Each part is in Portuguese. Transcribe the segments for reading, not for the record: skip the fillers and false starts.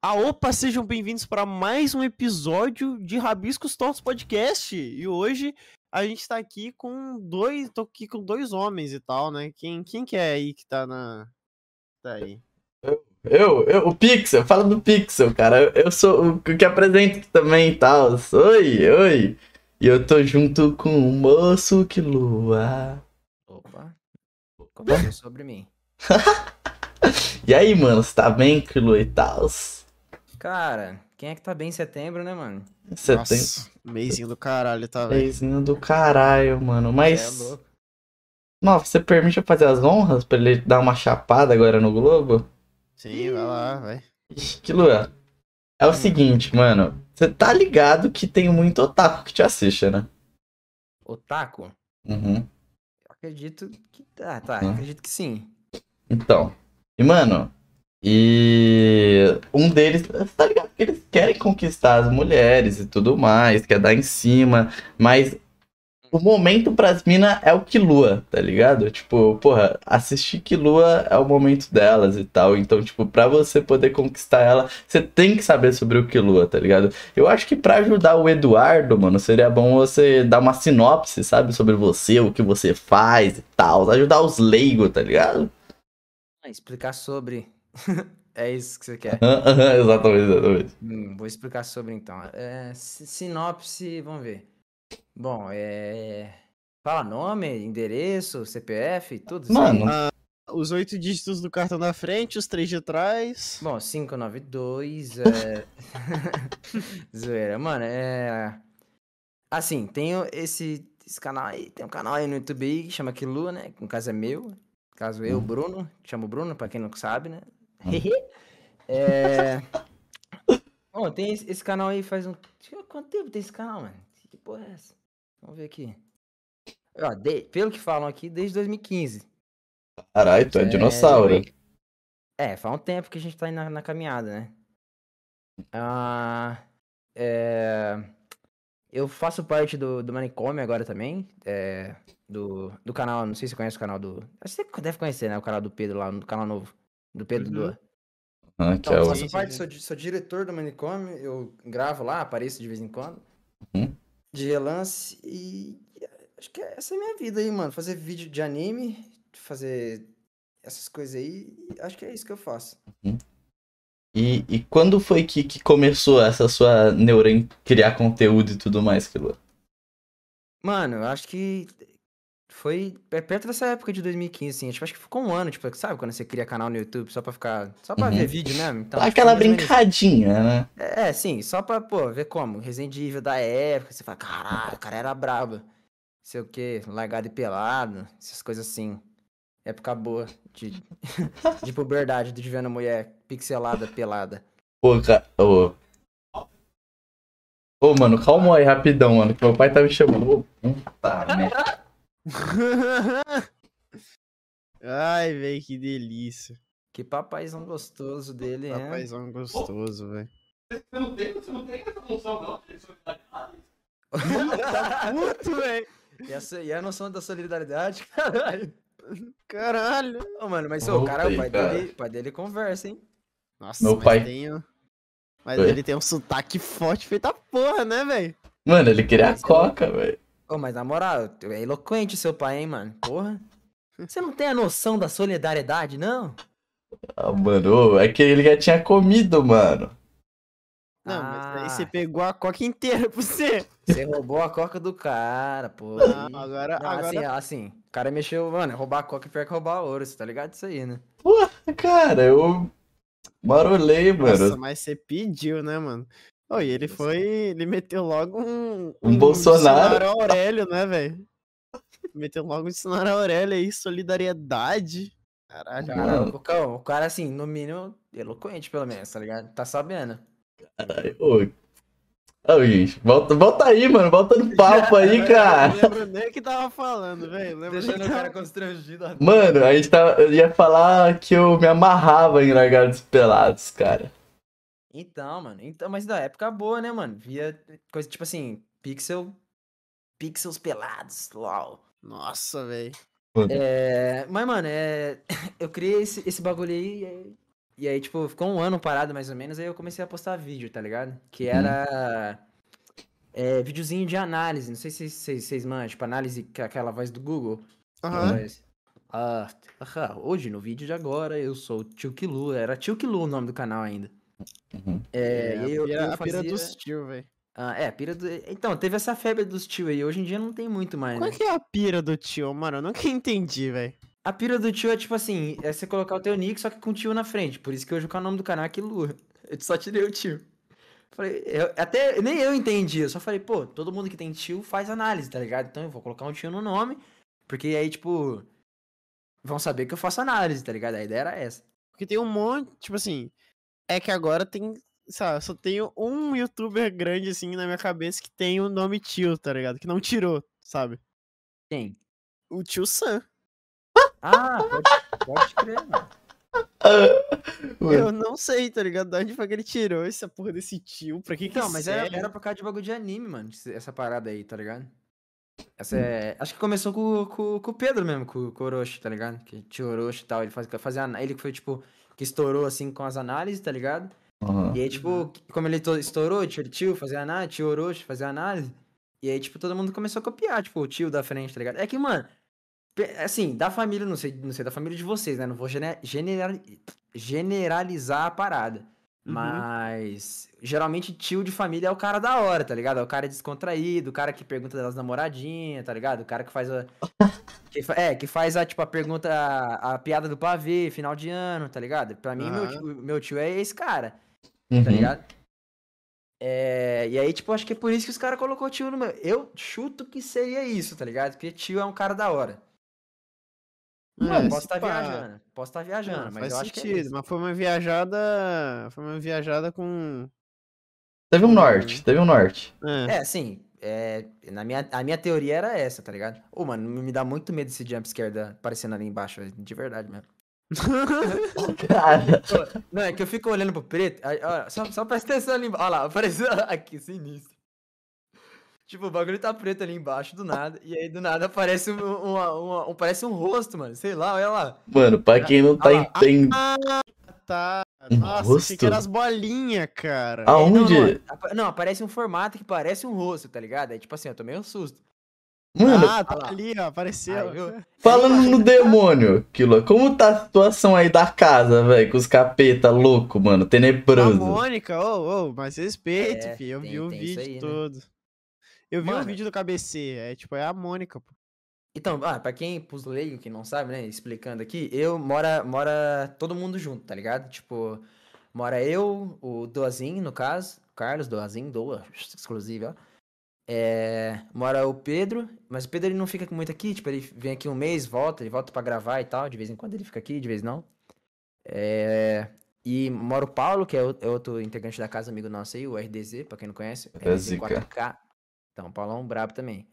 Opa, sejam bem-vindos para mais um episódio de Rabiscos Tortos Podcast. E hoje a gente tá aqui tô aqui com dois homens e tal, né? Quem que é aí que tá aí? O Pixel, fala do Pixel, cara. Eu sou o que apresento também e tal. Oi. E eu tô junto com o moço que lua. Opa, começou sobre mim. E aí, mano, você tá bem, que lua e tal? Cara, quem é que tá bem em setembro, né, mano? Você tem Nossa, meizinho do caralho, tá, velho? reizinho do caralho, mano. Cê é Mas, louco. nossa, você permite eu fazer as honras pra ele dar uma chapada agora no Globo? Sim, vai lá, vai. Ixi, que lua. É o seguinte, mano. Você tá ligado que tem muito otaku que te assiste, né? Otaku? Uhum. Eu acredito que... acredito que sim. Então. E, mano, um deles, tá ligado? Que eles querem conquistar as mulheres e tudo mais, quer dar em cima, mas o momento pras minas é o Killua, tá ligado? Tipo, porra, assistir Killua é o momento delas e tal. Então, tipo, pra você poder conquistar ela, você tem que saber sobre o Killua, tá ligado? Eu acho que pra ajudar o Eduardo, mano, seria bom você dar uma sinopse, sabe? Sobre você, o que você faz e tal. Ajudar os leigos, tá ligado? Explicar sobre... É isso que você quer. Exatamente. Vou explicar sobre, então. Sinopse, vamos ver. Bom, fala nome, endereço, CPF, tudo isso aí? Mano, Os 8 dígitos do cartão da frente, os 3 de trás. Bom, 592, Zoeira. Mano, Assim, tenho esse canal aí, tem um canal aí no YouTube aí que chama Killua, né? Que no caso é meu. No caso eu, Bruno, chamo Bruno, pra quem não sabe, né? É... Bom, tem esse canal aí faz um... Quanto tempo tem esse canal, mano? Que porra é essa? Vamos ver aqui. Ó, pelo que falam aqui, desde 2015. caralho, tu é dinossauro. Faz um tempo que a gente tá aí na caminhada, né? Ah, é... Eu faço parte do Manicômio agora também. Do canal, não sei se você conhece o canal do... Acho que você deve conhecer, né? O canal do Pedro lá, no canal novo. Do Pedro Uhum. Dua. Que Então, é eu o... faço Sim, parte, sim. sou diretor do Manicômio. Eu gravo lá, apareço de vez em quando. Uhum. De relance. E acho que essa é a minha vida aí, mano. Fazer vídeo de anime, fazer essas coisas aí. E acho que é isso que eu faço. E quando foi que começou essa sua neura em criar conteúdo e tudo mais, Kilo? Mano, eu acho que foi perto dessa época de 2015, assim. Acho que ficou um ano, tipo, sabe quando você cria canal no YouTube só pra ficar. Só pra ver vídeo mesmo? Então, acho que foi Aquela mais ou menos isso. brincadinha, né? Sim, só pra, pô, ver como. Resident Evil da época, você fala, caralho, o cara era brabo. Não sei o quê, largado e pelado, essas coisas assim. Época boa de, de puberdade, de vendo mulher pixelada, pelada. Pô, mano, calma aí, rapidão, mano, que meu pai tá me chamando. Ô, puta merda. Ai, velho, que delícia. Que papaizão gostoso dele, hein? Papaizão gostoso, velho. Você não tem essa noção, não? Tá puto, velho. E a noção da solidariedade, caralho. Caralho. Ô, mano, mas o Voltei, pai dele conversa, hein? Nossa, Meu mas pai. Mas Oi? ele tem um sotaque forte feita porra, né, velho? Mano, ele queria a Mas é coca, velho. Ô, mas na moral, é eloquente seu pai, hein, mano? Porra. Você não tem a noção da solidariedade, não? Ah, mano, é que ele já tinha comido, mano. Não, mas aí você Ah, pegou a coca inteira pra você. você roubou a coca do cara, pô. Não, Aí... agora- Não, assim, o cara mexeu, mano, roubar a coca é pior que roubar ouro, você tá ligado isso aí, né? Porra, cara, eu marolei, Nossa, mano. mas você pediu, né, mano? Oh, e ele meteu logo Um dicionário Bolsonaro. Aurélio, né, velho? Meteu logo um dicionário Aurélio aí, solidariedade. Caralho. Cara, Mano, o cara, assim, no mínimo, eloquente, pelo menos, tá ligado? Tá sabendo. caralho, ô, gente, volta aí, mano, volta no papo aí, cara. Não lembro nem o que tava falando, velho. Deixando o cara constrangido. Mano, a gente eu ia falar que eu me amarrava em Largados e Pelados, cara. Então, mano. Então, mas da época boa, né, mano? Via coisa tipo assim, pixels pelados, uau. Nossa, velho. Mano, Mas, mano, eu criei esse bagulho aí E aí, tipo, ficou um ano parado mais ou menos, aí eu comecei a postar vídeo, tá ligado? Que era videozinho de análise, não sei se vocês manjam, tipo, análise com aquela voz do Google. Aquela Aham. voz. Hoje, no vídeo de agora, eu sou o Tio Kilu. Era Tio Kilu o nome do canal ainda. Uhum. E aí eu A pira fazia. dos tio, velho. A pira do. Então, teve essa febre dos tio aí. Hoje em dia não tem muito mais, Qual né? que é a pira do tio, mano? Eu nunca entendi, velho. A pira do tio é tipo assim: é você colocar o teu nick, só que com tio na frente. Por isso que hoje o nome do canal é Kilu. Eu só tirei o tio. Falei, até nem eu entendi. Eu só falei, pô, todo mundo que tem tio faz análise, tá ligado? Então eu vou colocar um tio no nome. Porque aí, tipo, vão saber que eu faço análise, tá ligado? A ideia era essa. Porque tem um monte, tipo assim, é que agora tem, sabe, só tenho um youtuber grande assim na minha cabeça que tem o nome tio, tá ligado? Que não tirou, sabe? Quem? O tio Sam. Ah, pode crer, mano. Eu não sei, tá ligado? De onde foi que ele tirou essa porra desse tio? Pra que Então, mas serve? era por causa de bagulho de anime, mano. Essa parada aí, tá ligado? Acho que começou com o Pedro mesmo, com o Orochi, tá ligado? Que tio Orochi e tal. Ele que foi, tipo, que estourou assim com as análises, tá ligado? Uhum. E aí, tipo, como ele estourou, tio fazia análise, tio Orochi fazia análise. E aí, tipo, todo mundo começou a copiar, tipo, o tio da frente, tá ligado? É que, mano, assim, da família, não sei da família de vocês, né? Não vou generalizar a parada. Uhum. Mas geralmente tio de família é o cara da hora, tá ligado? É o cara descontraído, o cara que pergunta das namoradinhas, tá ligado? O cara que faz que faz tipo, a pergunta, a piada do pavê, final de ano, tá ligado? Pra mim, Aham. meu tio é esse cara, tá Uhum. ligado? E aí, tipo, acho que é por isso que os caras colocou tio no meu. Eu chuto que seria isso, tá ligado? Porque tio é um cara da hora. É, Mano, Posso se estar pá. viajando, posso estar Não, viajando, mas faz eu acho que é sentido. isso. Mas foi uma viajada. Foi uma viajada com. teve um norte, Com. teve um norte. Assim, a minha teoria era essa, tá ligado? Ô, mano, me dá muito medo esse jumpscare aparecendo ali embaixo, velho, de verdade mesmo. Cara, Pô, não, é que eu fico olhando pro preto, ó, só presta atenção ali embaixo. Olha lá, apareceu aqui, sinistro. Tipo, o bagulho tá preto ali embaixo, do nada, e aí do nada aparece parece um rosto, mano, sei lá, olha lá. mano, pra quem não tá Olha lá. entendendo. Tá. Um Nossa, achei que era rosto? as bolinhas, cara. Aonde? Não, aparece um formato que parece um rosto, tá ligado? É tipo assim, eu tomei um susto. Mano, Ah, tá Olha lá. ali, ó. Aí, Apareceu. viu? É ali falando embaixo, no tá ligado? demônio, Kilo, como tá a situação aí da casa, velho? Com os capeta louco, mano, A tenebroso. Mônica, ô, mas respeito, É, filho. Eu vi o tem isso vídeo aí, né? todo. Eu vi o Mano, vídeo do KBC. É tipo, é a Mônica, pô. então, pra quem, pros leigos que não sabe, né, explicando aqui, mora todo mundo junto, tá ligado? Tipo, mora eu, o Doazinho, no caso, Carlos Doazinho, Doa, exclusivo, ó. Mora o Pedro, mas o Pedro ele não fica muito aqui, tipo, ele vem aqui um mês, ele volta pra gravar e tal, de vez em quando ele fica aqui, de vez não. E mora o Paulo, que é outro integrante da casa, amigo nosso aí, o RDZ, pra quem não conhece, É zica. RDZ4K. Então, o Paulão brabo também.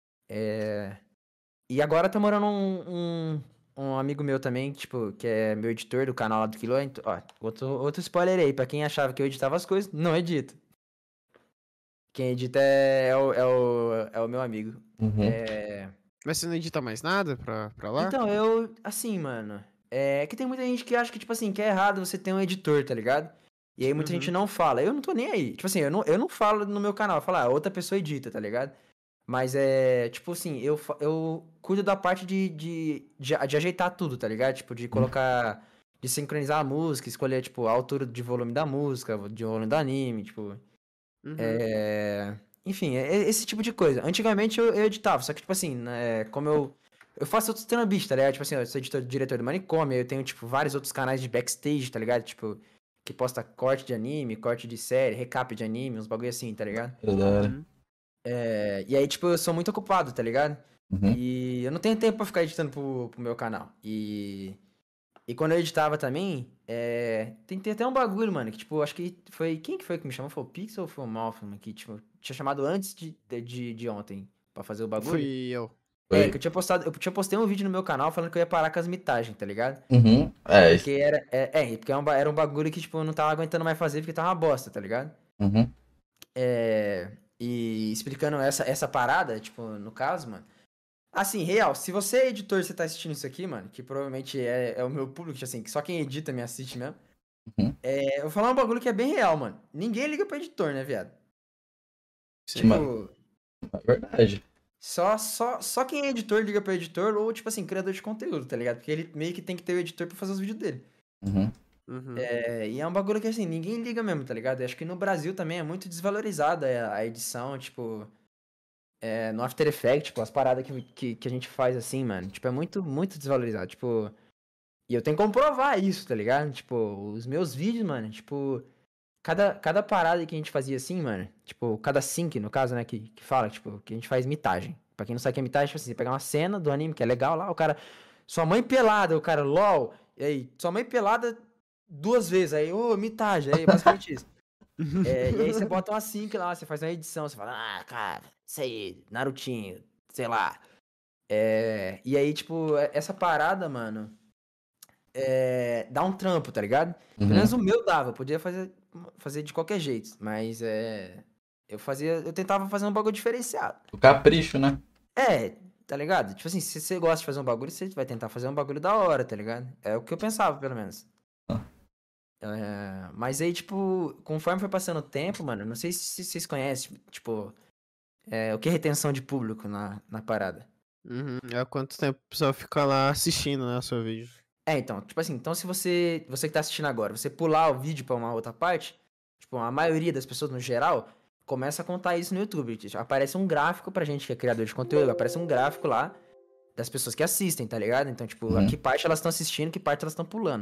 E agora tá morando um amigo meu também, tipo, que é meu editor do canal lá do Quilô. Ó, outro spoiler aí, pra quem achava que eu editava as coisas, não edito. Quem edita é o meu amigo. Uhum. Mas você não edita mais nada pra lá? Então, assim, mano, que tem muita gente que acha que, tipo assim, que é errado você ter um editor, tá ligado? E aí muita gente Uhum. não fala. Eu não tô nem aí. Tipo assim, eu não falo no meu canal, eu falo, outra pessoa edita, tá ligado? Mas tipo assim, eu cuido da parte de ajeitar tudo, tá ligado? Tipo, de colocar, de sincronizar a música, escolher, tipo, a altura de volume da música, de volume do anime, tipo, Uhum. enfim, esse tipo de coisa. Antigamente eu editava, só que, tipo assim, né, como eu faço outros trambiches, tá ligado? Tipo assim, eu sou diretor do Manicômio, eu tenho, tipo, vários outros canais de backstage, tá ligado? Tipo, que posta corte de anime, corte de série, recap de anime, uns bagulho assim, tá ligado? Da hora. Uhum. E aí, tipo, eu sou muito ocupado, tá ligado? Uhum. E eu não tenho tempo pra ficar editando pro meu canal. E quando eu editava também, tem até um bagulho, mano, que, tipo, acho que foi... Quem que foi que me chamou? Foi o Pixel ou foi o Malfman? Que, tipo, tinha chamado antes de ontem pra fazer o bagulho. Fui eu. Que Foi. eu tinha postei um vídeo no meu canal falando que eu ia parar com as mitagens, tá ligado? Uhum. É, Porque era um bagulho que, tipo, eu não tava aguentando mais fazer porque tava uma bosta, tá ligado? uhum. E explicando essa parada, tipo, no caso, mano. Assim, real, se você é editor e você tá assistindo isso aqui, mano, que provavelmente é o meu público, assim, que só quem edita me assiste mesmo. Uhum. Eu vou falar um bagulho que é bem real, mano. Ninguém liga pro editor, né, viado? Sim. Tipo, É verdade. só quem é editor liga pro editor ou, tipo assim, criador de conteúdo, tá ligado? Porque ele meio que tem que ter o editor pra fazer os vídeos dele. Uhum. Uhum. E é um bagulho que, assim, ninguém liga mesmo, tá ligado? Eu acho que no Brasil também é muito desvalorizada a edição, tipo, no After Effects, tipo, as paradas que a gente faz assim, mano. Tipo, é muito, muito desvalorizado. Tipo, e eu tenho que comprovar isso, tá ligado? Tipo, os meus vídeos, mano, tipo, cada parada que a gente fazia assim, mano, tipo, cada sync, no caso, né, que fala, tipo, que a gente faz mitagem. Pra quem não sabe o que é mitagem, tipo assim, você pegar uma cena do anime que é legal lá, o cara, sua mãe pelada, o cara, LOL, e aí, sua mãe pelada 2 vezes, aí, ô, mitagem, aí, basicamente isso. E aí você bota uma sync lá, você faz uma edição, você fala, cara, isso aí, Narutinho, sei lá. E aí, tipo, essa parada, mano, dá um trampo, tá ligado? Pelo menos Uhum. o meu dava, eu podia fazer de qualquer jeito, mas eu tentava fazer um bagulho diferenciado. O capricho, né? Tá ligado? Tipo assim, se você gosta de fazer um bagulho, você vai tentar fazer um bagulho da hora, tá ligado? É o que eu pensava, pelo menos. Ah. Mas aí, tipo, conforme foi passando o tempo, mano, não sei se vocês conhecem, tipo, o que é retenção de público na parada. Uhum. É quanto tempo a pessoa fica lá assistindo, né, o seu vídeo. Então, tipo assim, então se você que tá assistindo agora, você pular o vídeo pra uma outra parte, tipo, a maioria das pessoas no geral começa a contar isso no YouTube. Tipo, aparece um gráfico pra gente que é criador de conteúdo, aparece um gráfico lá das pessoas que assistem, tá ligado? Então, tipo, a Uhum. que parte elas estão assistindo, que parte elas estão pulando.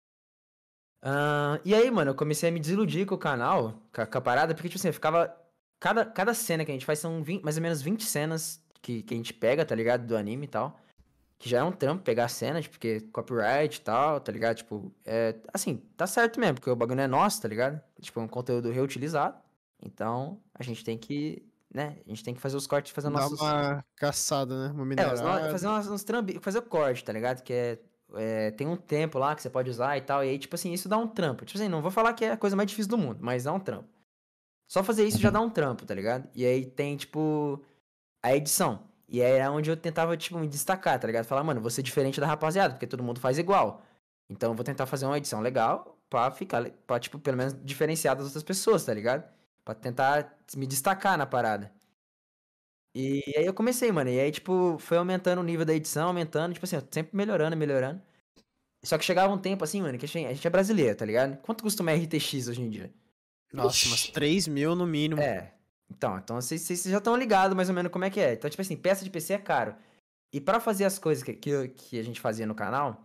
E aí, mano, eu comecei a me desiludir com o canal, com a parada, porque, tipo assim, eu ficava. Cada cena que a gente faz são mais ou menos 20 cenas que a gente pega, tá ligado? Do anime e tal. Que já é um trampo pegar a cena, tipo, porque copyright e tal, tá ligado? Tipo, assim, tá certo mesmo, porque o bagulho não é nosso, tá ligado? Tipo, é um conteúdo reutilizado. Então, a gente tem que, né? A gente tem que fazer os cortes, fazer Dá nossos. uma caçada, né? Uma minerada. Fazer uns trampo, fazer o corte, tá ligado? Que tem um tempo lá que você pode usar e tal. E aí, tipo assim, isso dá um trampo. Tipo assim, não vou falar que é a coisa mais difícil do mundo, mas dá um trampo. Só fazer isso já Uhum. dá um trampo, tá ligado? E aí tem, tipo, a edição. E aí era onde eu tentava, tipo, me destacar, tá ligado? Falar, mano, vou ser diferente da rapaziada, porque todo mundo faz igual. Então eu vou tentar fazer uma edição legal pra, tipo, pelo menos diferenciar das outras pessoas, tá ligado? Pra tentar me destacar na parada. E aí eu comecei, mano. E aí, tipo, foi aumentando o nível da edição, aumentando, tipo assim, sempre melhorando, melhorando. Só que chegava um tempo assim, mano, que a gente é brasileiro, tá ligado? Quanto custa uma RTX hoje em dia? Nossa, umas 3 mil no mínimo. Então vocês já estão ligados mais ou menos como é que é. Então, tipo assim, peça de PC é caro. E pra fazer as coisas que a gente fazia no canal,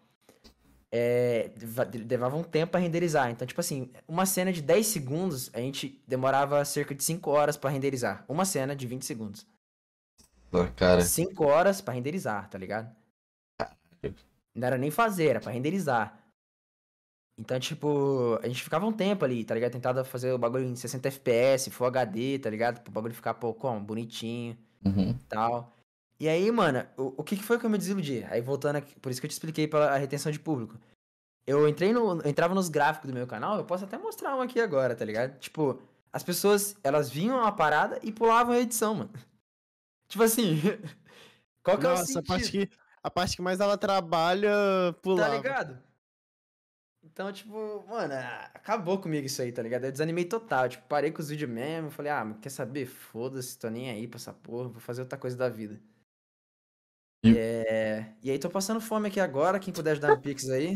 levava um tempo pra renderizar. Então, tipo assim, uma cena de 10 segundos, a gente demorava cerca de 5 horas pra renderizar. Uma cena de 20 segundos. Pô, cara. 5 horas pra renderizar, tá ligado? Não era nem fazer, era pra renderizar. Então, tipo, a gente ficava um tempo ali, tá ligado? Tentava fazer o bagulho em 60 FPS, Full HD, tá ligado? Pro bagulho ficar, pô, como? Bonitinho Uhum. tal. E aí, mano, o que foi que eu me desiludi? Aí, voltando aqui, por isso que eu te expliquei pela retenção de público. Eu entrava nos gráficos do meu canal, eu posso até mostrar um aqui agora, tá ligado? Tipo, as pessoas, elas vinham a parada e pulavam a edição, mano. Tipo assim, qual que é o Nossa, sentido? a parte que mais dava trabalho, Tá pulava. ligado? Então, tipo, mano, acabou comigo isso aí, tá ligado? Eu desanimei total, tipo, parei com os vídeos mesmo, falei, quer saber? Foda-se, tô nem aí pra essa porra, vou fazer outra coisa da vida. E- E aí tô passando fome aqui agora, quem puder ajudar no Pix aí.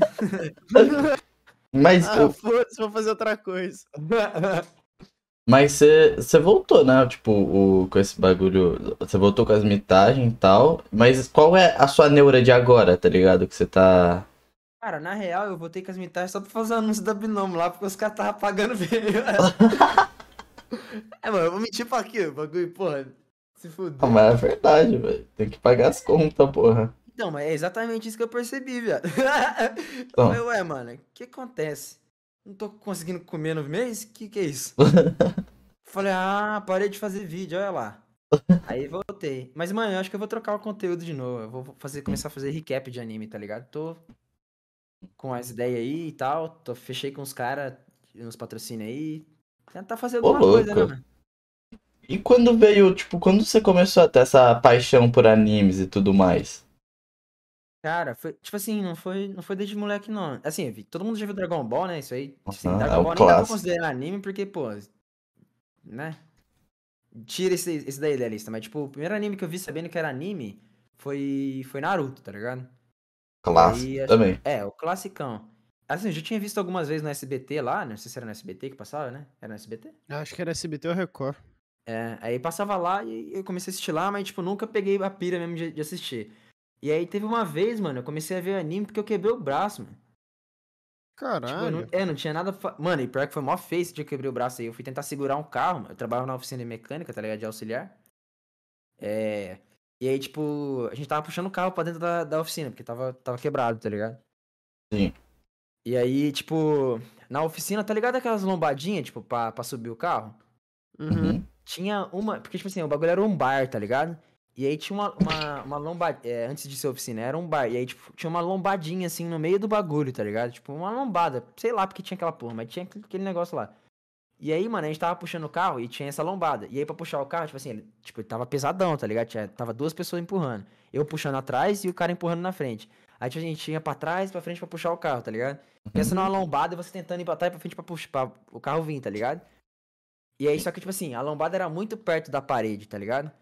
Mas, Foda-se, vou fazer outra coisa. mas você voltou, né? Tipo, com esse bagulho. Você voltou com as mitagens e tal. Mas qual é a sua neura de agora, tá ligado? Que você tá. Cara, na real, eu voltei com as mitagens só pra fazer o anúncio da Binomo lá, porque os caras estavam pagando bem. Mano, eu vou mentir pra quê? O bagulho, porra, se Ah, fuder. mas é verdade, velho. Tem que pagar as contas, porra. Então, mas é exatamente isso que eu percebi, viado. Eu falei, Então. ué, mano, o que acontece? Não tô conseguindo comer no mês? Que é isso? Falei, parei de fazer vídeo, olha lá. Aí voltei. Mas, mano, eu acho que eu vou trocar o conteúdo de novo. Eu vou começar a fazer recap de anime, tá ligado? Tô com as ideias aí e tal. Fechei com os caras, uns patrocínios aí. Tentar fazer Ô, alguma coisa, né, louco. mano? E quando veio, tipo, quando você começou a ter essa paixão por animes e tudo mais? Cara, foi, tipo assim, não foi desde moleque, não. Assim, todo mundo já viu Dragon Ball, né? Isso aí, tipo assim, É Dragon o Ball nem dá pra clássico. considerar anime, porque, pô, né? Tira esse daí da lista. Mas, tipo, o primeiro anime que eu vi sabendo que era anime foi Naruto, tá ligado? E Clássico aí, também. o classicão. Assim, eu já tinha visto algumas vezes no SBT lá, não sei se era no SBT que passava, né? Era no SBT? Acho que era SBT ou Record. É, aí passava lá e eu comecei a assistir lá, mas, tipo, nunca peguei a pira mesmo de assistir. E aí teve uma vez, mano, eu comecei a ver anime porque eu quebrei o braço, mano. Tipo, Caralho. não tinha nada. Mano, e pior que foi mó feio esse dia que eu quebrei o braço aí. Eu fui tentar segurar um carro, mano. Eu trabalhava na oficina de mecânica, tá ligado? De auxiliar. É. E aí, tipo, a gente tava puxando o carro pra dentro da oficina, porque tava quebrado, tá ligado? Sim. E aí, tipo, na oficina, tá ligado aquelas lombadinhas, tipo, pra subir o carro? Uhum. Uhum. Tinha uma. Porque, tipo assim, o bagulho era um bar, tá ligado? E aí tinha uma lombadinha. Antes de ser oficina, era um bar. E aí, tipo, tinha uma lombadinha assim no meio do bagulho, tá ligado? Tipo, uma lombada. Sei lá porque tinha aquela porra, mas tinha aquele negócio lá. E aí, mano, a gente tava puxando o carro e tinha essa lombada. E aí, pra puxar o carro, tipo assim, ele tava pesadão, tá ligado? Tava duas pessoas empurrando. Eu puxando atrás e o cara empurrando na frente. Aí, tipo, a gente tinha pra trás e pra frente pra puxar o carro, tá ligado? Pensa numa lombada e você tentando ir pra trás e pra frente pra puxar pra o carro vir, tá ligado? E aí, só que, tipo assim, a lombada era muito perto da parede, tá ligado?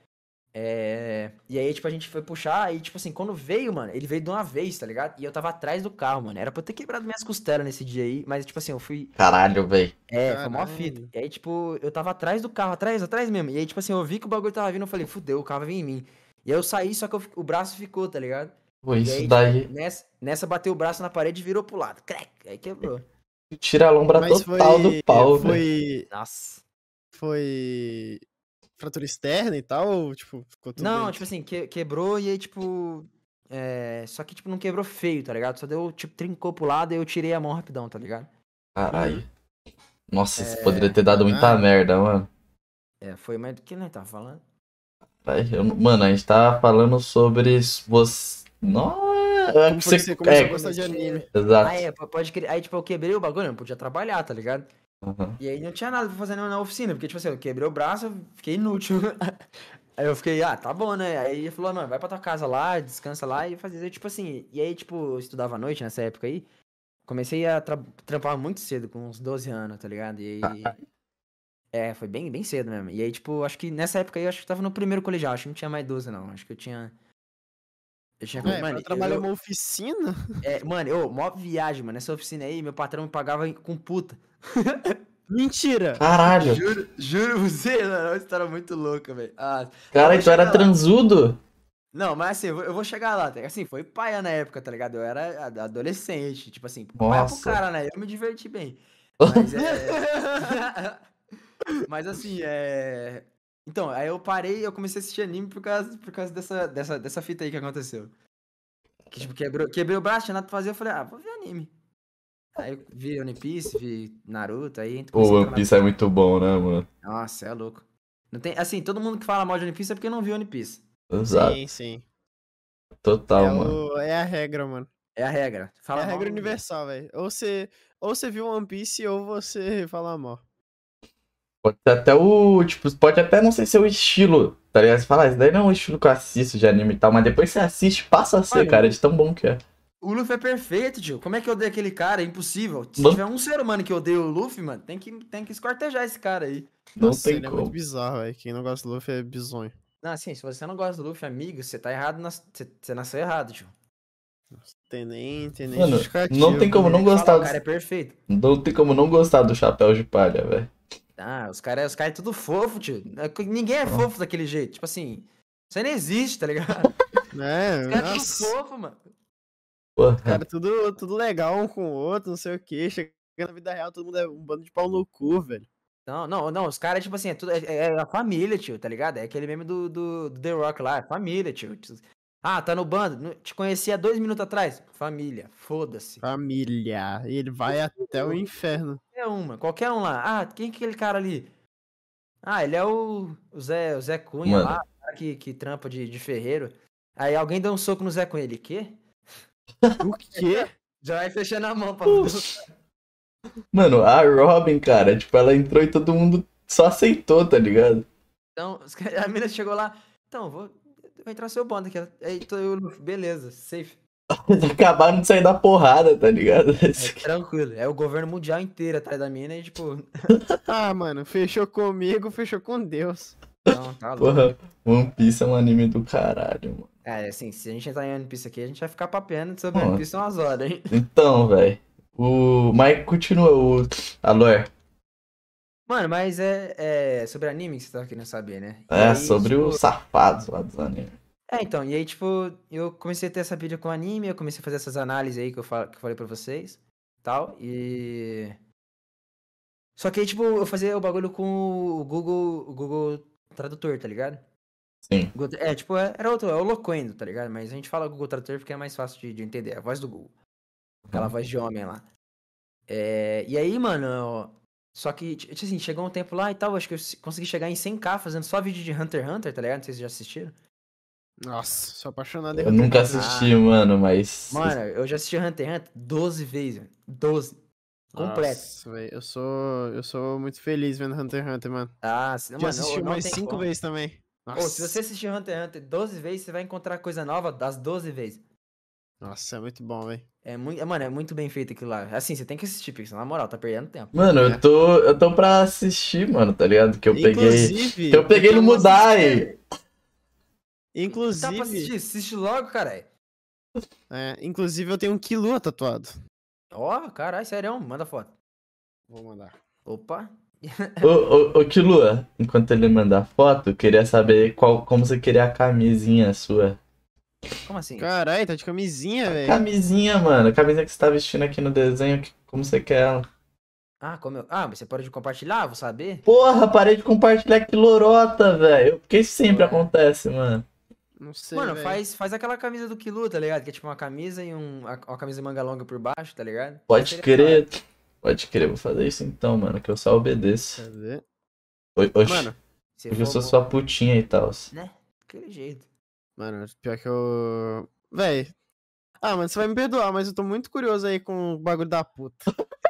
E aí, tipo, a gente foi puxar e, tipo assim, quando veio, mano, ele veio de uma vez, tá ligado? E eu tava atrás do carro, mano. Era pra eu ter quebrado minhas costelas nesse dia aí, mas, tipo assim, eu fui. Caralho, velho. Foi mó fita. Caralho. E aí, tipo, eu tava atrás do carro, atrás mesmo. E aí, tipo assim, eu vi que o bagulho tava vindo, eu falei, fudeu, o carro vai vir em mim. E aí eu saí, só que o braço ficou, tá ligado? Pô, E isso aí, tipo, daí nessa bateu o braço na parede e virou pro lado. Crack! Aí quebrou. tira a lombra Mas total do foi. pau, velho. Foi. Nossa. Foi. Fratura externa e tal? Ou, tipo, ficou tudo Não, tipo dentro? assim, quebrou e aí, tipo. Só que, tipo, não quebrou feio, tá ligado? Só deu, tipo, trincou pro lado e eu tirei a mão rapidão, tá ligado? Uhum. Caralho. Nossa, isso poderia É. ter dado muita Caralho. merda, mano. Foi mais do que nós tava falando. Mano, a gente tá falando sobre você. Nossa, Como foi que você começou a gostar de anime? exato. Pode crer. Aí, tipo, eu quebrei o bagulho, eu não podia trabalhar, tá ligado? Uhum. E aí não tinha nada pra fazer na oficina, porque, tipo assim, eu quebrei o braço, eu fiquei inútil. Aí eu fiquei, tá bom, né? Aí ele falou, mano, vai pra tua casa lá, descansa lá e fazer, tipo assim. E aí, tipo, eu estudava à noite nessa época aí. Comecei a trampar muito cedo, com uns 12 anos, tá ligado? E aí. Foi bem, bem cedo mesmo. E aí, tipo, acho que nessa época aí, eu acho que eu tava no primeiro colegial, acho que não tinha mais 12, não. Acho que eu tinha. Pra Mano, trabalhar em uma oficina? mó viagem, mano. Nessa oficina aí, meu patrão me pagava com puta. Mentira! Caralho. Juro você, mano. É uma história muito louca, velho. Mas eu Cara, vou então era chegar lá. transudo? Não, mas assim, eu vou chegar lá. Assim, foi paia na época, tá ligado? Eu era adolescente. Tipo assim, paia pro Nossa. cara, né? Eu me diverti bem. Mas Mas assim, Então, aí eu parei e eu comecei a assistir anime por causa dessa fita aí que aconteceu. Que, tipo, quebrei o braço, tinha nada pra fazer, eu falei, vou ver anime. Aí eu vi One Piece, vi Naruto, aí O comecei a entrar One na Piece é pira. muito bom, né, mano? Nossa, é louco. Não tem, assim, todo mundo que fala mal de One Piece é porque não viu One Piece. Exato. Sim, sim. Total, mano. É a regra, mano. É a regra. É Fala a mal, regra não vê. universal, velho. Ou você viu One Piece ou você fala mal. Pode ser até o. Tipo, pode até não ser seu estilo, tá ligado? Você fala, isso daí não é um estilo que eu assisto de anime e tal, mas depois você assiste, passa a ser, Mano, cara, de tão bom que é. o Luffy é perfeito, tio. Como é que eu odeio aquele cara? É impossível. Se Não, tiver um ser humano que odeia o Luffy, mano, tem que esquartejar esse cara aí. não Nossa, tem ele é muito como. bizarro, velho. Quem não gosta do Luffy é bizonho. Não, assim, se você não gosta do Luffy, amigo, você tá errado, você nasceu errado, tio. Tem nem Mano, não tem justificativa. como não Tem que falar, gostar o cara é do. perfeito. Não tem como não gostar do chapéu de palha, velho. Os cara é tudo fofo, tio. Ninguém é fofo daquele jeito. Tipo assim, isso aí não existe, tá ligado? Os caras é tudo Nossa. fofo, mano. Porra. Cara, tudo legal um com o outro, não sei o quê. Chega na vida real, todo mundo é um bando de pau no cu, velho. Não, os caras, tipo assim, é a família, tio, tá ligado? É aquele meme do The Rock lá, é família, tio. Tá no bando, te conhecia 2 minutos atrás. Família, foda-se. Família. E ele vai até o inferno. Qualquer um lá. Quem que é aquele cara ali? Ele é o Zé Cunha lá, Mano. o cara que trampa de ferreiro. Aí alguém deu um soco no Zé Cunha, ele, quê? O quê? Já vai fechando a mão pra fuder o cara. Mano, a Robin, cara, tipo, ela entrou e todo mundo só aceitou, tá ligado? Então, a mina chegou lá, então, vou entrar no seu bando aqui. Aí, beleza, safe. Eles acabaram de sair da porrada, tá ligado? É tranquilo. É o governo mundial inteiro atrás da mina e, tipo, Ah, mano, fechou comigo, fechou com Deus. não, tá louco. Porra, One Piece é um anime do caralho, mano. É, assim, se a gente entrar em One Piece aqui, a gente vai ficar papeando sobre Nossa. One Piece umas horas, hein? Então, velho. O Mike continua, a lore. Mano, mas é sobre anime que você tava querendo saber, né? E É, aí, sobre tipo, os safados lá dos animes. então, e aí, tipo, eu comecei a ter essa pilha com anime, eu comecei a fazer essas análises aí que eu falei pra vocês, tal, e... Só que aí, tipo, eu fazia o bagulho com o Google Tradutor, tá ligado? Sim. É, tipo, era outro, é o Loquendo, tá ligado? Mas a gente fala Google Tradutor porque é mais fácil de entender, é a voz do Google. Aquela voz de homem lá. E aí, mano, só que, tipo assim, chegou um tempo lá e tal, acho que eu consegui chegar em 100k fazendo só vídeo de Hunter x Hunter, tá ligado? Não sei se vocês já assistiram. Nossa, sou apaixonado em Eu Hunter nunca x Hunter. assisti, mano, mas. Mano, eu já assisti Hunter x Hunter 12 vezes, velho. 12. Completo. Nossa, velho, eu sou muito feliz vendo Hunter x Hunter, mano. Ah, Já mano, assisti não umas tem 5 como. vezes também. Ô, se você Nossa. assistir Hunter x Hunter 12 vezes, você vai encontrar coisa nova das 12 vezes. Nossa, é muito bom, velho. Mano, é muito bem feito aquilo lá. Assim, você tem que assistir, Pixel, na moral, tá perdendo tempo. Mano, É. eu tô pra assistir, mano, tá ligado? Que eu peguei. Inclusive, Que eu peguei no eu vou Mudai. Tá pra Inclusive, assistir? Assiste logo, caralho. inclusive eu tenho um Killua tatuado. Ó, caralho, sério, manda foto. Vou mandar. Opa. Ô, Kilua, enquanto ele manda a foto, eu queria saber como você queria a camisinha sua. Como assim? Caralho, tá de camisinha, velho. Camisinha, mano. A camisinha que você tá vestindo aqui no desenho, como você quer ela? Mas você pode compartilhar, vou saber? Porra, parei de compartilhar que lorota, velho. Porque isso sempre Ué. acontece, mano. Não sei, Mano, velho. faz aquela camisa do Killua, tá ligado? Que é tipo uma camisa e uma camisa de manga longa por baixo, tá ligado? Pode Seria crer. claro. Pode crer, vou fazer isso então, mano, que eu só obedeço. Cadê? Oxi, Mano, Se porque eu for sou bom, sua putinha e tal. né? Aquele jeito. mano, pior que eu... Véi. Ah, mano, você vai me perdoar, mas eu tô muito curioso aí com o bagulho da puta.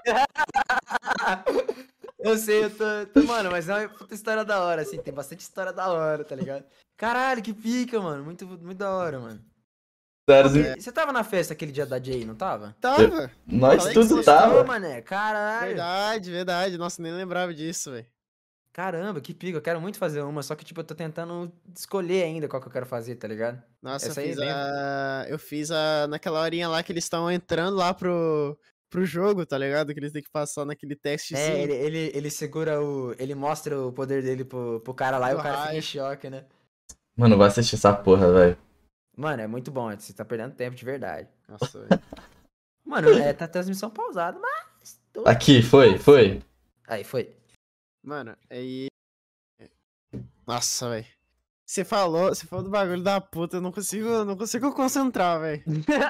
Eu sei, mano, mas é uma puta história da hora, assim, tem bastante história da hora, tá ligado? Caralho, que pica, mano, muito, muito da hora, mano. Sério, Você tava na festa aquele dia da Jay, não tava? Tava. nós Falei que tudo você tava. mané, caralho. Verdade, verdade. Nossa, nem lembrava disso, velho. Caramba, que pica, eu quero muito fazer uma, só que, tipo, eu tô tentando escolher ainda qual que eu quero fazer, tá ligado? Nossa, Essa aí mesmo. eu fiz naquela horinha lá que eles estão entrando lá pro jogo, tá ligado? Que eles têm que passar naquele testezinho. Ele segura ele mostra o poder dele pro cara lá e Do o cara fica em raio. choque, né? Mano, vai assistir essa porra, velho. Mano, é muito bom, você tá perdendo tempo de verdade. Nossa, velho. Mano, tá transmissão pausada, mas... Aqui, foi. Aí, foi. Mano, aí... Nossa, velho. Você falou do bagulho da puta, eu não consigo concentrar, velho.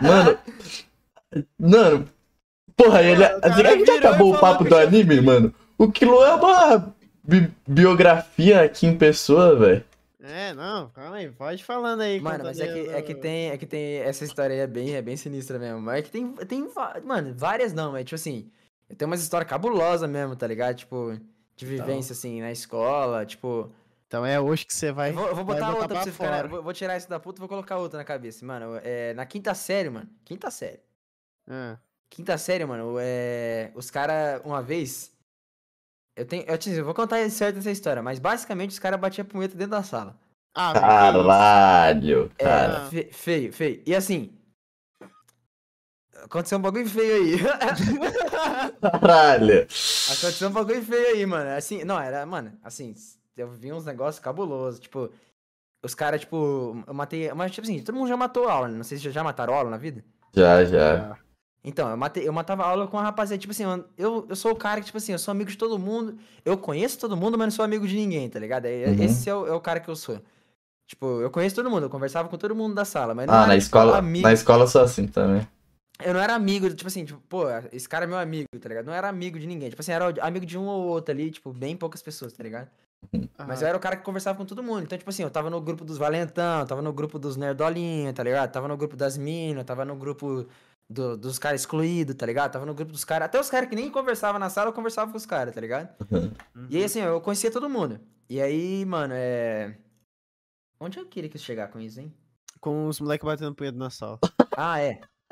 Mano, porra, o cara será que já virou e acabou o falou papo que do já- anime, mano? O Kilo é uma biografia aqui em pessoa, velho. Não, calma aí, pode ir falando aí. Mano, mas é que tem essa história aí é bem sinistra mesmo. Mas é que mano, várias não, mas tipo assim, tem umas histórias cabulosas mesmo, tá ligado? Tipo, de vivência assim, na escola, tipo... Então é hoje que você vai. Eu vou vai botar outra pra pra você ficar. fora. Vou tirar isso da puta e vou colocar outra na cabeça. Mano, na quinta série, mano. Quinta série. Ah, Quinta série, mano. Os caras, uma vez. Eu vou contar certo essa história, mas basicamente os caras batiam punheta dentro da sala. Ah, velho, que isso? Caralho, cara. Ah. Feio, feio. E assim. Aconteceu um bagulho feio aí. Caralho. Aconteceu um bagulho feio aí, mano. Assim, não, era, mano, assim, eu vi uns negócios cabulosos. Tipo, os caras, tipo, eu matei. Mas, tipo assim, todo mundo já matou aula, né? Não sei se já mataram aula na vida. Já. Então, eu matava aula com uma rapaziada, tipo assim, eu sou o cara que, tipo assim, eu sou amigo de todo mundo, eu conheço todo mundo, mas não sou amigo de ninguém, tá ligado? Uhum. Esse é o cara que eu sou. Tipo, eu conheço todo mundo, eu conversava com todo mundo da sala, mas não Ah, era, na tipo, escola, amigo. na escola eu sou assim também. Eu não era amigo, tipo assim, tipo, pô, esse cara é meu amigo, tá ligado? Não era amigo de ninguém, tipo assim, era amigo de um ou outro ali, tipo, bem poucas pessoas, tá ligado? Mas eu era o cara que conversava com todo mundo. Então, tipo assim, eu tava no grupo dos valentão, tava no grupo dos nerdolinha, tá ligado? Tava no grupo das minas, tava no grupo dos caras excluídos, tá ligado? Tava no grupo dos caras. Até os caras que nem conversavam na sala, eu conversava com os caras, tá ligado? E aí, assim, eu conhecia todo mundo. E aí, mano, onde eu queria que eu chegar com isso, hein? Com os moleques batendo punheta na sala. Ah, é.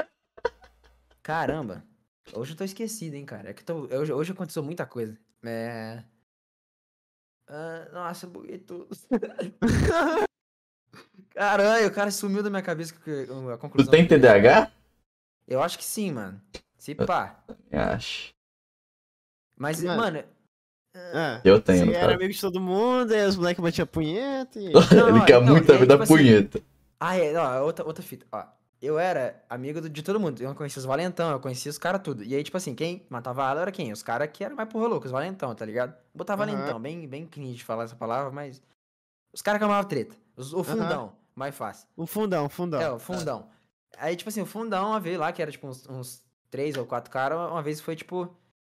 Caramba. Hoje eu tô esquecido, hein, cara. É que hoje aconteceu muita coisa. Nossa, eu buguei tudo. Caralho, o cara sumiu da minha cabeça a Tu conclusão. tem TDAH? Eu acho que sim, mano. Se pá. Eu acho. Mas, Mano. mano. Eu tenho, Você no era caso. amigo de todo mundo, aí os moleques batiam punheta e... Ele quer então, muito e a aí, vida tipo assim, punheta. Ó, outra fita. Ó, eu era amigo de todo mundo. Eu conhecia os valentão, eu conhecia os caras tudo. E aí, tipo assim, quem matava a ala era quem? Os caras que eram mais porra louca, os valentão, tá ligado? Botar Aham. valentão, bem cringe de falar essa palavra, mas. Os caras que amavam treta. O fundão, mais fácil. Um fundão. O fundão. Aí, tipo assim, o fundão, uma vez lá, que era tipo uns 3 ou 4 caras, uma vez foi tipo.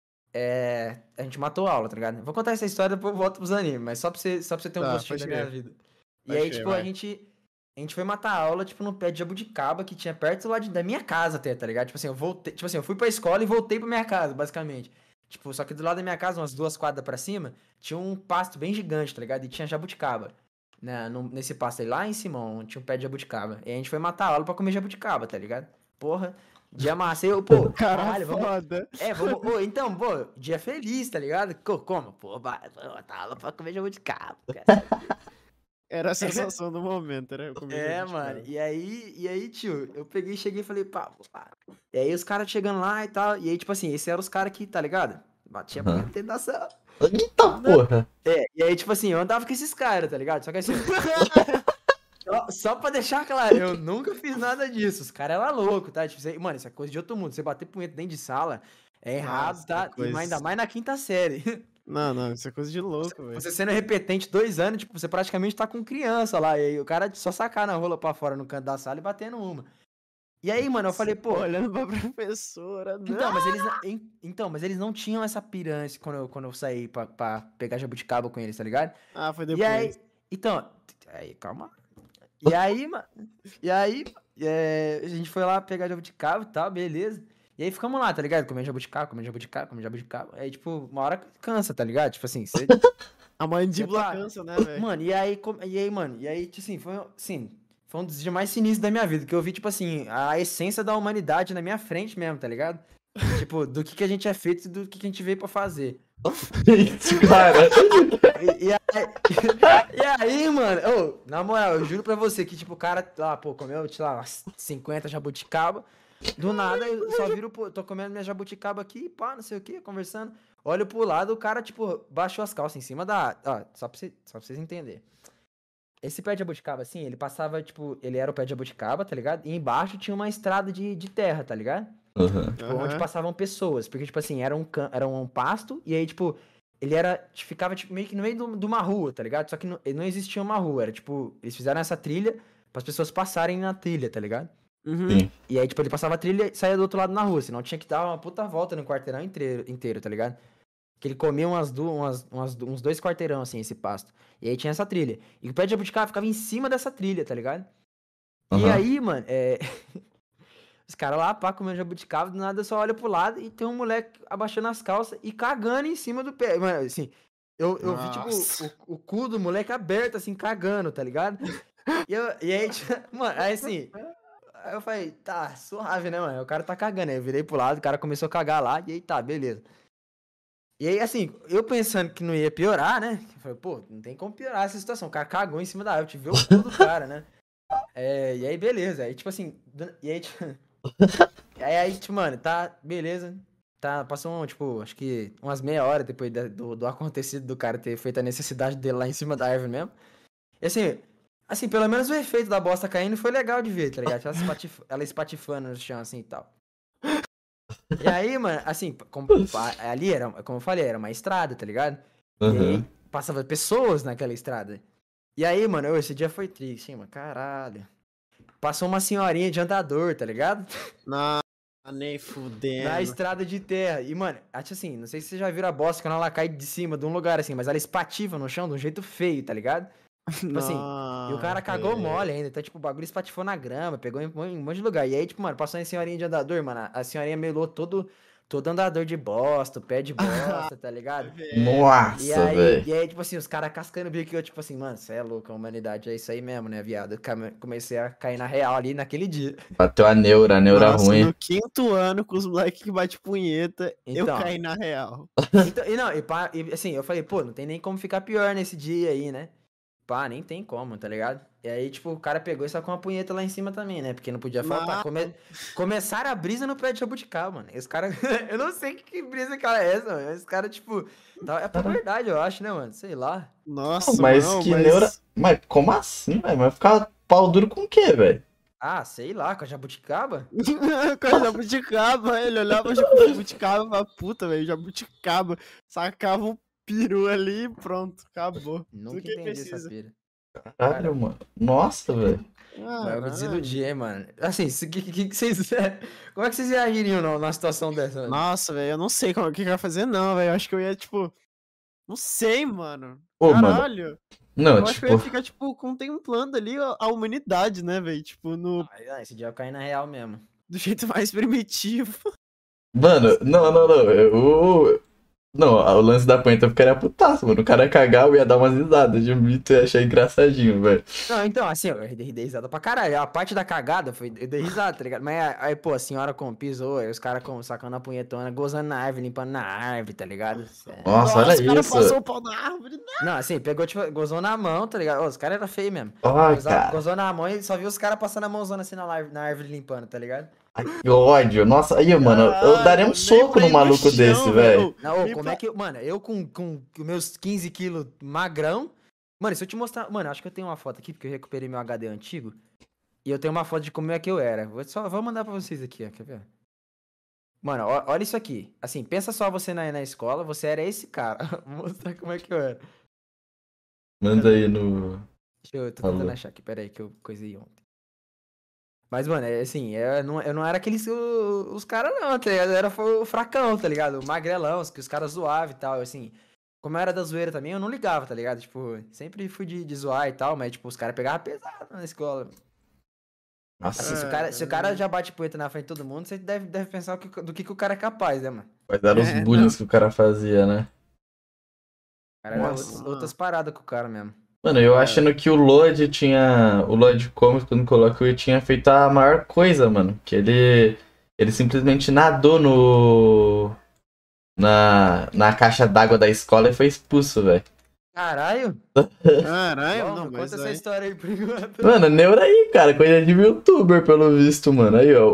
A gente matou a aula, tá ligado? Vou contar essa história, depois eu volto pros animes, mas só pra você ter um Tá, gostinho pode da minha crer. vida. E Pode aí, crer, tipo, vai. a gente foi matar a aula, tipo, no pé de jabuticaba, que tinha perto lá da minha casa até, tá ligado? Tipo assim, eu fui pra escola e voltei pra minha casa, basicamente. Tipo, só que do lado da minha casa, umas 2 quadras pra cima, tinha um pasto bem gigante, tá ligado? E tinha jabuticaba. Nesse pasto aí, lá em Simão, tinha um pé de jabuticaba. E a gente foi matar a aula pra comer jabuticaba, tá ligado? Porra, dia massa. Eu, pô, Cara, caralho, vamos... foda. Então, pô, dia feliz, tá ligado? Como? Pô, vou matar a aula pra comer jabuticaba, cara. Era a sensação do momento, era eu comer jabuticaba. Mano, e aí, tio, eu cheguei e falei, pá. E aí os caras chegando lá e tal, e aí, tipo assim, esses eram os caras que, tá ligado? Batia Aham. pra dentro da sala. Eita porra! E aí, tipo assim, eu andava com esses caras, tá ligado? Só que assim, só pra deixar claro, eu nunca fiz nada disso, os caras eram loucos, tá? Tipo, mano, isso é coisa de outro mundo, você bater punheta dentro de sala é errado, Nossa, tá? que coisa. E ainda mais na quinta série. Não, isso é coisa de louco, velho. Você sendo repetente 2 anos, tipo, você praticamente tá com criança lá. E aí o cara só sacar na rola pra fora no canto da sala e batendo uma. E aí, mano, eu falei, pô. Olhando pra professora, não. Mas eles não tinham essa piranha quando eu saí pra pegar jabuticaba com eles, tá ligado? Ah, foi E depois. aí. Então. Aí, calma. E aí, mano. A gente foi lá pegar jabuticaba e tal, beleza. E aí ficamos lá, tá ligado? Comendo jabuticaba. Aí, tipo, uma hora cansa, tá ligado? Tipo assim, você. A mandíbula Pá. cansa, né, velho? Mano, tipo assim, foi um dos dias mais sinistros da minha vida, que eu vi, tipo assim, a essência da humanidade na minha frente mesmo, tá ligado? Tipo, do que a gente é feito e do que a gente veio pra fazer. Isso, cara. E aí, mano, na moral, eu juro pra você que, tipo, o cara lá, pô, comeu, sei lá, umas 50 jabuticaba. Do nada, eu só viro, pô, tô comendo minha jabuticaba aqui, pá, não sei o que, conversando. Olho pro lado, o cara, tipo, baixou as calças em cima da. Ó, só pra vocês entenderem. Esse pé de jabuticaba, assim, ele passava, tipo, ele era o pé de jabuticaba, tá ligado? E embaixo tinha uma estrada de terra, tá ligado? Uhum. Tipo, onde passavam pessoas. Porque, tipo assim, era um pasto, e aí, tipo, ele ficava, tipo, meio que no meio de uma rua, tá ligado? Só que não existia uma rua, era, tipo, eles fizeram essa trilha para as pessoas passarem na trilha, tá ligado? Sim. E aí, tipo, ele passava a trilha e saía do outro lado na rua, senão tinha que dar uma puta volta no quarteirão inteiro, tá ligado? Que ele comia uns 2 quarteirão, assim, esse pasto. E aí tinha essa trilha. E o pé de jabuticaba ficava em cima dessa trilha, tá ligado? Uhum. E aí, mano, os caras lá, pá, comendo jabuticaba, do nada eu só olho pro lado e tem um moleque abaixando as calças e cagando em cima do pé. Mano, assim, eu vi, tipo, o cu do moleque aberto, assim, cagando, tá ligado? E aí, tipo, mano, aí assim... Aí eu falei, tá, suave, né, mano? O cara tá cagando. Aí eu virei pro lado, o cara começou a cagar lá, e aí tá, beleza. E aí, assim, eu pensando que não ia piorar, né? Eu falei, pô, não tem como piorar essa situação. O cara cagou em cima da árvore, viu o cu do cara, né? E aí, beleza. Aí, tipo assim, e aí, tipo... aí, tipo, mano, tá, beleza. Tá, passou, tipo, acho que umas meia hora depois do acontecido do cara ter feito a necessidade dele lá em cima da árvore mesmo. E assim, pelo menos o efeito da bosta caindo foi legal de ver, tá ligado? Ela espatifando no chão, assim, e tal. E aí, mano, assim, ali era, como eu falei, era uma estrada, tá ligado? Uhum. E aí, passava pessoas naquela estrada. E aí, mano, esse dia foi triste, hein, mano, caralho. Passou uma senhorinha de andador, tá ligado? Não, nem fudendo. Na estrada de terra. E, mano, acho assim, não sei se vocês já viram a bosta quando ela cai de cima de um lugar assim, mas ela espativa no chão de um jeito feio, tá ligado? Tipo assim, e o cara cagou mole ainda, então, tipo, o bagulho espatifou na grama, pegou em um monte de lugar. E aí, tipo, mano, passou em senhorinha de andador, mano, a senhorinha melou todo todo andador de bosta, pé de bosta, tá ligado? E Nossa, aí, velho. tipo assim, os caras cascando o bico, e eu, tipo assim, mano, você é louco, a humanidade é isso aí mesmo, né, viado? Eu comecei a cair na real ali naquele dia. Bateu a neura Nossa, ruim. no 5º ano, com os moleques que bate punheta, eu Então, caí na real. então e não, e assim, eu falei, pô, não tem nem como ficar pior nesse dia aí, né? Pá, nem tem como, tá ligado? E aí, tipo, o cara pegou e sacou uma punheta lá em cima também, né? Porque não podia faltar. Começaram a brisa no pé de jabuticaba, mano. Esse cara. Eu não sei que brisa que é essa, mano. Esse cara, tipo. É por verdade, eu acho, né, mano? Sei lá. Nossa, Mas não, que neura. mas... Mas como assim, velho? Vai ficar pau duro com o quê, velho? Ah, sei lá, com a jabuticaba? Com a jabuticaba, ele olhava com jabuticaba e falava, puta, velho, jabuticaba. Sacava um peru ali e pronto, acabou. Nunca Tudo que entendi essa precisa. pira. Caralho, mano. Nossa, velho. Mas eu me desiludi, Caralho. hein, mano. Assim, que vocês. Como é que vocês reagiriam numa situação dessa, mano? Nossa, velho, eu não sei o que eu ia fazer, não, velho. Eu acho que eu ia, tipo. Não sei, mano. Ô, mano. Caralho. Não, Eu acho que eu ia tipo. ficar, tipo, contemplando ali a humanidade, né, velho? Tipo, Esse dia eu caí na real mesmo. do jeito mais primitivo. Mano, não. Não, o lance da punheta eu ficaria putaço, mano. O cara cagar, eu ia dar umas risadas de mito e ia achar engraçadinho, velho. Não, então, assim, eu dei risada pra caralho. A parte da cagada, eu dei risada, tá ligado? Mas aí, pô, a senhora pisou, aí os caras sacando a punhetona, gozando na árvore, limpando na árvore, tá ligado? Nossa, olha O cara isso. passou o pau na árvore, né? Não, assim, pegou, tipo, gozou na mão, tá ligado? Ô, os caras eram feios mesmo. Ai, cara. Gozou na mão e só viu os caras passando a mãozona assim na árvore limpando, tá ligado? Ai, que ódio. Nossa, aí, mano, eu daria um Caralho, nem soco pra no ir no maluco chão, desse, velho. Não, ô, Nem como é pra- que. Mano, eu com meus 15 quilos magrão. Mano, se eu te mostrar. Mano, acho que eu tenho uma foto aqui, porque eu recuperei meu HD antigo. E eu tenho uma foto de como é que eu era. Vou mandar pra vocês aqui, ó. Quer ver? Mano, olha isso aqui. Assim, pensa só você na escola, você era esse cara. Vou mostrar como é que eu era. Manda aí no. Eu tô tentando Alô. achar aqui, pera aí, que eu coisei ontem. Mas, mano, é assim, eu não era aqueles os caras não, tá ligado? Eu era o fracão, tá ligado? O magrelão, que os caras zoavam e tal, assim. Como eu era da zoeira também, eu não ligava, tá ligado? Tipo, sempre fui de zoar e tal, mas, tipo, os caras pegavam pesado na escola. Nossa, Assim, se o cara já bate poeta na frente de todo mundo, você deve pensar do que o cara é capaz, né, mano? quais eram os bullying não. que o cara fazia, né? O cara era Nossa. outras paradas com o cara mesmo. Mano, eu achando que o Lodge tinha. O Lodge Comics, quando colocou, ele tinha feito a maior coisa, mano. Que ele simplesmente nadou no. Na caixa d'água da escola e foi expulso, velho. Caralho! Caralho, Bom, não, conta mas essa aí... história aí por enquanto. Mano, neura aí, cara. Coisa de youtuber, pelo visto, mano. Aí, ó.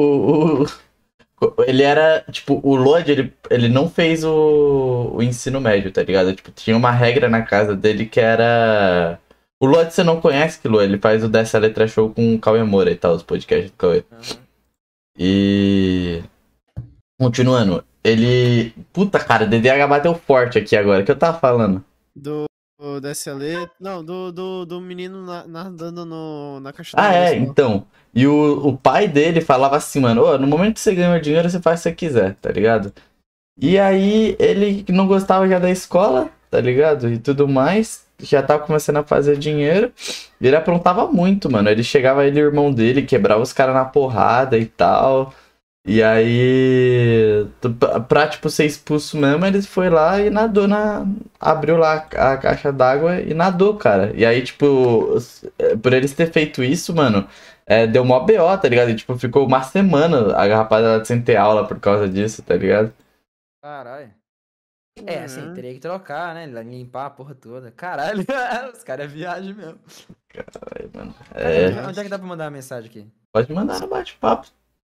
Ele era. Tipo, o Lodge, ele não fez o ensino médio, tá ligado? Tipo, tinha uma regra na casa dele que era. O Lodge você não conhece, que ele faz o Dessa Letra Show com o Cauê Moura e tal, os podcasts do Cauê. Uhum. E. Continuando, ele. Puta, cara, o DDH bateu forte aqui agora. O que eu tava falando? Do DSL... Não, do menino nadando na caixa Ah, d'água da é, escola. então. E o pai dele falava assim, mano, ô, no momento que você ganha dinheiro, você faz o que você quiser, tá ligado? E aí ele não gostava já da escola, tá ligado? E tudo mais, já tava começando a fazer dinheiro. E ele aprontava muito, mano. Ele chegava, ele e o irmão dele, quebrava os caras na porrada e tal. E aí, pra, tipo, ser expulso mesmo, ele foi lá e nadou abriu lá a caixa d'água e nadou, cara. E aí, tipo, por eles ter feito isso, mano, deu mó BO, tá ligado? E, tipo, ficou uma semana a rapaziada sem ter aula por causa disso, tá ligado? Caralho. Assim, Uhum. teria que trocar, né? Limpar a porra toda. Caralho, os caras é viagem mesmo. Aí, mano, Cadê? Onde é que dá pra mandar uma mensagem aqui? pode mandar no bate-papo.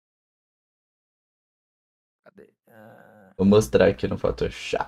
Cadê? Vou mostrar aqui no Photoshop.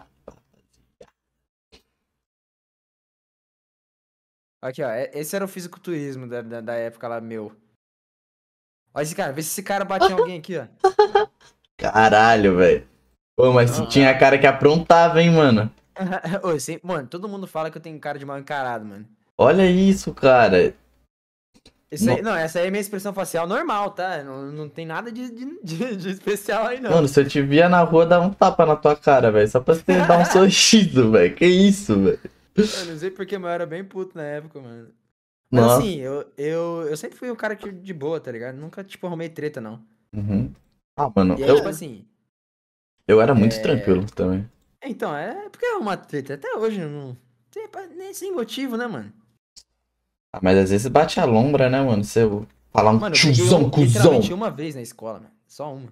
Aqui, ó. Esse era o fisiculturismo da época lá, meu. Olha esse cara, vê se esse cara bate em alguém aqui, ó. Caralho, velho. Pô, mas Não, tinha cara que aprontava, hein, mano. Mano, todo mundo fala que eu tenho cara de mal encarado, mano. Olha isso, cara. Essa aí é minha expressão facial normal, tá? Não tem nada de especial aí, não. Mano, se eu te via na rua, dava um tapa na tua cara, velho. Só pra você dar um sorriso, velho. Que isso, velho. Eu não sei porque, mas eu era bem puto na época, mano. Mas Nossa. assim, eu sempre fui um cara que de boa, tá ligado? Nunca, tipo, arrumei treta, não. Uhum. Ah, mano, E aí, tipo assim, Eu era muito tranquilo também. Então, é porque é uma treta. Até hoje não tem nem sem motivo, né, mano? Ah, mas às vezes bate a lombra, né, mano? Você falar um Mano, eu briguei tiozão, literalmente cuzão. uma vez na escola, mano. Só uma.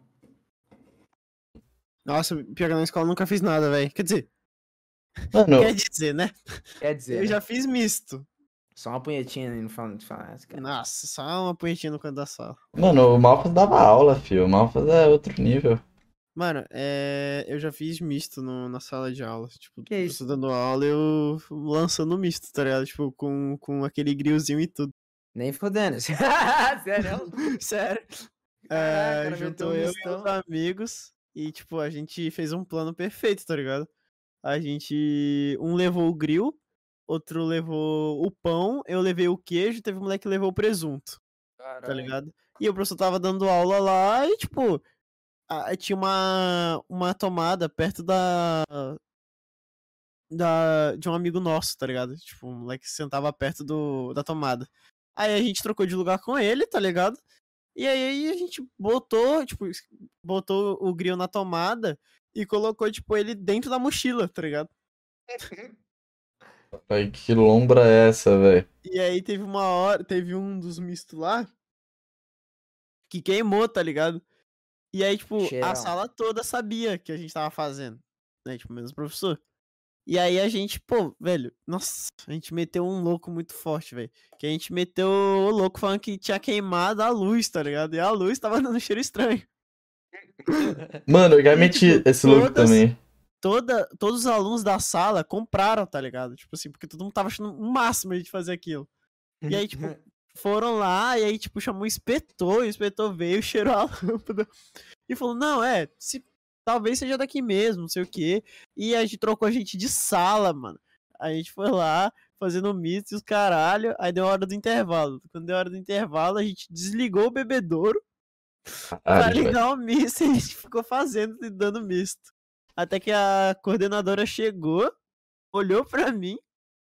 Nossa, pior que na escola eu nunca fiz nada, velho. Quer dizer, Mano, né? Quer dizer, Eu né? já fiz misto. Só uma punhetinha aí no fala, cara. Nossa, só uma punhetinha no canto da sala. o Malfas dava aula, filho. O Malfas é outro nível. Mano, eu já fiz misto na sala de aula. Tipo, Que isso? você dando aula, eu lançando misto, tá ligado? Tipo, com aquele grillzinho e tudo. Nem fodendo. Sério? Sério. Caraca, o cara meteu Juntou um eu e mistão. os amigos e, tipo, a gente fez um plano perfeito, tá ligado? Um levou o grill, outro levou o pão, eu levei o queijo, teve um moleque que levou o presunto, tá Caralho. ligado? E o professor tava dando aula lá e, tipo, tinha uma tomada perto de um amigo nosso, tá ligado? Tipo, um moleque que sentava perto da tomada. Aí a gente trocou de lugar com ele, tá ligado? E aí a gente botou o grill na tomada e colocou, tipo, ele dentro da mochila, tá ligado? Ai, que lombra é essa, velho? E aí teve um dos mistos lá que queimou, tá ligado? E aí, tipo, a Cheirão. sala toda sabia que a gente tava fazendo, né? Tipo, menos o professor. E aí a gente, pô, velho, nossa, a gente meteu um louco muito forte, velho. Que a gente meteu o louco falando que tinha queimado a luz, tá ligado? E a luz tava dando cheiro estranho. Mano, eu já E, meti tipo, esse louco também. todos os alunos da sala compraram, tá ligado? Tipo assim, porque todo mundo tava achando o máximo a gente fazer aquilo. E aí, tipo, foram lá e aí, tipo, chamou o inspetor veio, cheirou a lâmpada e falou, não, talvez seja daqui mesmo, não sei o quê. E a gente trocou a gente de sala, mano. A gente foi lá fazendo misto e os caralho, aí deu a hora do intervalo. Quando deu a hora do intervalo, a gente desligou o bebedouro pra Caralho, velho. ligar o misto e a gente ficou fazendo e dando misto. Até que a coordenadora chegou, olhou pra mim.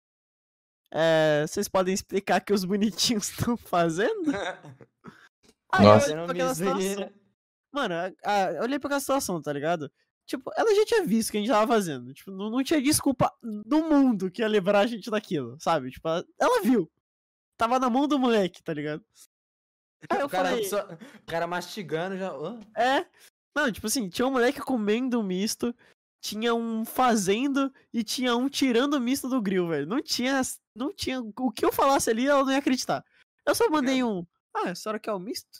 Vocês podem explicar que os bonitinhos estão fazendo? Aí eu olhei Nossa. Fazendo pra aquela misto aí, situação. né? Mano, eu olhei pra aquela situação, tá ligado? Tipo, ela já tinha visto o que a gente tava fazendo. Tipo, não tinha desculpa do mundo que ia livrar a gente daquilo, sabe? Tipo, ela viu. Tava na mão do moleque, tá ligado? Aí eu falei, O cara mastigando já. Hã? Não, tipo assim, tinha um moleque comendo um misto, tinha um fazendo e tinha um tirando o misto do grill, velho. Não tinha o que eu falasse ali, ela não ia acreditar. Eu só mandei a senhora quer o misto?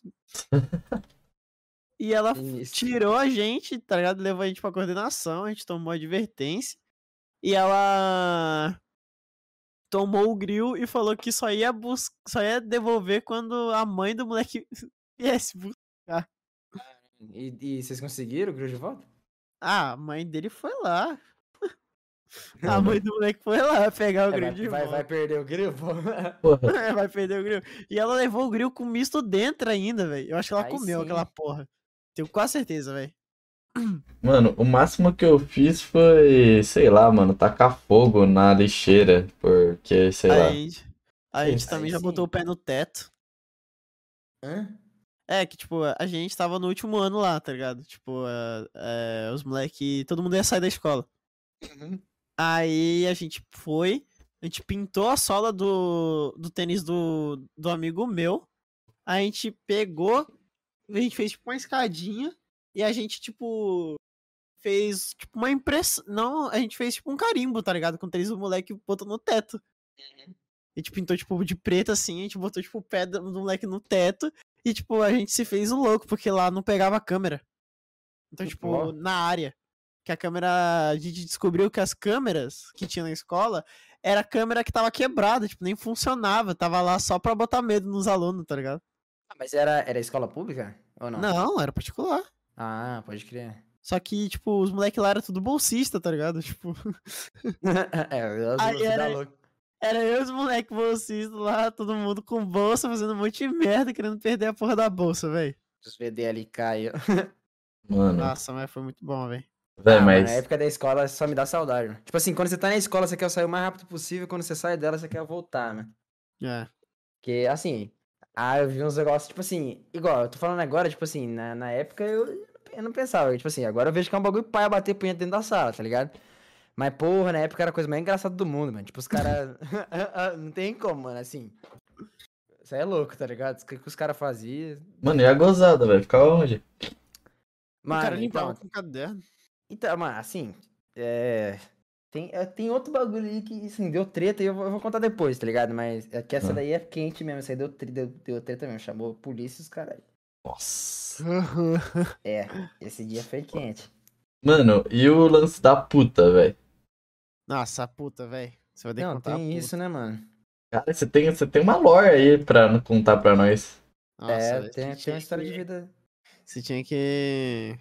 E ela Início. tirou a gente, tá ligado? Levou a gente pra coordenação, a gente tomou advertência. E ela tomou o grill e falou que só ia devolver quando a mãe do moleque viesse buscar. E vocês conseguiram o grill de volta? Ah, a mãe dele foi lá. A Mano, mãe do moleque foi lá pegar o grill de Vai volta. perder o grill, pô. porra. Vai perder o grill. E ela levou o grill com misto dentro ainda, velho. Eu acho que ela Aí comeu sim. aquela porra. Tenho quase certeza, velho. Mano, o máximo que eu fiz foi, sei lá, mano, tacar fogo na lixeira. Porque, sei lá. A gente Aí também já botou sim. o pé no teto. Hã? Que, tipo, a gente tava no último ano lá, tá ligado? Tipo, os moleque, todo mundo ia sair da escola. Aí a gente pintou a sola do tênis do amigo meu. A gente pegou, a gente fez, tipo, uma escadinha. E a gente, tipo, fez, tipo, uma impressão. Não, a gente fez, tipo, um carimbo, tá ligado? Com o tênis do moleque botou no teto. A gente pintou, tipo, de preto assim, a gente botou, tipo, o pé do moleque no teto. E, tipo, a gente se fez o louco, porque lá não pegava a câmera. Então, tipo, Ó. na área. Que a câmera. A gente descobriu que as câmeras que tinha na escola era a câmera que tava quebrada, tipo, nem funcionava. Tava lá só pra botar medo nos alunos, tá ligado? Ah, mas era escola pública? Ou não? Não, era particular. Ah, pode crer. Só que, tipo, os moleques lá eram tudo bolsista, tá ligado? Tipo. Aí Os da louco. era eu e os moleques bolsistas lá, todo mundo com bolsa, fazendo um monte de merda, querendo perder a porra da bolsa, velho. Os VDL caiu. Mano, Nossa, mas foi muito bom, velho. velho, Ah, mano, a mas. época da escola só me dá saudade, mano. Tipo assim, quando você tá na escola, você quer sair o mais rápido possível, quando você sai dela, você quer voltar, né? É. Porque, assim, eu vi uns negócios, tipo assim, igual, eu tô falando agora, tipo assim, na época eu não eu não pensava. Tipo assim, agora eu vejo que é um bagulho pai bater punheta dentro da sala, tá ligado? Mas, porra, na época era a coisa mais engraçada do mundo, mano. Tipo, os caras. Não tem como, mano, assim. Isso aí é louco, tá ligado? O que os caras faziam. Mano, e a gozada, velho? Ficava onde? O cara Mano, limpava então. com caderno. Então, mano, assim. Tem outro bagulho aí que, assim, deu treta e eu vou contar depois, tá ligado? Mas é que essa daí é quente mesmo. Essa aí deu treta mesmo. Chamou a polícia e os caras. Nossa. Esse dia foi quente. Mano, e o lance da puta, velho? Nossa, a puta, velho. Você vai ter que Não, contar a tem puta. isso, né, mano? Cara, você tem uma lore aí pra contar pra nós. Nossa, velho, Tem você uma história de tinha vida. Você tinha que...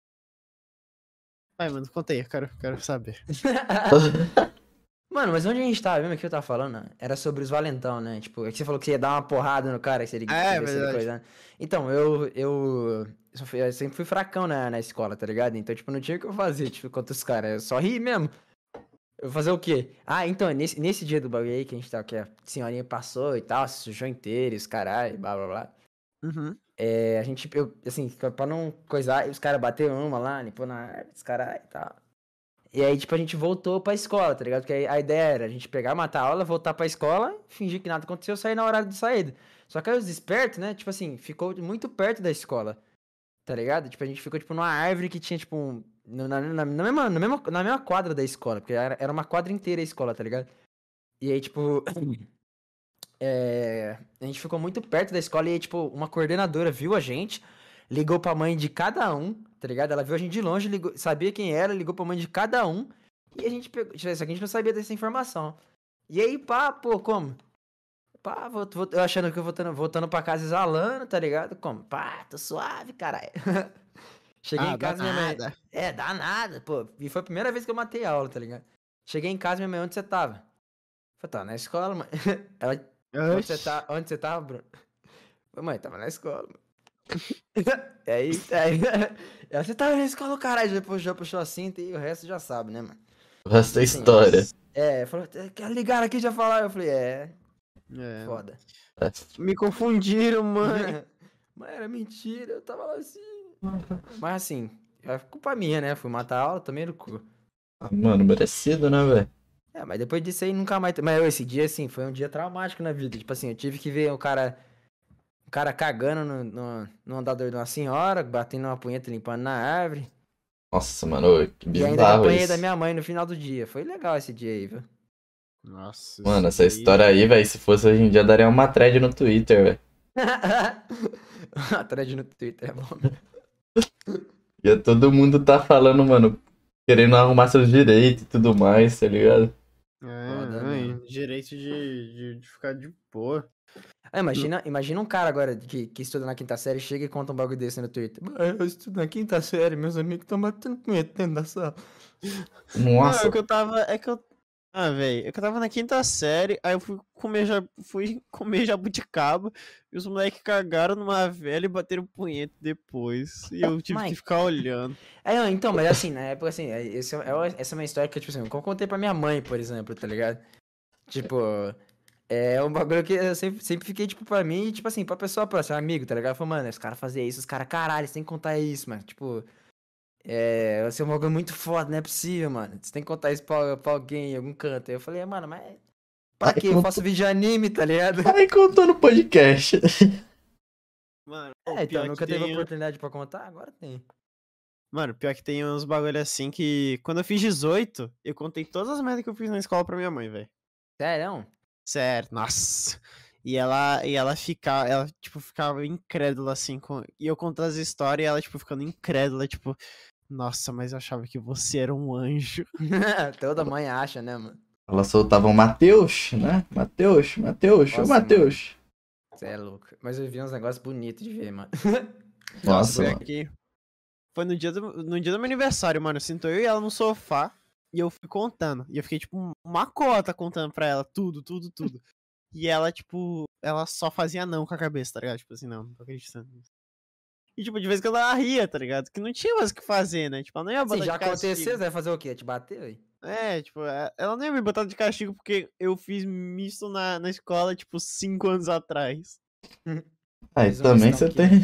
Vai, mano, conta aí, eu quero saber. Mano, mas onde a gente tava mesmo que eu tava falando? Era sobre os valentão, né? Tipo, é que você falou que você ia dar uma porrada no cara, que você É, ver se ele verdade. coisa, né? Então, eu sempre fui fracão na escola, tá ligado? Então, tipo, não tinha o que eu fazer, tipo, contra os caras. Eu só ri mesmo. Eu vou fazer o quê? Ah, então, nesse dia do bagulho aí que a gente tava, que a senhorinha passou e tal, se sujou inteiro, os caralho, blá blá blá. Uhum. A gente, assim, pra não coisar, os caras bateram uma lá, limpou na árvore, os caralho e tal. E aí, tipo, a gente voltou pra escola, tá ligado? Porque a ideia era a gente pegar, matar a aula, voltar pra escola, fingir que nada aconteceu, sair na hora de saída. Só que aí os espertos, né, tipo assim, ficou muito perto da escola, tá ligado? Tipo, a gente ficou, tipo, numa árvore que tinha, tipo, na mesma quadra da escola, porque era uma quadra inteira a escola, tá ligado? E aí, tipo, a gente ficou muito perto da escola e aí, tipo, uma coordenadora viu a gente, ligou pra mãe de cada um, tá ligado? Ela viu a gente de longe, sabia quem era, ligou pra mãe de cada um e a gente pegou. Só que a gente não sabia dessa informação. E aí, pá, pô, como? Pá, eu achando que eu voltando pra casa exalando, tá ligado? Como? Pá, tô suave, caralho. Cheguei Ah, em casa, minha mãe. danada. Dá nada, pô. E foi a primeira vez que eu matei a aula, tá ligado? Cheguei em casa, minha mãe, onde você tava? Falei, tá, na escola, mãe. Ela, onde você tava, Bruno? Falei, mãe, tava na escola, mano. Aí, você tava na escola, caralho. Depois já puxou a cinta e o resto já sabe, né, mano? O resto da Assim, história. Falou, quer ligar aqui já falar? Eu falei, É, foda. me confundiram, mãe. Mas era mentira, eu tava lá assim. Mas assim, é culpa minha, né? Fui matar a aula, tomei no cu. Mano, merecido, né, velho? Mas depois disso aí nunca mais. Mas esse dia, assim, foi um dia traumático na vida. Tipo assim, eu tive que ver o cara cagando no andador de uma senhora, batendo uma punheta, limpando na árvore. Nossa, mano, que E ainda bizarro apanhei isso. da minha mãe no final do dia. Foi legal esse dia aí, viu? Nossa, Mano, isso essa daí- história aí, velho, se fosse hoje em dia, daria uma thread no Twitter, velho. A thread no Twitter é bom. Ia todo mundo tá falando, mano, querendo arrumar seus direitos e tudo mais, tá ligado? Foda mãe, mesmo. direito de ficar de boa. Imagina um cara agora que estuda na quinta série, chega e conta um bagulho desse no Twitter. Eu estudo na quinta série, meus amigos estão batendo punheta dentro da sala. Não, Nossa, velho, é que eu tava na quinta série, aí eu fui comer jabuticaba, e os moleques cagaram numa velha e bateram punheta depois, e eu tive Mãe. que ficar olhando. Então, mas assim, na época, assim, essa é uma história que, tipo assim, eu contei pra minha mãe, por exemplo, tá ligado? Tipo, é um bagulho que eu sempre fiquei, tipo, pra mim, e, tipo assim, pra pessoa próxima, amigo, tá ligado? Falei, mano, os caras faziam isso, os caras, caralho, você tem que contar isso, mano. Tipo, vai ser um bagulho muito foda, não é possível, mano. Você tem que contar isso pra alguém em algum canto. Aí eu falei, mano, mas pra quê? Eu faço vídeo de anime, tá ligado? aí contou no podcast. Mano, Então, nunca teve oportunidade pra contar, agora tem. Mano, pior que tem uns bagulho assim que, quando eu fiz 18, eu contei todas as merdas que eu fiz na escola pra minha mãe, velho. Sério? Sério, nossa. E ela ficava incrédula, assim, e eu contando as histórias e ela, tipo, ficando incrédula, tipo, nossa, mas eu achava que você era um anjo. Toda mãe acha, né, mano? Ela soltava o Matheus, né? Matheus, ô Nossa, Matheus. Você é louco. Mas eu vi uns negócios bonitos de ver, mano. Nossa, foi mano. aqui. Foi no dia do meu aniversário, mano. Sentou eu e ela no sofá e eu fui contando. E eu fiquei, tipo, uma cota contando pra ela tudo. E ela, tipo, ela só fazia não com a cabeça, tá ligado? Tipo assim, não tô acreditando nisso. E, tipo, de vez em quando ela ria, tá ligado? Que não tinha mais o que fazer, né? Tipo, ela não ia botar Se já de castigo. aconteceu, você vai fazer o quê? Te bater, aí? Tipo, ela não ia me botar de castigo porque eu fiz misto na escola, tipo, 5 anos atrás. Aí Fiz um também mistão você aqui. tem.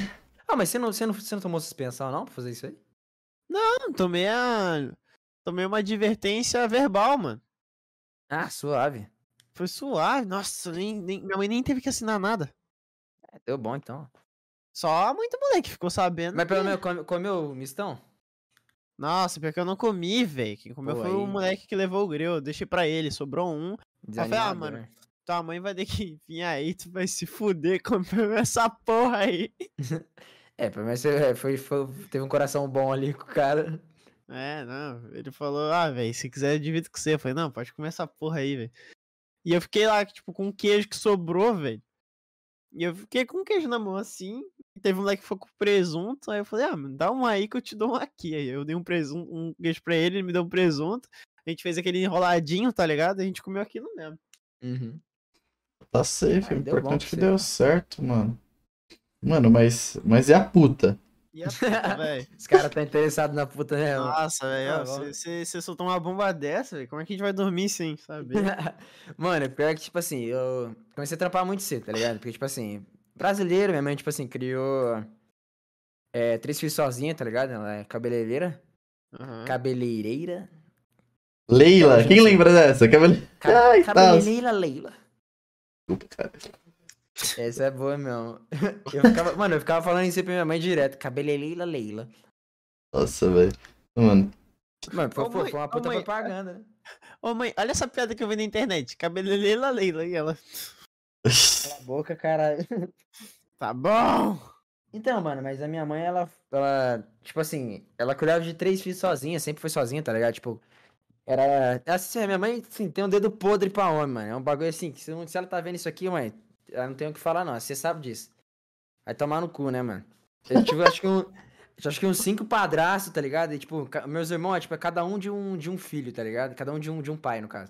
Ah, mas você não tomou suspensão, não, pra fazer isso aí? Não, tomei uma advertência verbal, mano. Ah, suave. Foi suave. Nossa, minha mãe nem teve que assinar nada. É, deu bom, então. Só muito moleque ficou sabendo. Mas pelo que- menos comeu mistão? Nossa, pior que eu não comi, velho. Quem comeu Pô, foi o aí, moleque que levou o grill. Eu deixei pra ele, sobrou um. Aí eu falei, mano, desanimador. tua mãe vai ter que vir aí, tu vai se fuder comendo essa porra aí. É, pelo menos teve um coração bom ali com o cara. É, não. Ele falou, velho, se quiser eu divido com você. Eu falei, não, pode comer essa porra aí, velho. E eu fiquei lá, tipo, com o queijo que sobrou, velho. E eu fiquei com o queijo na mão assim. E teve um moleque que ficou com presunto. Aí eu falei, mano, dá um aí que eu te dou um aqui. Aí eu dei um presunto, um queijo pra ele me deu um presunto. A gente fez aquele enroladinho, tá ligado? A gente comeu aquilo mesmo. Uhum. Tá safe, o Aí deu bom importante é pra que você. deu certo, mano. Mano, mas e a puta? E a puta, velho? Os caras tá interessado na puta, né? mano? Nossa, Ah, velho, você soltou uma bomba dessa, velho. Como é que a gente vai dormir sem saber? Mano, pior que, tipo assim, eu comecei a trampar muito cedo, tá ligado? Porque, tipo assim, brasileiro, minha mãe, tipo assim, criou 3 filhos sozinha, tá ligado? Ela é cabeleireira. Aham. Cabeleireira. Leila, hoje quem eu não sei. lembra dessa? Ai, tá. Cabeleireira Leila. Desculpa, cara. Essa é boa mesmo. Mano, eu ficava falando isso pra minha mãe direto. Cabeleireira Leila. Nossa, velho. Mano, Mano, Ô, mãe, foi uma puta ô, mãe. propaganda, né? Ô mãe, olha essa piada que eu vi na internet. Cabelelela Leila. E ela, Cala a boca, caralho. tá bom. Então, mano, mas a minha mãe, tipo assim, ela cuidava de 3 filhos sozinha, sempre foi sozinha, tá ligado? Tipo, assim, a minha mãe, assim, tem um dedo podre pra homem, mano. É um bagulho assim, que se ela tá vendo isso aqui, mãe, ela não tem o que falar, não. Você sabe disso. Vai tomar no cu, né, mano? Eu tive, acho que uns 5 padrastos, tá ligado? E, tipo, meus irmãos, tipo, é cada um de um filho, tá ligado? Cada um de um pai, no caso.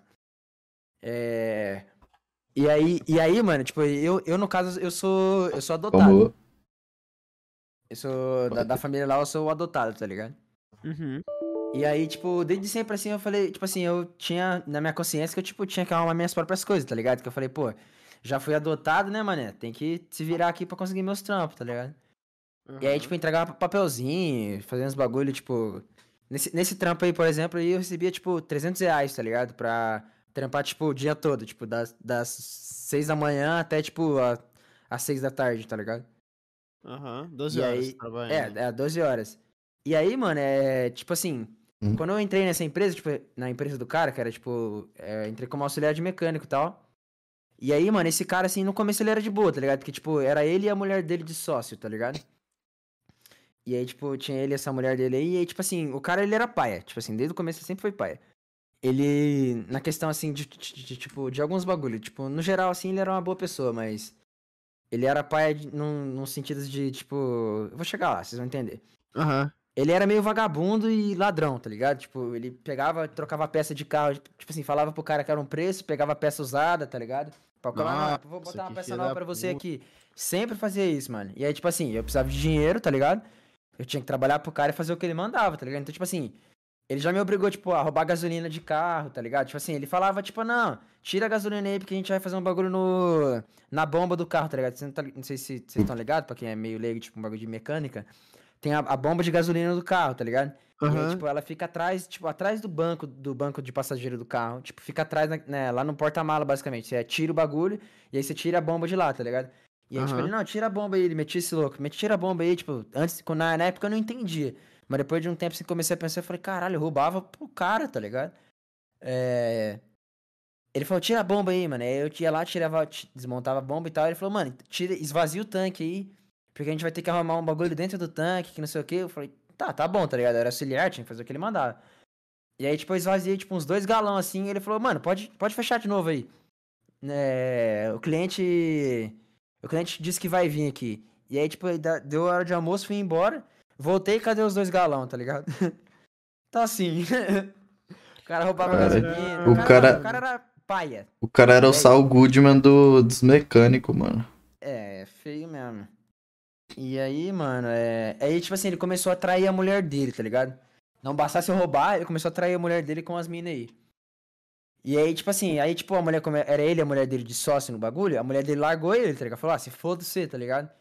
E aí, mano, tipo, eu no caso, eu sou adotado. como. Eu sou da família lá, eu sou o adotado, tá ligado? Uhum. E aí, tipo, desde sempre assim, eu falei, tipo assim, eu tinha na minha consciência que eu, tipo, tinha que arrumar minhas próprias coisas, tá ligado? Que eu falei, pô, já fui adotado, né, mané? Tem que se virar aqui pra conseguir meus trampos, tá ligado? E aí, tipo, entregava papelzinho, fazia uns bagulho, tipo... Nesse trampo aí, por exemplo, aí eu recebia, tipo, R$ 300, tá ligado? Pra trampar, tipo, o dia todo, tipo, das 6 da manhã até, tipo, às 6 da tarde, tá ligado? Aham, 12 E horas aí, trabalhando. 12 horas. E aí, mano, tipo assim, quando eu entrei nessa empresa, tipo, na empresa do cara, que era, tipo, entrei como auxiliar de mecânico e tal. E aí, mano, esse cara, assim, no começo ele era de boa, tá ligado? Porque, tipo, era ele e a mulher dele de sócio, tá ligado? E aí, tipo, tinha ele e essa mulher dele aí, e aí, tipo assim, o cara, ele era paia. Tipo assim, desde o começo ele sempre foi paia. Ele, na questão, assim, tipo, de alguns bagulho, tipo, no geral, assim, ele era uma boa pessoa, mas... Ele era paia num sentido de, tipo... Eu vou chegar lá, vocês vão entender. Aham. Ele era meio vagabundo e ladrão, tá ligado? Tipo, ele pegava, trocava peça de carro, tipo assim, falava pro cara que era um preço, pegava peça usada, tá ligado? Pra falar, não, vou botar uma que peça filho nova da pra você puta. aqui. Sempre fazia isso, mano. E aí, tipo assim, eu precisava de dinheiro, tá ligado? Eu tinha que trabalhar pro cara e fazer o que ele mandava, tá ligado? Então, tipo assim, ele já me obrigou, tipo, a roubar gasolina de carro, tá ligado? Tipo assim, ele falava, tipo, não, tira a gasolina aí porque a gente vai fazer um bagulho na bomba do carro, tá ligado? Não sei se vocês estão ligados, pra quem é meio leigo, tipo, um bagulho de mecânica. Tem a bomba de gasolina do carro, tá ligado? E aí, Aham. tipo, ela fica atrás, tipo, atrás do banco de passageiro do carro. Tipo, fica atrás, né, lá no porta-mala, basicamente. Você tira o bagulho e aí você tira a bomba de lá, tá ligado? E aí, tipo, ele, Aham. não, tira a bomba aí, ele metia esse louco, tira a bomba aí, tipo, antes, na época eu não entendia. Mas depois de um tempo, assim, comecei a pensar, eu falei, caralho, eu roubava pro cara, tá ligado? Ele falou, tira a bomba aí, mano. Aí eu ia lá, desmontava a bomba e tal. Ele falou, mano, esvazia o tanque aí. Porque a gente vai ter que arrumar um bagulho dentro do tanque, que não sei o quê. Eu falei, tá bom, tá ligado? Eu era auxiliar, tinha que fazer o que ele mandava. E aí, tipo, eu esvaziei, tipo, uns 2 galões assim. E ele falou, mano, pode fechar de novo aí. O cliente disse que vai vir aqui. E aí, tipo, deu hora de almoço, fui embora. Voltei, cadê os 2 galões, tá ligado? Então, assim. O cara roubava Cara, gasolina. o O cara, cara era paia. o cara era o É Saul isso. Goodman dos mecânicos, mano. É, feio mesmo. E aí, mano, aí, tipo assim, ele começou a atrair a mulher dele, tá ligado? Não bastasse eu roubar, ele começou a atrair a mulher dele com as minas aí. E aí, tipo assim, aí, tipo, a mulher, era ele e a mulher dele de sócio no bagulho, a mulher dele largou ele, tá ligado? Falou, se foda você, tá ligado?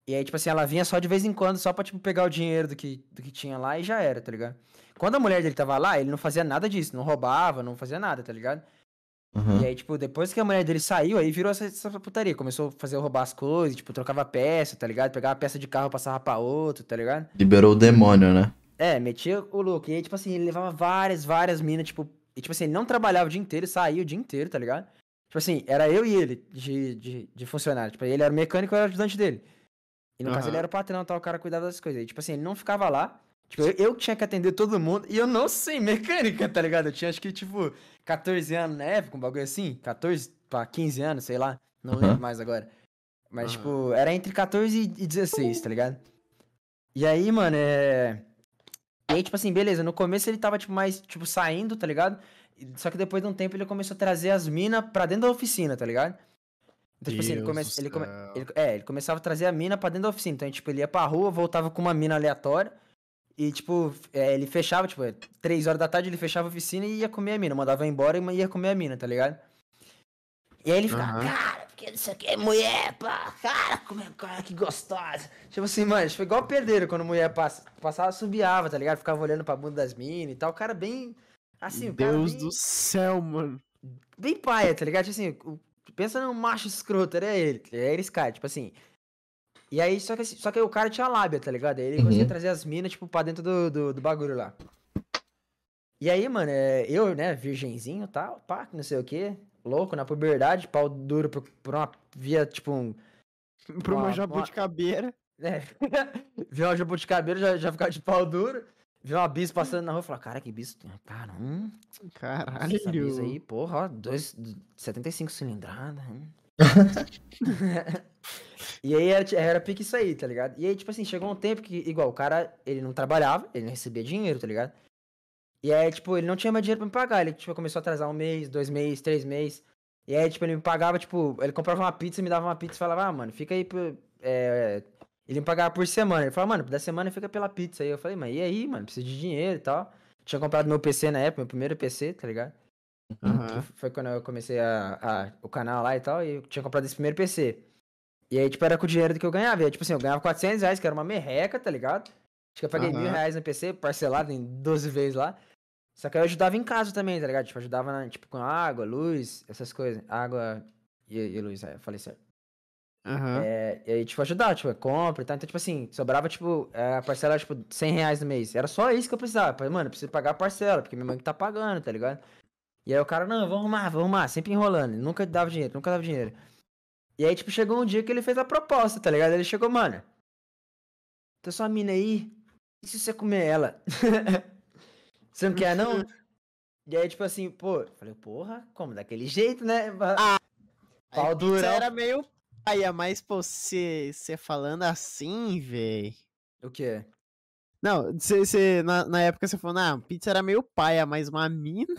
E aí, tipo assim, ela vinha só de vez em quando, só pra, tipo, pegar o dinheiro do que tinha lá e já era, tá ligado? Quando a mulher dele tava lá, ele não fazia nada disso, não roubava, não fazia nada, tá ligado? E Aham. aí, tipo, depois que a mulher dele saiu, aí virou essa putaria. Começou a fazer roubar as coisas, tipo, trocava peça, tá ligado? Pegava peça de carro, passava pra outro, tá ligado? Liberou o demônio, né? É, metia o louco. E aí, tipo assim, ele levava várias minas, tipo. E tipo assim, ele não trabalhava o dia inteiro, saía o dia inteiro, tá ligado? Tipo assim, era eu e ele de funcionário. Tipo, ele era o mecânico, eu era o ajudante dele. E no caso ele Aham. era o patrão, tal, o cara cuidava das coisas. E tipo assim, ele não ficava lá. Tipo, eu que tinha que atender todo mundo. E eu não sei mecânica, tá ligado? Eu tinha acho que, tipo, 14 anos na época, um bagulho assim. 14 pra 15 anos, sei lá. Não lembro Aham. mais agora. Mas, Aham. tipo, era entre 14 e 16, tá ligado? E aí, mano, E aí, tipo assim, beleza, no começo ele tava, tipo, mais, tipo, saindo, tá ligado? Só que depois de um tempo ele começou a trazer as minas pra dentro da oficina, tá ligado? Então, tipo assim, Deus do céu. ele começava a trazer a mina pra dentro da oficina. Então, tipo, ele ia pra rua, voltava com uma mina aleatória. E, tipo, ele fechava, tipo, 3 horas da tarde ele fechava a oficina e ia comer a mina. Mandava embora e ia comer a mina, tá ligado? E aí ele ficava, Aham. cara, porque isso aqui é mulher, pá, cara, que gostosa. Tipo assim, mano, foi igual perderam quando mulher passava, subiava, tá ligado? Ficava olhando pra bunda das minas e tal. O cara bem, assim, o cara Deus do bem, céu, mano. bem paia, tá ligado? Tipo assim, pensa num macho escroto, era esse cara, tipo assim. E aí, só que aí o cara tinha lábia, tá ligado? Aí ele conseguia Uhum. trazer as minas, tipo, pra dentro do bagulho lá. E aí, mano, eu, né, virgenzinho e tal, pá, não sei o quê, louco, na puberdade, pau duro por uma via, tipo, Pra uma uma jabuticabeira. é, via uma jabuticabeira, já ficava de pau duro, via uma bis passando na rua, falava, cara, que bis, cara, nossa, essa bis Caralho. aí, porra, ó, 75 cilindrada, E aí era pique isso aí, tá ligado? E aí, tipo assim, chegou um tempo que, igual, o cara, ele não trabalhava, ele não recebia dinheiro, tá ligado? E aí, tipo, ele não tinha mais dinheiro pra me pagar. Ele, tipo, começou a atrasar 1 mês, 2 meses, 3 meses. E aí, tipo, ele me pagava, tipo, ele comprava uma pizza, me dava uma pizza e falava, ah, mano, fica aí Ele me pagava por semana. Ele falava, mano, da semana fica pela pizza aí. Eu falei, mas e aí, mano, preciso de dinheiro e tal. Tinha comprado meu PC na época, meu primeiro PC, tá ligado? Que Aham. foi quando eu comecei o canal lá e tal, e eu tinha comprado esse primeiro PC. E aí, tipo, era com o dinheiro do que eu ganhava. E aí, tipo assim, eu ganhava R$ 400, que era uma merreca, tá ligado? Acho que eu paguei Aham. R$ 1.000 no PC, parcelado em 12 vezes lá. Só que eu ajudava em casa também, tá ligado? Tipo, ajudava, tipo, com água, luz, essas coisas. Água e luz, eu falei certo. Aham. E aí, tipo, ajudava, tipo, compra e tal. Então, tipo assim, sobrava, tipo, a parcela, tipo, R$ 100 no mês. Era só isso que eu precisava. Falei, mano, eu preciso pagar a parcela, porque minha mãe que tá pagando, tá ligado? E aí o cara, não, vamos arrumar, sempre enrolando. Nunca dava dinheiro, nunca dava dinheiro. E aí, tipo, chegou um dia que ele fez a proposta, tá ligado? Ele chegou, mano, tem sua mina aí, e se você comer ela? Você não quer, não? E aí, tipo assim, pô, eu falei, porra, como? Daquele jeito, né? A Pau pizza durão. era meio paia, mas, pô, você falando assim, véi. O quê? Não, na época você falou, não, pizza era meio paia, mas uma mina.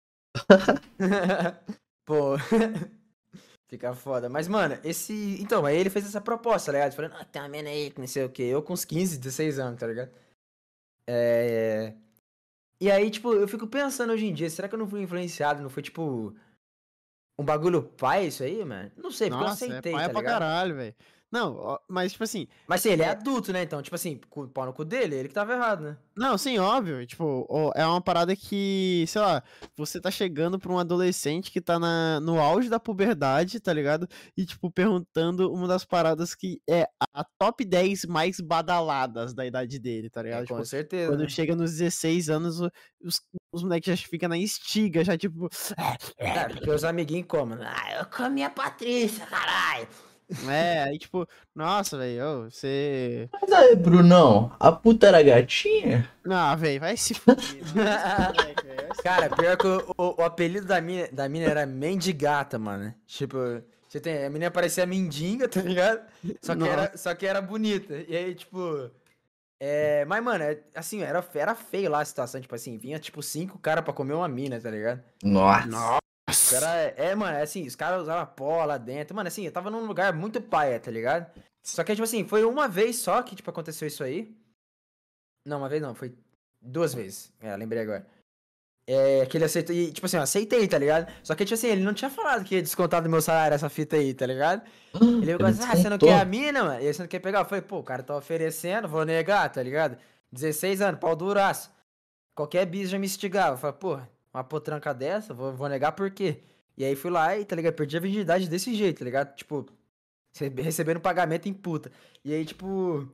Pô, fica foda. Mas, mano, esse. Então, aí ele fez essa proposta, tá ligado? Falando, ah, tem uma mina aí que não sei o quê. Eu com uns 15, 16 anos, tá ligado? É. E aí, tipo, eu fico pensando hoje em dia, será que eu não fui influenciado? Não foi, tipo, um bagulho pai isso aí, mano? Não sei, porque eu Nossa, é aceitei, paia tá pra ligado? caralho, velho. Não, mas, tipo assim, Mas assim, ele é é, adulto, né? Então, tipo assim, com o pau no cu dele, ele que tava errado, né? não, sim, óbvio. Tipo, é uma parada que, sei lá, você tá chegando pra um adolescente que tá no auge da puberdade, tá ligado? E, tipo, perguntando uma das paradas que é a top 10 mais badaladas da idade dele, tá É, ligado? com Tipo, certeza, quando né? chega nos 16 anos, os, os moleques já ficam na estiga, já, tipo. É, porque os amiguinhos como? Ah, eu comi a Patrícia, caralho! Aí, tipo, nossa, velho, você. Mas aí, Brunão, a puta era gatinha? Não, velho, vai se fuder. Não é esse moleque, velho. Vai se Cara, fuder. pior que o apelido da mina era Mendigata, mano. Tipo, a menina parecia mendiga, tá ligado? Só que Nossa. era bonita. E aí, tipo. Mas, mano, assim, era feio lá a situação. Tipo assim, vinha tipo 5 caras pra comer uma mina, tá ligado? Nossa. Os caras. Mano, assim, os caras usavam pó lá dentro. Mano, assim, eu tava num lugar muito paia, tá ligado? Só que, tipo assim, foi uma vez só que, tipo, aconteceu isso aí. Não, uma vez não, foi 2 vezes. Lembrei agora. Que ele aceitou, e tipo assim, eu aceitei, tá ligado? Só que, tipo assim, ele não tinha falado que ia descontar do meu salário essa fita aí, tá ligado? Ele ficou Ele assim, você não quer a descontou. mina, mano? E aí você não quer pegar? Eu falei, pô, o cara tá oferecendo, vou negar, tá ligado? 16 anos, pau duraço. Qualquer bis já me instigava. Eu falei, pô, uma potranca dessa, vou negar por quê? E aí fui lá e, tá ligado? Perdi a virgindade desse jeito, tá ligado? Tipo, recebendo pagamento em puta. E aí, tipo,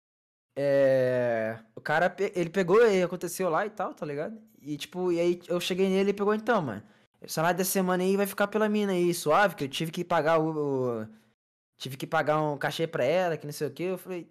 o cara, ele pegou e aconteceu lá e tal, tá ligado? E tipo, e aí eu cheguei nele e pegou, então, mano. O salário dessa semana aí vai ficar pela mina aí, suave, que eu tive que pagar tive que pagar um cachê pra ela, que não sei o que. Eu falei,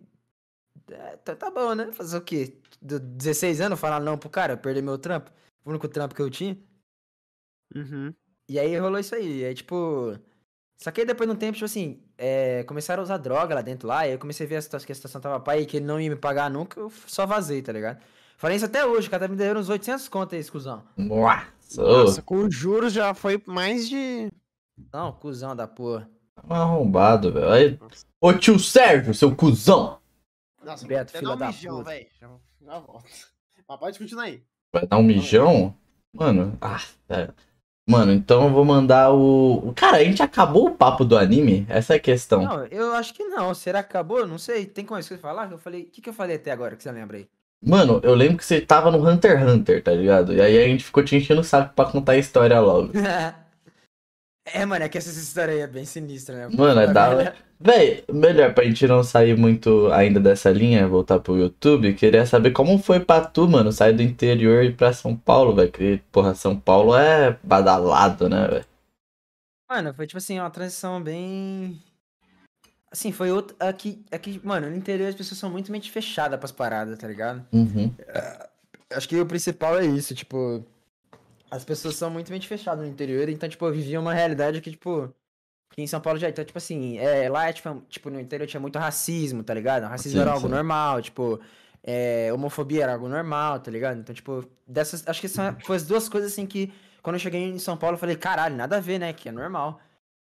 tá bom, né? Fazer o quê? 16 anos falar não pro cara, eu perder meu trampo. O único trampo que eu tinha. Uhum. E aí rolou isso aí. Aí, tipo. Só que aí depois de um tempo, tipo assim, começaram a usar droga lá dentro lá, e aí eu comecei a ver que a situação tava pai e que ele não ia me pagar nunca, eu só vazei, tá ligado? Falei isso até hoje, o cara tá me devendo uns 800 conto aí, esse cuzão. Nossa, Nossa, com os juros já foi mais de. Não, cuzão da porra. um arrombado, velho. Ô tio Sérgio, seu cuzão. Nossa, vou Beto, até filha dar um da mijão, puta. velho. Já volto. Mas pode continuar aí. Vai dar um mijão? Mano, sério. Mano, então eu vou mandar o. Cara, a gente acabou o papo do anime? Essa é a questão. Não, eu acho que não. Será que acabou? Não sei. Tem como você falar? Eu falei. O que eu falei até agora que você lembra aí? Mano, eu lembro que você tava no Hunter x Hunter, tá ligado? E aí a gente ficou te enchendo o saco pra contar a história logo. Mano, é que essa história aí é bem sinistra, né? Mano, é Puta da hora. merda. Véi, melhor pra gente não sair muito ainda dessa linha, voltar pro YouTube, queria saber como foi pra tu, mano, sair do interior e ir pra São Paulo, velho. Que, porra, São Paulo é badalado, né, velho? Mano, foi tipo assim, uma transição bem. Assim, foi outra. Aqui, mano, no interior as pessoas são muito mente fechada pras paradas, tá ligado? Uhum. Acho que o principal é isso, tipo. As pessoas são muito mente fechadas no interior, então, tipo, eu vivia uma realidade que, tipo. Que em São Paulo já. Então, tipo assim, lá, tipo, no interior tinha muito racismo, tá ligado? O racismo era Sim, algo sim. normal, tipo. Homofobia era algo normal, tá ligado? Então, tipo, dessas. Acho que foi as duas coisas, assim, que. Quando eu cheguei em São Paulo, eu falei, caralho, nada a ver, né? Que é normal.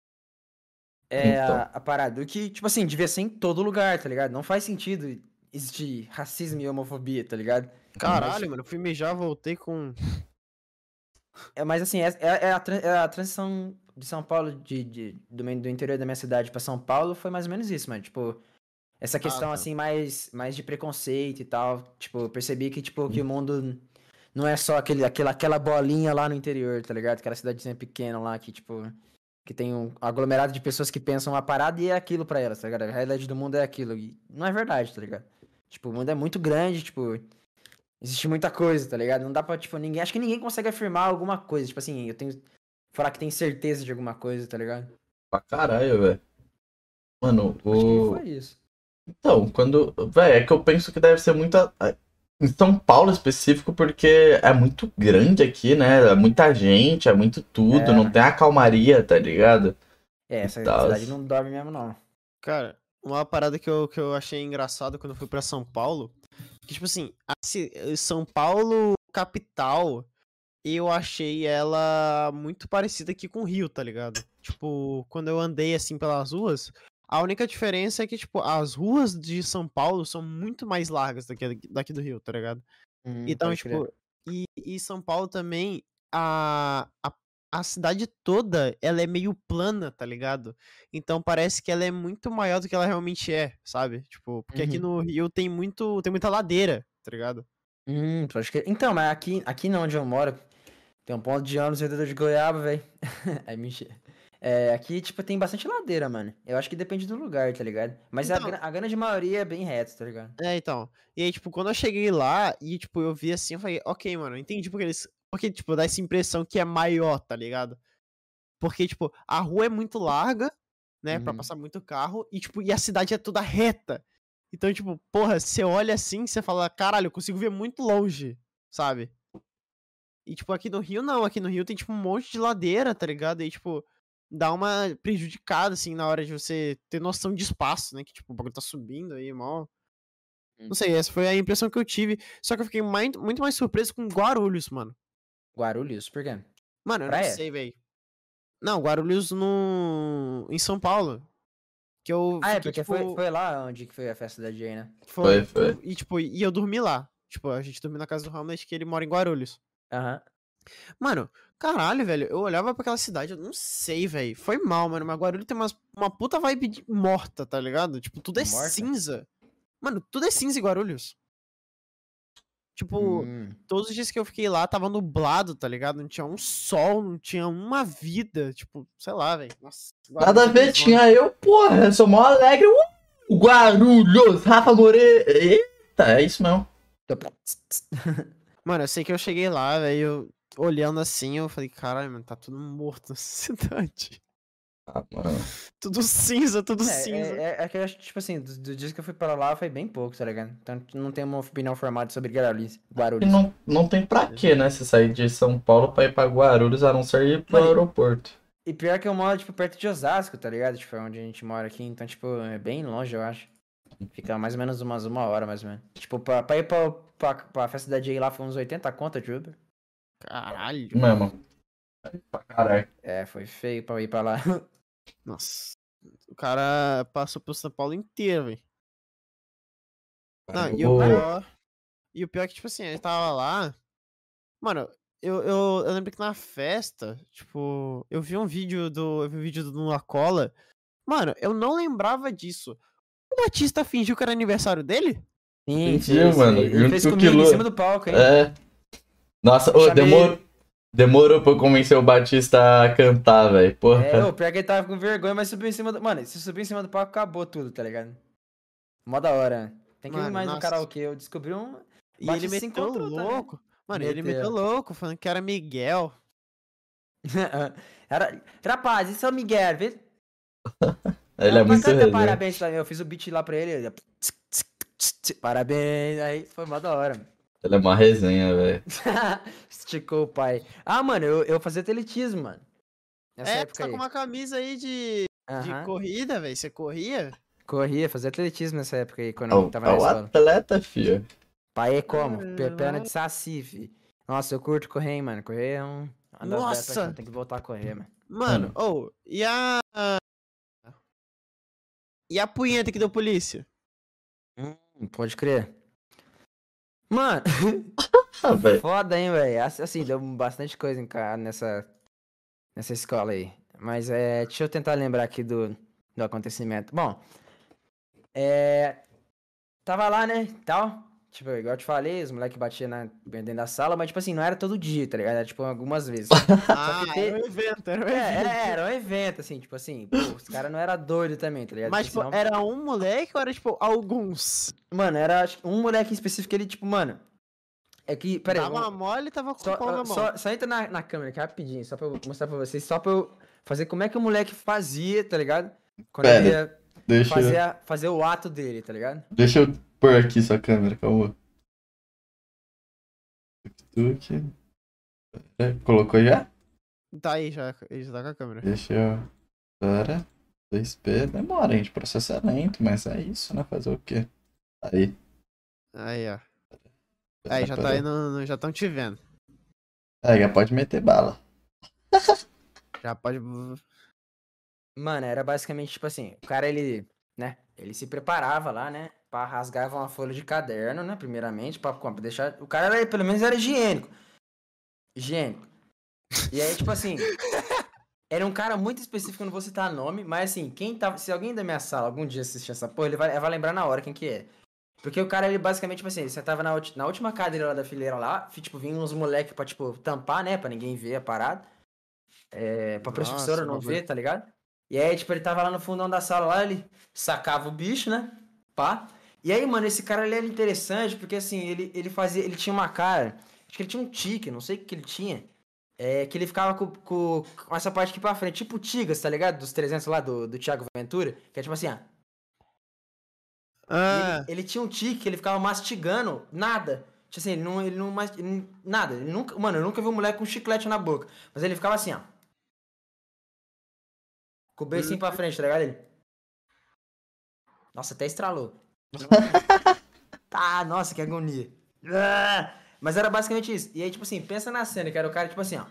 Então. A parada. O que, tipo assim, devia ser em todo lugar, tá ligado? Não faz sentido existir racismo e homofobia, tá ligado? Mas, Caralho, mano, eu fui mijar, voltei com. mas assim, é a transição de São Paulo, do interior da minha cidade pra São Paulo, foi mais ou menos isso, mano. Tipo, essa Ah, questão, tá. assim, mais de preconceito e tal. Tipo, eu percebi que, tipo, que o mundo não é só aquela bolinha lá no interior, tá ligado? Aquela cidadezinha pequena lá que, tipo, que tem um aglomerado de pessoas que pensam uma parada e é aquilo pra elas, tá ligado? A realidade do mundo é aquilo. E não é verdade, tá ligado? Tipo, o mundo é muito grande, tipo, existe muita coisa, tá ligado? Não dá pra, tipo, acho que ninguém consegue afirmar alguma coisa. Tipo assim, eu tenho. Falar que tem certeza de alguma coisa, tá ligado? Pra caralho, velho. Mano, Acho que o. foi isso. Então, quando. Véi, é que eu penso que deve ser muita. Em São Paulo específico, porque é muito grande aqui, né? É muita gente, é muito tudo, não tem a calmaria, tá ligado? E Essa tal. cidade não dorme mesmo, não. Cara, uma parada que eu achei engraçado quando eu fui pra São Paulo, que, tipo assim, São Paulo, capital, eu achei ela muito parecida aqui com o Rio, tá ligado? Tipo, quando eu andei, assim, pelas ruas, a única diferença é que, tipo, as ruas de São Paulo são muito mais largas daqui do Rio, tá ligado? Então, Pode crer. tipo, e São Paulo também, a, a, a cidade toda, ela é meio plana, tá ligado? Então parece que ela é muito maior do que ela realmente é, sabe? Tipo, porque aqui Uhum. no Rio tem muita ladeira, tá ligado? Pode crer. Então, mas aqui não, onde eu moro, tem um ponto de ônibus vendedor de goiaba, velho. Aí mentira. Aqui, tipo, tem bastante ladeira, mano. Eu acho que depende do lugar, tá ligado? Mas Então, a grande maioria é bem reto, tá ligado? então. E aí, tipo, quando eu cheguei lá e, tipo, eu vi assim, eu falei, ok, mano, eu entendi porque, tipo, dá essa impressão que é maior, tá ligado? Porque, tipo, a rua é muito larga, né, pra Uhum. passar muito carro, e, tipo, e a cidade é toda reta. Então, tipo, porra, você olha assim, você fala, caralho, eu consigo ver muito longe, sabe? E, tipo, aqui no Rio, não. Aqui no Rio tem, tipo, um monte de ladeira, tá ligado? E, tipo, dá uma prejudicada, assim, na hora de você ter noção de espaço, né? Que, tipo, o bagulho tá subindo aí, mal. Não sei, essa foi a impressão que eu tive. Só que eu fiquei muito mais surpreso com Guarulhos, mano. Guarulhos, por quê? Mano, eu não Praia? sei, velho. Não, Guarulhos no... em São Paulo. Que eu fiquei, Porque tipo... foi lá onde que foi a festa da Jay, né? Foi, Foi. foi. E, tipo, e eu dormi lá. Tipo, a gente dormiu na casa do Hamlet, que ele mora em Guarulhos. Aham. Mano, caralho, velho. Eu olhava pra aquela cidade, eu não sei, velho. Foi mal, mano. Mas Guarulhos tem uma puta vibe morta, tá ligado? Tipo, tudo é Morta? cinza. Mano, tudo é cinza em Guarulhos. Tipo, Hum. todos os dias que eu fiquei lá tava nublado, tá ligado? Não tinha um sol, não tinha uma vida. Tipo, sei lá, velho. Nossa, Nada a Guarulhos é ver, bizonho. tinha eu, porra. Eu sou mó alegre. Guarulhos, Rafa Moreira. Eita, é isso mesmo. Mano, eu sei que eu cheguei lá, velho, olhando assim, eu falei, caralho, mano, tá tudo morto nessa cidade. Ah, mano. Tudo cinza, tudo cinza. É que eu acho que, tipo assim, do dias que eu fui pra lá foi bem pouco, tá ligado? Então não tenho uma opinião formada sobre E Guarulhos. não tem pra quê, né? Você sair de São Paulo pra ir pra Guarulhos, a não ser ir pro Mano, aeroporto. E pior que eu moro, tipo, perto de Osasco, tá ligado? Tipo, é onde a gente mora aqui, então, tipo, é bem longe, eu acho. Fica mais ou menos uma hora, mais ou menos. Tipo, pra ir pra festa da Jay lá foi uns 80 conto de Uber. Caralho. Mesmo. Pra caralho. É, foi feio pra ir pra lá. Nossa. O cara passou pelo São Paulo inteiro, velho. Não, e o pior é que, tipo assim, a gente tava lá. Mano, eu lembro que na festa, tipo, eu vi um vídeo do Lacola. Mano, eu não lembrava disso. O Batista fingiu que era aniversário dele? Sim, Fingiu, mano. Ele Junto fez com o comigo em Kilo. cima do palco, hein? É. Nossa, Eu chamei- demorou pra eu convencer o Batista a cantar, velho. Porra. O pior que ele tava com vergonha, mas subiu em cima do. Mano, se subir em cima do palco, acabou tudo, tá ligado? Mó da hora. Tem que ir Mano, mais no nossa. karaokê. Eu descobri um. E ele Batista se meteu encontrou também. louco. Mano, ele meteu Meteu. louco, falando que era Miguel. Rapaz, isso é o Miguel, viu? Ele é Mas muito canta resenha. parabéns pra mim. Eu fiz o beat lá pra ele. Parabéns. Aí foi mó da hora. Ele é uma resenha, velho. Esticou o pai. Ah, mano, eu fazia atletismo, mano. Nessa É, época tá aí. com uma camisa aí de Aham. corrida, velho. Você corria? Corria, fazia atletismo nessa época aí, quando É eu o, tava é na o escola. atleta, filho. Pai é como? Caramba. Perna de saci, fi. Nossa, eu curto correr, hein, mano. Correr é uma das minhas paixões. Nossa! Tem que voltar a correr, mano. Mano, e a punheta que deu polícia? Pode crer. Mano, Ah, velho. foda, hein, velho. Assim, deu bastante coisa nessa escola aí. Mas deixa eu tentar lembrar aqui do acontecimento. Bom, tava lá, né, tal. Tipo, igual eu te falei, os moleques batiam dentro da sala, mas, tipo assim, não era todo dia, tá ligado? Era, tipo, algumas vezes. Ah, que era um evento, era um evento. era um evento, assim, tipo assim, pô, os caras não eram doidos também, tá ligado? Mas, Porque tipo, senão- era um moleque ou era, tipo, alguns? Mano, era acho que um moleque em específico, ele, tipo, mano, é que, peraí, Dava uma mole e tava com o pau na mão. só entra na câmera aqui rapidinho, só pra eu mostrar pra vocês, só pra eu fazer como é que o moleque fazia, tá ligado? Quando ele ia fazer o ato dele, tá ligado? Deixa eu pôr aqui sua câmera, calma. Tuk-tuk. Colocou já? Tá aí já, ele já tá com a câmera. Deixa eu. Agora. 2P. Demora, gente. O processo é lento, mas é isso, né? Fazer o quê? Aí. Aí, ó. Aí, já tá aí já estão te vendo. Aí, já pode meter bala. Já pode... Mano, era basicamente, tipo assim, o cara, ele, né, ele se preparava lá, né, pra rasgar uma folha de caderno, né, primeiramente, pra deixar, o cara, pelo menos, era higiênico. E aí, tipo assim, era um cara muito específico, eu não vou citar nome, mas assim, se alguém da minha sala algum dia assistir essa porra, ele vai lembrar na hora quem que é. Porque o cara, ele basicamente, tipo assim, ele sentava na última cadeira lá da fileira lá, tipo, vinha uns moleques pra, tipo, tampar, né, pra ninguém ver a parada. Pra professora não ver, tá ligado? E aí, tipo, ele tava lá no fundão da sala, lá, ele sacava o bicho, né, pá. E aí, mano, esse cara, ele era interessante, porque assim, ele tinha uma cara, acho que ele tinha um tique, não sei o que ele tinha, que ele ficava com essa parte aqui pra frente, tipo o Tigas, tá ligado? Dos 300 lá, do Thiago Ventura, que é tipo assim, ó. Ele tinha um tique que ele ficava mastigando nada. Tipo assim, nada. Mano, eu nunca vi um moleque com chiclete na boca. Mas ele ficava assim, ó. Com o beicinho pra frente, tá ligado? Ele. Nossa, até estralou. Tá, nossa, que agonia. Mas era basicamente isso. E aí, tipo assim, pensa na cena, que era o cara, tipo assim, ó.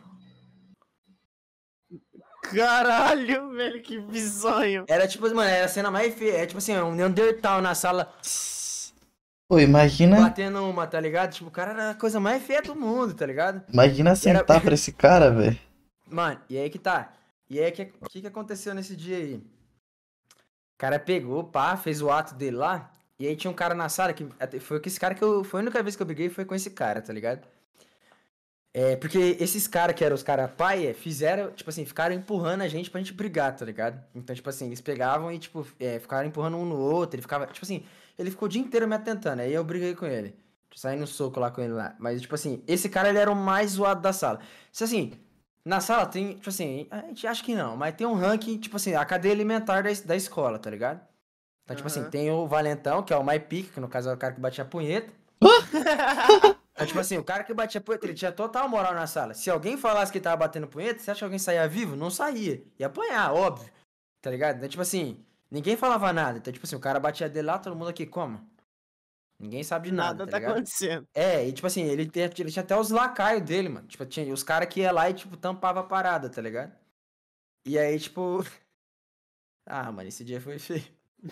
Caralho, velho, que bizonho. Era tipo, mano, era a cena mais feia. É tipo assim, um Neandertal na sala. Pô, imagina, batendo uma, tá ligado? Tipo, o cara era a coisa mais feia do mundo, tá ligado? imagina E era... sentar pra esse cara, velho. Mano, e aí que tá. E aí, o que aconteceu nesse dia aí? O cara pegou, pá, fez o ato dele lá. E aí tinha um cara na sala que. Foi com esse cara que eu. Foi a única vez que eu briguei foi com esse cara, tá ligado? É, porque esses caras que eram os caras paia, fizeram, tipo assim, ficaram empurrando a gente pra gente brigar, tá ligado? Então, tipo assim, eles pegavam e, tipo, ficaram empurrando um no outro, ele ficava, tipo assim, ele ficou o dia inteiro me atentando, aí eu briguei com ele. Saí no soco lá com ele lá. Mas, tipo assim, esse cara, ele era o mais zoado da sala. Se assim, na sala tem, tipo assim, a gente acha que não, mas tem um ranking, tipo assim, a cadeia alimentar da escola, tá ligado? Então, tipo assim, Aham. tem o Valentão, que é o mais pica, que no caso é o cara que batia a punheta. Então, tipo assim, o cara que batia punheta, ele tinha total moral na sala. Se alguém falasse que ele tava batendo punheta, você acha que alguém saía vivo? Não saía. Ia apanhar, óbvio. Tá ligado? Então, tipo assim, ninguém falava nada. Então, tipo assim, o cara batia dele lá, todo mundo aqui, como? Ninguém sabe de nada, Nada tá tá ligado? acontecendo. É, e tipo assim, ele tinha até os lacaios dele, mano. Tipo, tinha os caras que ia lá e, tipo, tampava a parada, tá ligado? E aí, tipo. Ah, mano, esse dia foi feio.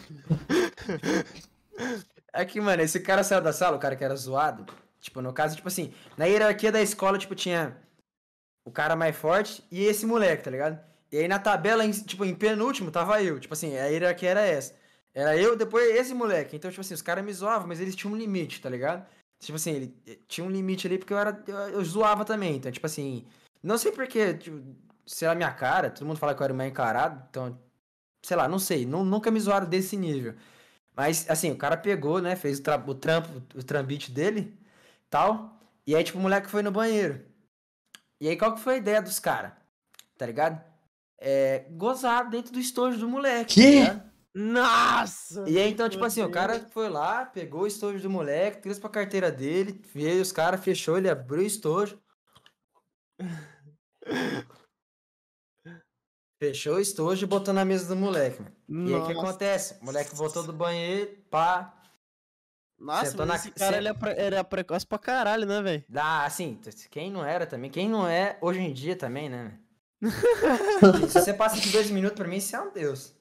É que, mano, esse cara saiu da sala, o cara que era zoado. Tipo, no caso, tipo assim, na hierarquia da escola, tipo, tinha o cara mais forte e esse moleque, tá ligado? E aí na tabela, tipo, em penúltimo, tava eu. Tipo assim, a hierarquia era essa. Era eu, depois esse moleque. Então, tipo assim, os caras me zoavam, mas eles tinham um limite, tá ligado? Tipo assim, ele tinha um limite ali porque eu zoava também. Então, tipo assim, não sei porquê, tipo, se era a minha cara, todo mundo fala que eu era mais encarado. Então, sei lá, não sei. Nunca me zoaram desse nível. Mas, assim, o cara pegou, né? Fez o trambite dele, tal. E aí, tipo, o moleque foi no banheiro. E aí, qual que foi a ideia dos caras? Tá ligado? Gozar dentro do estojo do moleque, tá Que? ligado? Nossa! E aí, então, tipo Meu assim, o Deus. cara foi lá, pegou o estojo do moleque, trouxe pra carteira dele, veio os caras, fechou, ele abriu o estojo, fechou o estojo e botou na mesa do moleque, mano. E aí, o que Nossa. acontece? O moleque voltou do banheiro, pá, Nossa, sentou mas na... esse cara ele era precoce pra caralho, né, velho? Ah, assim, quem não era também, quem não é, hoje em dia também, né? Se você passa de 2 minutos pra mim, você é um deus.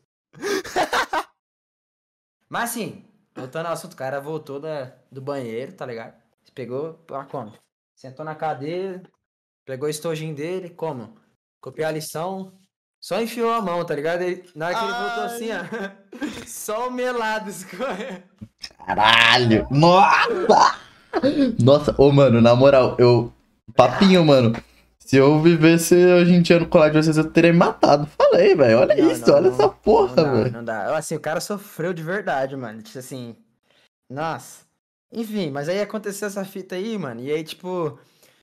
Mas assim, voltando ao assunto, o cara voltou do banheiro, tá ligado? Pegou, como? Sentou na cadeira, pegou o estojinho dele, como? Copiou a lição, só enfiou a mão, tá ligado? Na hora que ele voltou assim, ó, Ai. só o melado escorrendo. Caralho! Nossa! Nossa, ô mano, na moral, eu. Papinho, mano. Se eu vivesse hoje em dia no colar de vocês, eu teria me matado. Falei, velho. Olha Não, isso, não, olha essa não, não porra, dá, velho. não dá. Assim, o cara sofreu de verdade, mano. Tipo assim, nossa. Enfim, mas aí aconteceu essa fita aí, mano. E aí, tipo,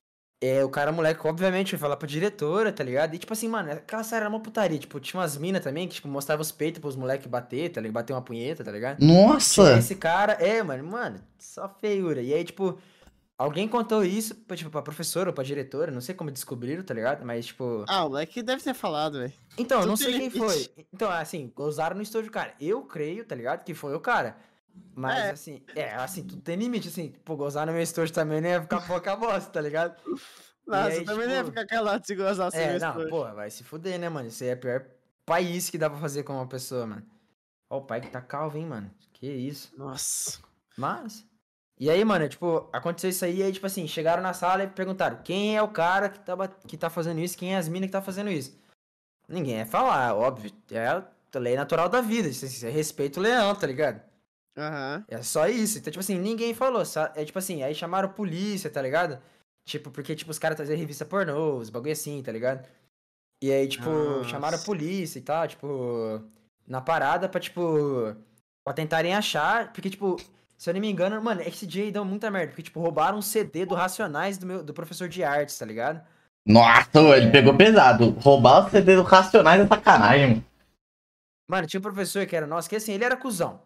o cara, moleque, obviamente, foi falar pra diretora, tá ligado? E, tipo assim, mano, aquela série era uma putaria. Tipo, tinha umas minas também que, tipo, mostrava os peitos pros moleques bater, tá ligado? Bater uma punheta, tá ligado? Tinha Nossa! esse cara, mano, só feiura. E aí, tipo, alguém contou isso, tipo, pra professora ou pra diretora, não sei como descobriram, tá ligado? Mas, tipo. Ah, o moleque deve ter falado, velho. Então, Tudo não tem sei quem limite. foi. Então, assim, usaram no estúdio, cara. Eu creio, tá ligado? Que foi o cara. Mas, É, assim, tudo tem limite, assim. Pô, gozar no meu estúdio também nem ia ficar pouca bosta, tá ligado? E nossa, eu aí, também não ia tipo. ficar calado se gozasse meu Não, estúdio. pô, vai se fuder, né, mano? Isso aí é o pior país que dá pra fazer com uma pessoa, mano. Ó, o pai que tá calvo, hein, mano? Que isso. Nossa. Mas. E aí, mano, tipo, aconteceu isso aí, aí, tipo assim, chegaram na sala e perguntaram quem é o cara que tá fazendo isso, quem é as minas que tá fazendo isso. Ninguém ia falar, óbvio. É a lei natural da vida. Isso é respeito o leão, tá ligado? Aham. É só isso. Então, tipo assim, ninguém falou. É tipo assim, aí chamaram polícia, tá ligado? Tipo, porque, tipo, os caras traziam revista pornô, os bagulho assim, tá ligado? E aí, tipo, chamaram a Nossa. polícia e tal, tipo, na parada pra, tipo, pra tentarem achar. Porque, tipo, se eu não me engano, mano, esse dia aí deu muita merda. Porque, tipo, roubaram um CD do Racionais do professor de artes, tá ligado? Nossa, ô, ele pegou pesado. Roubar o CD do Racionais é sacanagem, mano. Mano, tinha um professor que era nosso, que assim, ele era cuzão.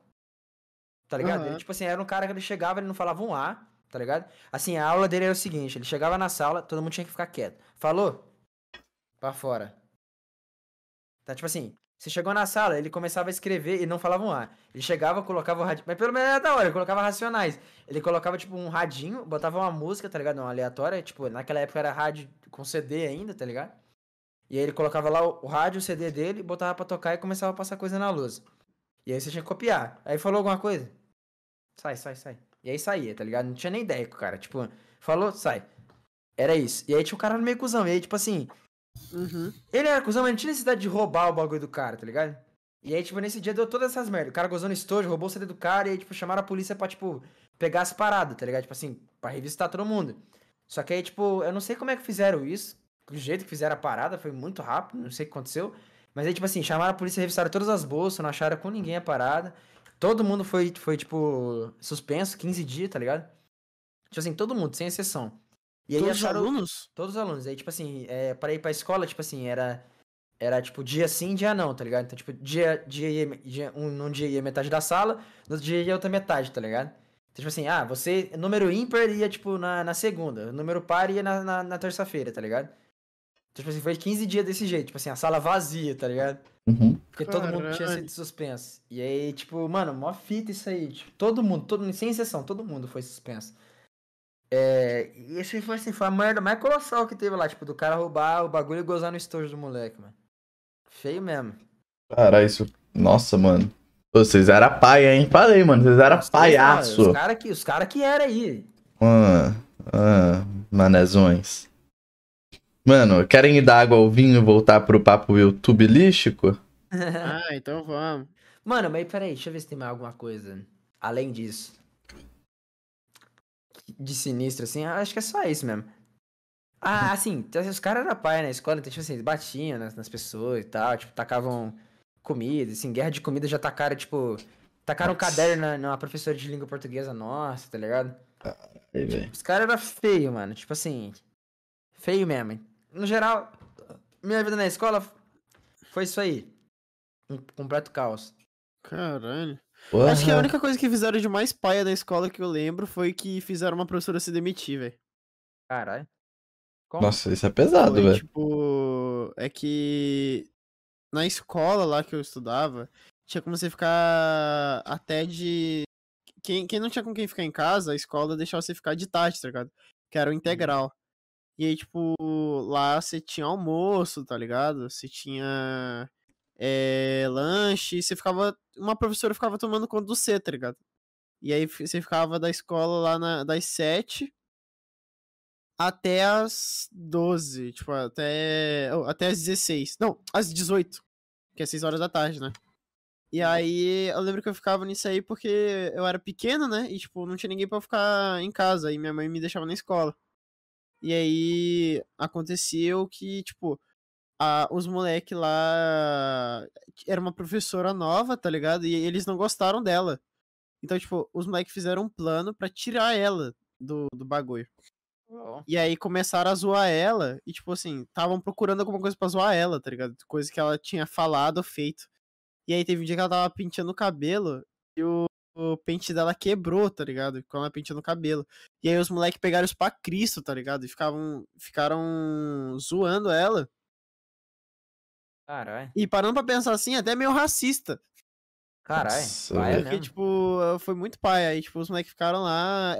Tá ligado? Ele, Aham. tipo assim, era um cara que ele chegava, ele não falava um A, tá ligado? Assim, a aula dele era o seguinte, ele chegava na sala, todo mundo tinha que ficar quieto. Falou? Pra fora. Tá, tipo assim, você chegou na sala, ele começava a escrever e não falava um A. Ele chegava, colocava o radinho, mas pelo menos era da hora, ele colocava racionais. Ele colocava, tipo, um radinho, botava uma música, tá ligado? Uma aleatória, tipo, naquela época era rádio com CD ainda, tá ligado? E aí ele colocava lá o rádio, o CD dele, botava pra tocar e começava a passar coisa na luz. E aí você tinha que copiar. Aí falou alguma coisa? Sai, sai, sai. E aí saía, tá ligado? Não tinha nem ideia com o cara. Tipo, falou, sai. Era isso. E aí tinha o cara meio cuzão. E aí, tipo assim, Uhum. ele era cuzão, mas não tinha necessidade de roubar o bagulho do cara, tá ligado? E aí, tipo, nesse dia deu todas essas merdas. O cara gozou no estojo, roubou o CD do cara, e aí, tipo, chamaram a polícia pra, tipo, pegar as paradas, tá ligado? Tipo assim, pra revistar todo mundo. Só que aí, tipo, eu não sei como é que fizeram isso. Do jeito que fizeram a parada, foi muito rápido, não sei o que aconteceu. Mas aí, tipo assim, chamaram a polícia, revistaram todas as bolsas, não acharam com ninguém a parada. Todo mundo foi tipo, suspenso, 15 dias, tá ligado? Tipo assim, todo mundo, sem exceção. E aí Todos os acharam alunos? todos os alunos. Aí, tipo assim, pra ir pra escola, tipo assim, era tipo dia sim, dia não, tá ligado? Então, tipo, num dia ia metade da sala, no outro dia ia outra metade, tá ligado? Então, tipo assim, você, número ímpar ia, tipo, na segunda, número par ia na terça-feira, tá ligado? Então, tipo assim, foi 15 dias desse jeito, tipo assim, a sala vazia, tá ligado? Uhum. Porque todo mundo tinha Caralho. sido suspenso. E aí, tipo, mano, mó fita isso aí. Tipo, todo mundo, sem exceção, todo mundo foi suspenso. E esse foi assim, foi a merda mais colossal que teve lá, tipo, do cara roubar o bagulho e gozar no estojo do moleque, mano. Feio mesmo. Cara, isso. Nossa, mano. Pô, vocês eram paia, hein? Falei, mano. Vocês eram Vocês não, palhaço. os cara que era aí. Ah, manezões. Mano, querem ir dar água ao vinho e voltar pro papo YouTube lístico? Ah, então vamos. Mano, mas peraí, deixa eu ver se tem mais alguma coisa. Além disso. De sinistro, assim, acho que é só isso mesmo. Assim, os caras eram pai na escola, então, tipo assim, eles batiam nas pessoas e tal, tipo, tacavam comida, assim, guerra de comida já tacaram, tipo, tacaram um caderno numa professora de língua portuguesa nossa, tá ligado? Aí, velho. Os caras eram feios, mano, tipo assim, feio mesmo. Hein? No geral, minha vida na escola foi isso aí, um completo caos. Caralho. Acho que a Porra. única coisa que fizeram de mais paia da escola que eu lembro foi que fizeram uma professora se demitir, velho. Caralho, como? Nossa, isso é pesado, Foi velho. tipo. É que na escola lá que eu estudava, tinha como você ficar até de. Quem não tinha com quem ficar em casa, a escola deixava você ficar de tarde, tá ligado? Que era o integral. E aí, tipo, lá você tinha almoço, tá ligado? Você tinha lanche, você ficava. Uma professora ficava tomando conta do C, tá ligado? E aí você ficava da escola lá das 7 até as 12, tipo, até as 16. Não, às 18, que é 6 horas da tarde, né? E aí eu lembro que eu ficava nisso aí porque eu era pequeno, né? E, tipo, não tinha ninguém pra ficar em casa. E minha mãe me deixava na escola. E aí aconteceu que, tipo, os moleques lá. Era uma professora nova, tá ligado? E eles não gostaram dela. Então, tipo, os moleques fizeram um plano pra tirar ela do bagulho. Oh. E aí começaram a zoar ela. E, tipo assim, estavam procurando alguma coisa pra zoar ela, tá ligado? Coisa que ela tinha falado ou feito. E aí teve um dia que ela tava penteando o cabelo e o pente dela quebrou, tá ligado? Quando ela penteando o cabelo. E aí os moleques pegaram isso pra Cristo, tá ligado? E ficaram zoando ela. Caralho, E parando pra pensar assim, até meio racista. caralho, Nossa, paia velho. Porque, mesmo. tipo, foi muito pai. Aí, tipo, os moleques ficaram lá.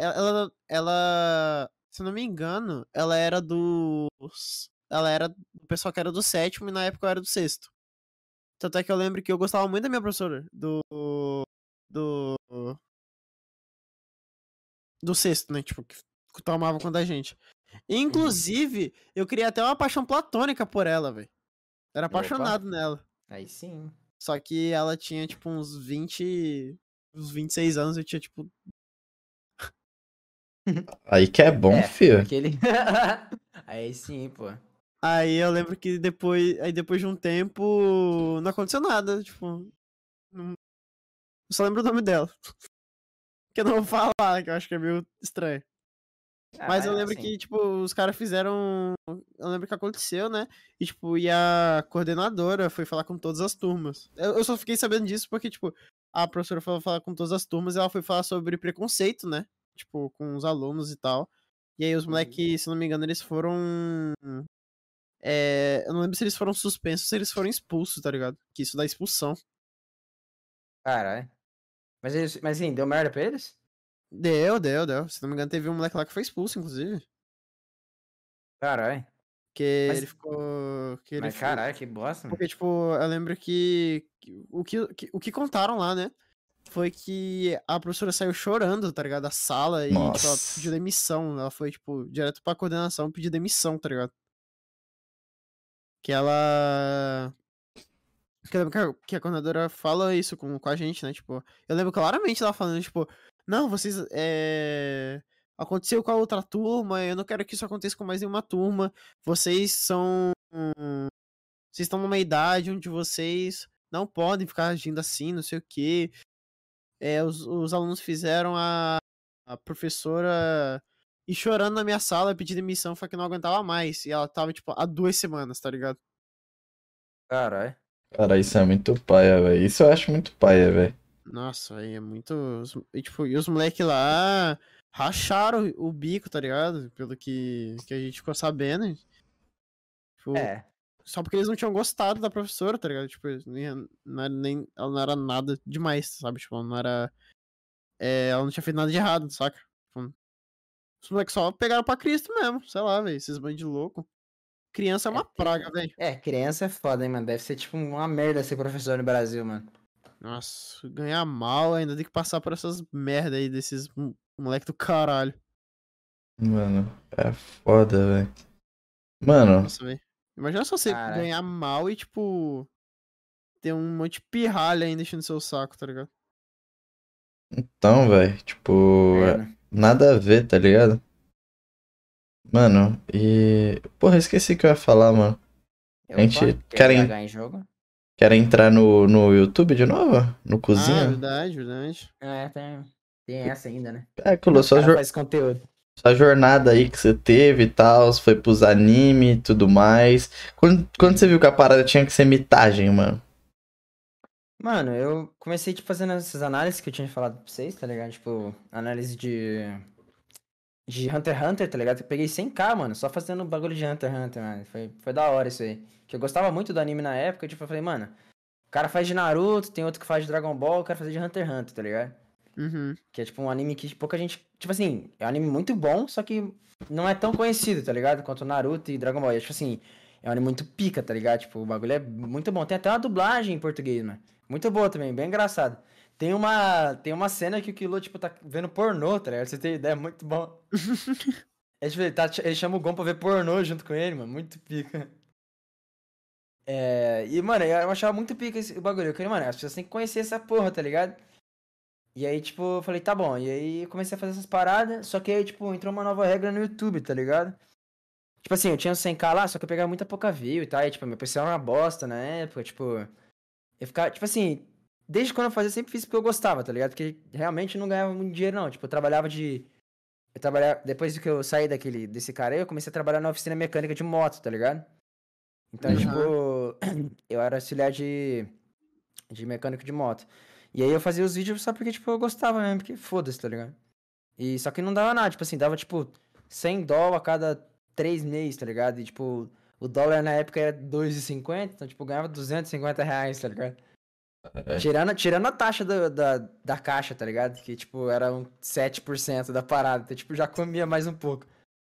Se eu não me engano, ela era do. Ela era do pessoal que era do sétimo e na época eu era do sexto. Tanto é que eu lembro que eu gostava muito da minha professora. Do. Do sexto, né? Tipo, que tomava conta da gente. Inclusive, eu criei até uma paixão platônica por ela, velho. Era Opa, apaixonado nela. aí sim. Só que ela tinha, tipo, uns 26 anos, eu tinha, tipo. Aí que é bom, fio. Aquele. Aí sim, pô. Aí eu lembro que depois de um tempo, não aconteceu nada, tipo. Eu só lembro o nome dela. Que eu não vou falar, que eu acho que é meio estranho. Mas Mas eu é lembro assim. que, tipo, os caras fizeram. Eu lembro que aconteceu, né? E, tipo, e a coordenadora foi falar com todas as turmas. Eu só fiquei sabendo disso porque, tipo, a professora foi falar com todas as turmas e ela foi falar sobre preconceito, né? Tipo, com os alunos e tal. E aí os moleques, se não me engano, eles foram. Eu não lembro se eles foram suspensos ou se eles foram expulsos, tá ligado? Que isso dá expulsão. Caralho. Mas sim, deu merda pra eles? Deu. Se não me engano, teve um moleque lá que foi expulso, inclusive. Caralho. Que ele Mas, ficou. Que ele, mas caralho, que bosta, mano. porque, tipo, eu lembro que o que contaram lá, né? foi que a professora saiu chorando, tá ligado? Da sala e, tipo, ela Nossa. pediu demissão. Ela foi, tipo, direto pra coordenação pedir demissão, tá ligado? Que ela. Que eu lembro que a coordenadora fala isso com a gente, né? Tipo, eu lembro claramente ela falando, tipo, não, vocês. Aconteceu com a outra turma, eu não quero que isso aconteça com mais nenhuma turma. Vocês são. Vocês estão numa idade onde vocês não podem ficar agindo assim, não sei o quê. Os alunos fizeram a professora ir chorando na minha sala, pedir demissão, foi que não aguentava mais. E ela tava, tipo, há 2 semanas, tá ligado? Caralho. Cara, isso é muito paia, velho. Isso eu acho muito paia, velho. Nossa, aí é muito. E os moleques lá racharam o bico, tá ligado? Pelo que a gente ficou sabendo. Tipo, É. só porque eles não tinham gostado da professora, tá ligado? Tipo, ela não era nada demais, sabe? Tipo, ela não era. Ela não tinha feito nada de errado, saca? Tipo, os moleques só pegaram pra Cristo mesmo, sei lá, velho. Esses bandos de louco. Criança é uma praga, velho. Criança é foda, hein, mano. Deve ser tipo uma merda ser professor no Brasil, mano. Nossa, ganhar mal ainda tem que passar por essas merda aí desses moleque do caralho. Mano, é foda, velho. Mano, Nossa, velho. Imagina só você Caralho. ganhar mal e, tipo, ter um monte de pirralha ainda enchendo seu saco, tá ligado? então, velho, tipo, Inferno. nada a ver, tá ligado? Mano, e. Porra, esqueci o que eu ia falar, mano. A Opa, gente tem DH em jogo? quer entrar no YouTube de novo? No Ah, cozinho? verdade, verdade. Tem essa ainda, né? É, Culo, O cara faz conteúdo. sua jornada aí que você teve e tal, foi pros anime e tudo mais. Quando você viu que a parada tinha que ser mitagem, mano? Mano, eu comecei, tipo, fazendo essas análises que eu tinha falado pra vocês, tá ligado? Tipo, análise de Hunter x Hunter, tá ligado? Eu peguei 100k, mano, só fazendo bagulho de Hunter x Hunter, mano. Foi da hora isso aí. Que eu gostava muito do anime na época, tipo, eu falei, mano, o cara faz de Naruto, tem outro que faz de Dragon Ball, eu quero fazer de Hunter x Hunter, tá ligado? Uhum. Que é, tipo, um anime que pouca gente... Tipo assim, é um anime muito bom, só que não é tão conhecido, tá ligado? Quanto Naruto e Dragon Ball. E, tipo assim, é um anime muito pica, tá ligado? Tipo, o bagulho é muito bom. Tem até uma dublagem em português, mano. Muito boa também, bem engraçado. Tem uma cena que o Killua, tipo, tá vendo pornô, tá ligado? Você tem ideia, é muito bom. Tipo, ele chama o Gon pra ver pornô junto com ele, mano. Muito pica. E, mano, eu achava muito pica o bagulho. Eu queria, mano, as pessoas têm que conhecer essa porra, tá ligado? E aí, tipo, eu falei, tá bom. E aí eu comecei a fazer essas paradas, só que aí, tipo, entrou uma nova regra no YouTube, tá ligado? Tipo assim, eu tinha 100k lá, só que eu pegava muita pouca view e tal. E, tipo, meu PC era uma bosta na época, tipo... Eu ficava, tipo assim, desde quando eu fazia, eu sempre fiz porque eu gostava, tá ligado? Porque realmente não ganhava muito dinheiro, não. Tipo, eu trabalhava, depois que eu saí desse cara aí, eu comecei a trabalhar na oficina mecânica de moto, tá ligado? Então, tipo, Aham. eu era auxiliar de mecânico de moto. E aí eu fazia os vídeos só porque, tipo, eu gostava mesmo, porque foda-se, tá ligado? E só que não dava nada, tipo assim, dava, tipo, $100 a cada 3 meses, tá ligado? E, tipo, o dólar na época era 2,50, então, tipo, eu ganhava R$ 250, tá ligado? É. Tirando a taxa da caixa, tá ligado? Que, tipo, era 7% da parada. Então, tipo, já comia mais um pouco.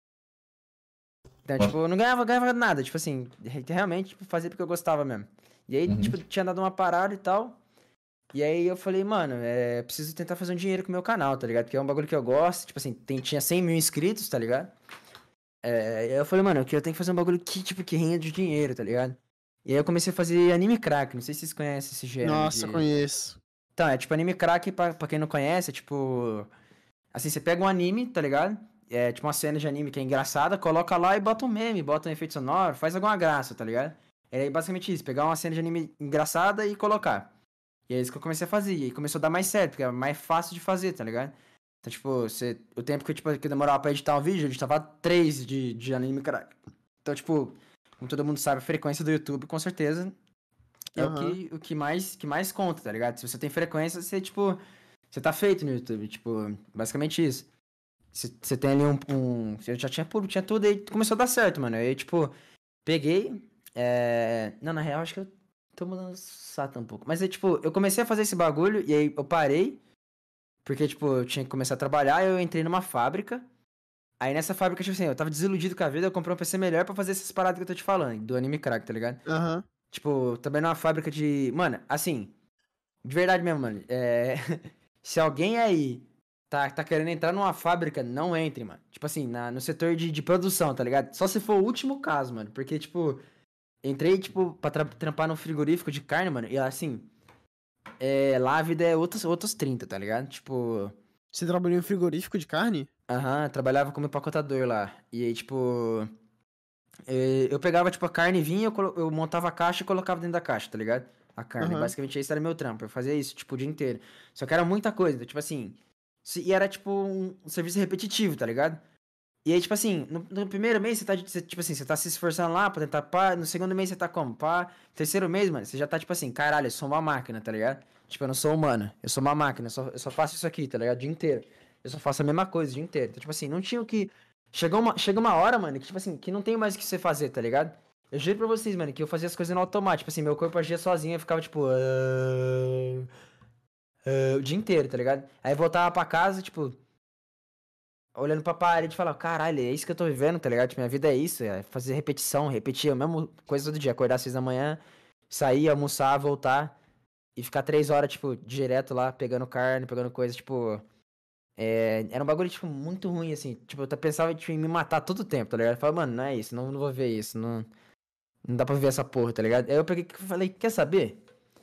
Então, tipo, eu não ganhava nada. Tipo assim, realmente, tipo, fazia porque eu gostava mesmo. E aí, Uhum. tipo, tinha dado uma parada e tal. E aí eu falei, mano, preciso tentar fazer um dinheiro com o meu canal, tá ligado? Porque é um bagulho que eu gosto. Tipo assim, tinha 100 mil inscritos, tá ligado? E aí eu falei, mano, eu tenho que fazer um bagulho que, tipo, que renda de dinheiro, tá ligado? E aí eu comecei a fazer anime crack. Não sei se vocês conhecem esse gênero Nossa, de... conheço. Então, é tipo anime crack, pra quem não conhece, é tipo... Assim, você pega um anime, tá ligado? É tipo uma cena de anime que é engraçada, coloca lá e bota um meme, bota um efeito sonoro, faz alguma graça, tá ligado? É basicamente isso, pegar uma cena de anime engraçada e colocar. E é isso que eu comecei a fazer. E aí começou a dar mais certo, porque é mais fácil de fazer, tá ligado? Então, tipo, o tempo que eu demorava pra editar um vídeo, eu editava 3 de anime crack. Então, tipo, como todo mundo sabe, a frequência do YouTube, com certeza, é Aham. o que mais conta, tá ligado? Se você tem frequência, você, tipo, você tá feito no YouTube, tipo, basicamente isso. Você tem ali eu já tinha público, tinha tudo, aí começou a dar certo, mano. Aí, tipo, peguei. Não, na real, acho que eu tô mudando sata um pouco. Mas aí, tipo, eu comecei a fazer esse bagulho e aí eu parei. Porque, tipo, eu tinha que começar a trabalhar, eu entrei numa fábrica. Aí nessa fábrica, tipo assim, eu tava desiludido com a vida, eu comprei um PC melhor pra fazer essas paradas que eu tô te falando, do anime crack, tá ligado? Aham. Tipo, também numa fábrica de. Mano, assim. De verdade mesmo, mano. Se alguém aí tá querendo entrar numa fábrica, não entre, mano. Tipo assim, no setor de produção, tá ligado? Só se for o último caso, mano. Porque, tipo, entrei, tipo, pra trampar no frigorífico de carne, mano. E assim, lá a vida é outros 30, tá ligado? Tipo, Você trabalhou em frigorífico de carne? trabalhava como empacotador lá. E aí, tipo, eu pegava, tipo, a carne, vinha, eu montava a caixa e colocava dentro da caixa, tá ligado? A carne. Aham. Basicamente, esse era meu trampo. Eu fazia isso, tipo, o dia inteiro. Só que era muita coisa. Então, tipo assim. E era, tipo, um serviço repetitivo, tá ligado? E aí, tipo assim, no primeiro mês você tá se esforçando lá pra tentar pá. No segundo mês você tá como? Pá. Terceiro mês, mano, você já tá, tipo assim, caralho, eu sou uma máquina, tá ligado? Tipo, eu não sou humano. Eu sou uma máquina. Eu só faço isso aqui, tá ligado? O dia inteiro. Eu só faço a mesma coisa o dia inteiro. Então, tipo assim, não tinha o que. Chega uma hora, mano, que, tipo assim, que não tem mais o que você fazer, tá ligado? Eu juro pra vocês, mano, que eu fazia as coisas no automático. Tipo assim, meu corpo agia sozinho, eu ficava, tipo. O dia inteiro, tá ligado? Aí eu voltava pra casa, tipo. Olhando pra parede e falava, caralho, é isso que eu tô vivendo, tá ligado? Tipo, minha vida é isso, é fazer repetição, repetir a mesma coisa todo dia. Acordar às 6 da manhã, sair, almoçar, voltar e ficar 3 horas, tipo, direto lá, pegando carne, pegando coisa, tipo. Era um bagulho, tipo, muito ruim, assim. Tipo, eu pensava tipo, em me matar todo o tempo, tá ligado? Eu falava, mano, não é isso, não vou ver isso, não dá pra viver essa porra, tá ligado? Aí eu peguei e falei, quer saber?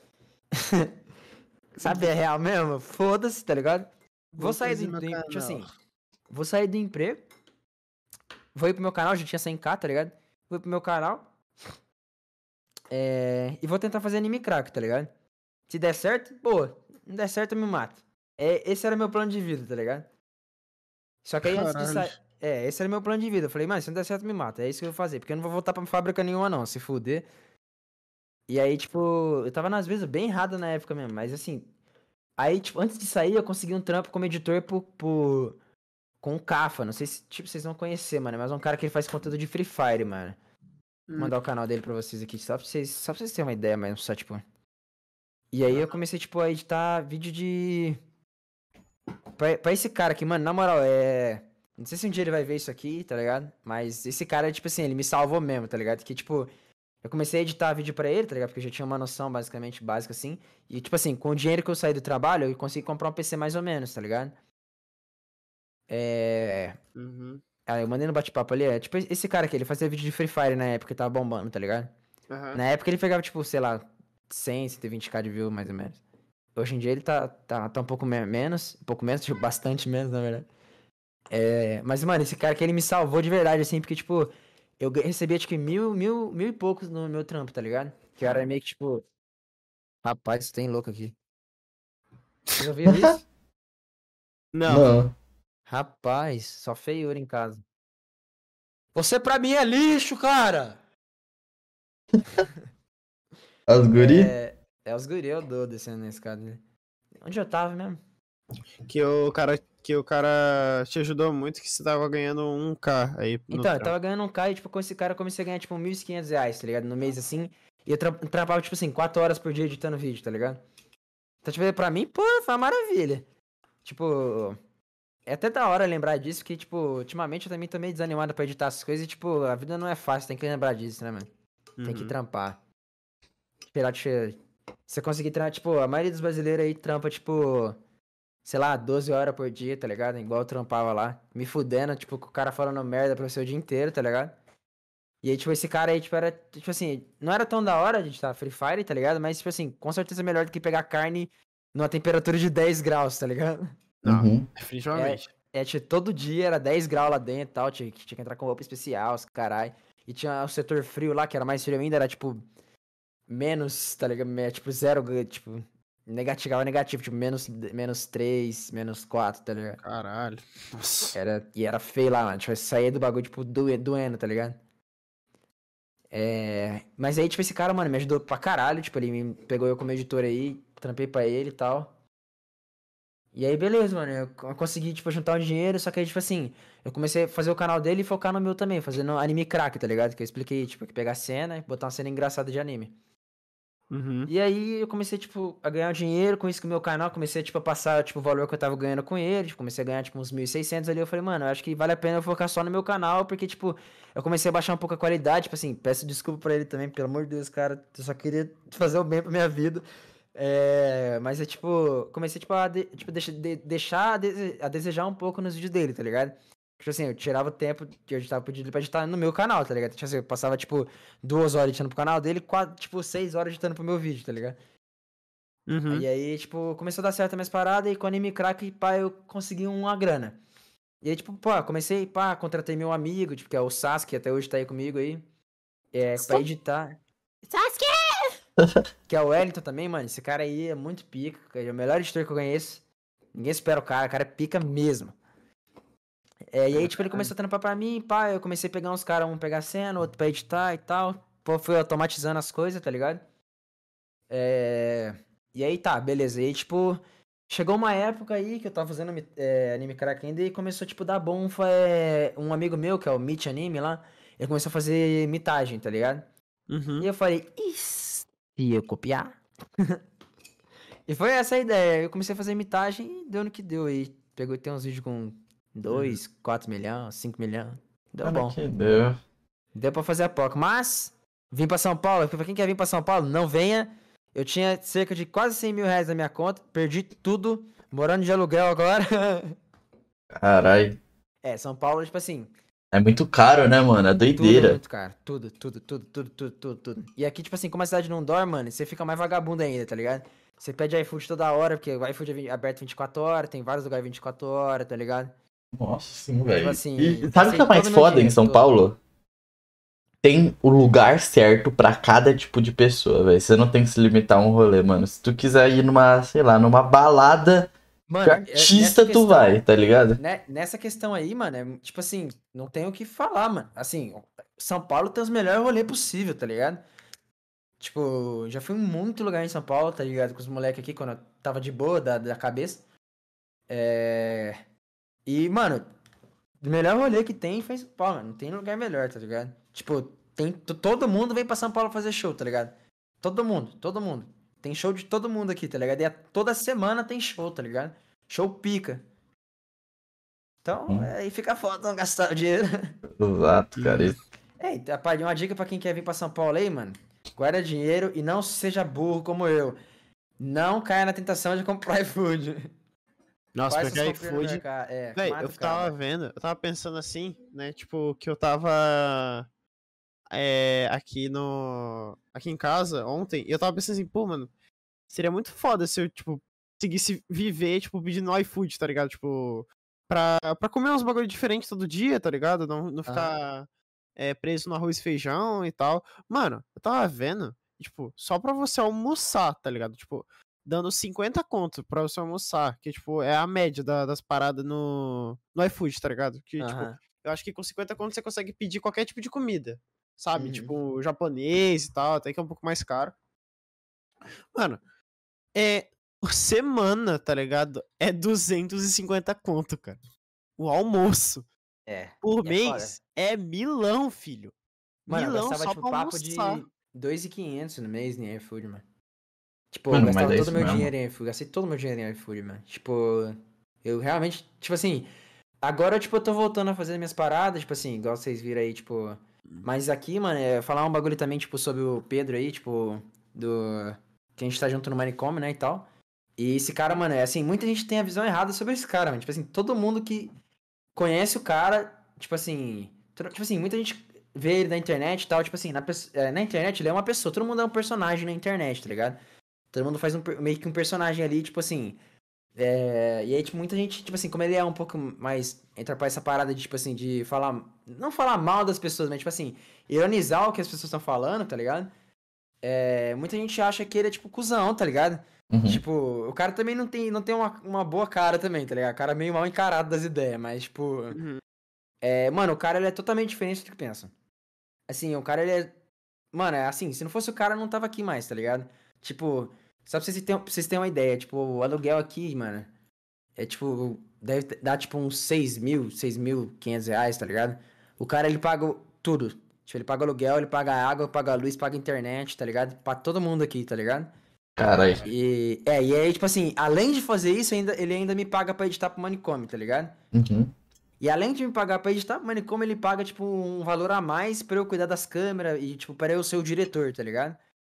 Sabe, é real mesmo? Foda-se, tá ligado? Vou sair fazer meu tipo assim, canal. vou sair do emprego, vou ir pro meu canal, já tinha 100k, tá ligado? Vou ir pro meu canal, e vou tentar fazer anime crack, tá ligado? Se der certo, boa. Não der certo, eu me mato. Esse era meu plano de vida, tá ligado? Só que aí antes de Caralho. sair. Esse era meu plano de vida. Eu falei, mano, se não der certo, me mata. É isso que eu vou fazer. Porque eu não vou voltar pra fábrica nenhuma, não. Se fuder. E aí, tipo, eu tava nas vezes bem errado na época mesmo. Mas assim. Aí, tipo, antes de sair, eu consegui um trampo como editor com o Cafa. Não sei se, tipo, vocês vão conhecer, mano. Mas é um cara que ele faz conteúdo de Free Fire, mano. Vou mandar o canal dele pra vocês aqui. Só pra vocês terem uma ideia mesmo. Só, tipo. E aí eu comecei, tipo, a editar vídeo de. Pra esse cara aqui, mano, na moral, Não sei se um dia ele vai ver isso aqui, tá ligado? Mas esse cara, tipo assim, ele me salvou mesmo, tá ligado? Que, tipo, eu comecei a editar vídeo pra ele, tá ligado? Porque eu já tinha uma noção basicamente básica, assim. E, tipo assim, com o dinheiro que eu saí do trabalho, eu consegui comprar um PC mais ou menos, tá ligado? Uhum. Eu mandei no bate-papo ali, tipo, esse cara aqui, ele fazia vídeo de Free Fire na época que tava bombando, tá ligado? Aham. Na época ele pegava, tipo, sei lá, 100, 120k de view, mais ou menos. Hoje em dia ele tá um pouco menos, tipo, bastante menos, na verdade. Mas, mano, esse cara aqui, ele me salvou de verdade, assim, porque, tipo, eu recebia, tipo, mil e poucos no meu trampo, tá ligado? Que era meio que, tipo, rapaz, tem louco aqui. Vocês ouviram isso? Não. Não. Rapaz, só feiura em casa. Você pra mim é lixo, cara! As guri? Os guri, eu dou descendo na escada, né? Onde eu tava mesmo? Que o cara te ajudou muito, que você tava ganhando 1k aí no Então, eu trampo. tava ganhando um K e, tipo, com esse cara eu comecei a ganhar, tipo, R$ 1.500, tá ligado? No mês, assim. E eu trampava, tipo assim, 4 horas por dia editando vídeo, tá ligado? Então, tipo, pra mim, pô, foi uma maravilha. Tipo, é até da hora lembrar disso, que, tipo, ultimamente eu também tô meio desanimado pra editar essas coisas e, tipo, a vida não é fácil, tem que lembrar disso, né, mano? Tem que Uhum. trampar. Esperar você conseguir trampar, tipo, a maioria dos brasileiros aí trampa, tipo, sei lá, 12 horas por dia, tá ligado? Igual eu trampava lá, me fudendo, tipo, com o cara falando merda pra você o dia inteiro, tá ligado? E aí, tipo, esse cara aí, tipo, era, tipo assim, não era tão da hora de estar Free Fire, tá ligado? Mas, tipo assim, com certeza é melhor do que pegar carne numa temperatura de 10 graus, tá ligado? Não, Uhum. definitivamente. Tipo, todo dia era 10 graus lá dentro e tal, tinha que entrar com roupa especial, os carai. E tinha o setor frio lá, que era mais frio ainda, era, tipo, menos, tá ligado? Tipo, zero, tipo, negativo, tipo, menos 3, menos 4, tá ligado? Caralho. Nossa. Era feio lá, mano. Tipo, saía do bagulho, tipo, doendo, tá ligado? Mas aí, tipo, esse cara, mano, me ajudou pra caralho. Tipo, ele me pegou eu como editor aí, trampei pra ele e tal. E aí, beleza, mano. Eu consegui, tipo, juntar um dinheiro. Só que aí, tipo assim, eu comecei a fazer o canal dele e focar no meu também, fazendo anime crack, tá ligado? Que eu expliquei, tipo, que pegar cena e botar uma cena engraçada de anime. Uhum. E aí eu comecei, tipo, a ganhar dinheiro com isso com o meu canal. Comecei, tipo, a passar, tipo, o valor que eu tava ganhando com ele. Tipo, comecei a ganhar, tipo, uns 1.600 ali. Eu falei, mano, eu acho que vale a pena eu focar só no meu canal. Porque, tipo, eu comecei a baixar um pouco a qualidade. Tipo assim, peço desculpa pra ele também, pelo amor de Deus, cara. Eu só queria fazer o bem pra minha vida. Mas é tipo, comecei tipo, deixar a desejar um pouco nos vídeos dele, tá ligado? Tipo assim, eu tirava o tempo que eu editava pro dia pra editar no meu canal, tá ligado? Tipo assim, eu passava tipo 2 horas editando pro canal dele, tipo 6 horas editando pro meu vídeo, tá ligado? Uhum. E aí, tipo, começou a dar certo as minhas paradas e com o Anime Crack, pá, eu consegui uma grana. E aí, tipo, pá, comecei, pá, contratei meu amigo, tipo, que é o Sasuke, até hoje tá aí comigo aí, pra editar. Sasuke! Que é o Wellington também, mano. Esse cara aí é muito pica, é o melhor editor que eu conheço. Ninguém espera o cara é pica mesmo. E aí, tipo, ele começou a trampar pra mim, pá, eu comecei a pegar uns caras, um pegar cena, outro pra editar e tal. Pô, fui automatizando as coisas, tá ligado? E aí tá, beleza. E aí, tipo, chegou uma época aí que eu tava fazendo Anime Crack ainda e começou, tipo, dar bom. Foi um amigo meu, que é o Meet Anime lá, ele começou a fazer mitagem, tá ligado? Uhum. E eu falei, e se eu copiar? E foi essa a ideia. Eu comecei a fazer mitagem e deu no que deu aí. Pegou tem uns vídeos com 2, 4 milhões, 5 milhões. Deu Cara, bom. que deu. Deu pra fazer a POC. Mas, vim pra São Paulo. Pra quem quer vir pra São Paulo, não venha. Eu tinha cerca de quase 100 mil reais na minha conta. Perdi tudo. Morando de aluguel agora. Caralho. São Paulo, tipo assim, É muito caro, né, mano? É tudo doideira. muito caro. Tudo. E aqui, tipo assim, como a cidade não dorme, mano, você fica mais vagabundo ainda, tá ligado? Você pede iFood toda hora, porque o iFood é aberto 24 horas, tem vários lugares 24 horas, tá ligado? Nossa, sim, Tipo velho. assim, E sabe o que gastei é mais todo o meu foda em dinheiro, São todo. Paulo? Tem o lugar certo pra cada tipo de pessoa, velho. Você não tem que se limitar a um rolê, mano. Se tu quiser ir numa, sei lá, numa balada de Mano, nessa artista, tu questão, vai, tá ligado? né, nessa questão aí, mano, tipo assim, não tem o que falar, mano. Assim, São Paulo tem os melhores rolês possível, tá ligado? Tipo, já fui em muito lugar em São Paulo, tá ligado? Com os moleques aqui, quando eu tava de boa, da cabeça. E, mano, o melhor rolê que tem foi em São Paulo, mano. Não tem lugar melhor, tá ligado? Tipo, todo mundo vem pra São Paulo fazer show, tá ligado? Todo mundo. Tem show de todo mundo aqui, tá ligado? Toda semana tem show, tá ligado? Show pica. Então, aí fica foda não gastar o dinheiro. Exato, cara. Uhum. Então, uma dica pra quem quer vir pra São Paulo aí, mano. Guarda dinheiro e não seja burro como eu. Não caia na tentação de comprar iFood. Nossa, Faz porque essas comprinhas no iFood. mercado. Véi, Mata eu o tava cara. vendo, eu tava pensando assim, né? Tipo, que eu tava aqui no. Aqui em casa ontem, e eu tava pensando assim, pô, mano, seria muito foda se eu, tipo, conseguisse viver, tipo, pedindo iFood, tá ligado? Tipo, pra comer uns bagulho diferente todo dia, tá ligado? Não Aham. ficar preso no arroz e feijão e tal. Mano, eu tava vendo, tipo, só pra você almoçar, tá ligado? Tipo, dando 50 conto pra você almoçar, que, tipo, é a média das paradas no iFood, tá ligado? Que, tipo, Aham. eu acho que com 50 conto você consegue pedir qualquer tipo de comida, sabe? Uhum. Tipo, japonês e tal, até que é um pouco mais caro. Mano, é por semana, tá ligado? É 250 conto, cara. O almoço. Por E é foda. mês é milão, filho. Mano, eu Milão gastava, só tipo, pra papo almoçar. de 2.500 no mês em iFood, mano. Tipo, eu Mano, mas gastava é todo o isso meu mesmo. dinheiro em iFood. Gastei todo o meu dinheiro em iFood, mano. Tipo, eu realmente, tipo assim, agora, tipo, eu tô voltando a fazer minhas paradas, tipo assim, igual vocês viram aí, tipo. Mas aqui, mano, falar um bagulho também, tipo, sobre o Pedro aí, tipo, do. Que a gente tá junto no manicômio, né, e tal. E esse cara, mano, é assim, muita gente tem a visão errada sobre esse cara, mano. Tipo assim, todo mundo que conhece o cara, tipo assim. Tipo assim, muita gente vê ele na internet e tal, tipo assim, na internet ele é uma pessoa, todo mundo é um personagem na internet, tá ligado? Todo mundo faz meio que um personagem ali, tipo assim. E aí, tipo, muita gente, tipo assim, como ele é um pouco mais. Entra pra essa parada de, tipo assim, de falar. Não falar mal das pessoas, mas, tipo assim, ironizar o que as pessoas estão falando, tá ligado? Muita gente acha que ele é, tipo, cuzão, tá ligado? Uhum. Tipo, o cara também não tem uma boa cara também, tá ligado? O cara é meio mal encarado das ideias, mas, tipo. Uhum. Mano, o cara ele é totalmente diferente do que pensa. Assim, o cara ele é. Mano, é assim, se não fosse o cara, eu não tava aqui mais, tá ligado? Tipo, só pra vocês terem uma ideia, tipo, o aluguel aqui, mano. É tipo, deve dar tipo uns 6.500 reais, tá ligado? O cara, ele paga tudo. Tipo, ele paga aluguel, ele paga água, paga luz, paga internet, tá ligado? Pra todo mundo aqui, tá ligado? Caralho. E aí, tipo assim, além de fazer isso, ele ainda me paga pra editar pro manicômio, tá ligado? Uhum. E além de me pagar pra editar pro manicômio, ele paga, tipo, um valor a mais pra eu cuidar das câmeras e, tipo, pra eu ser o diretor, tá ligado?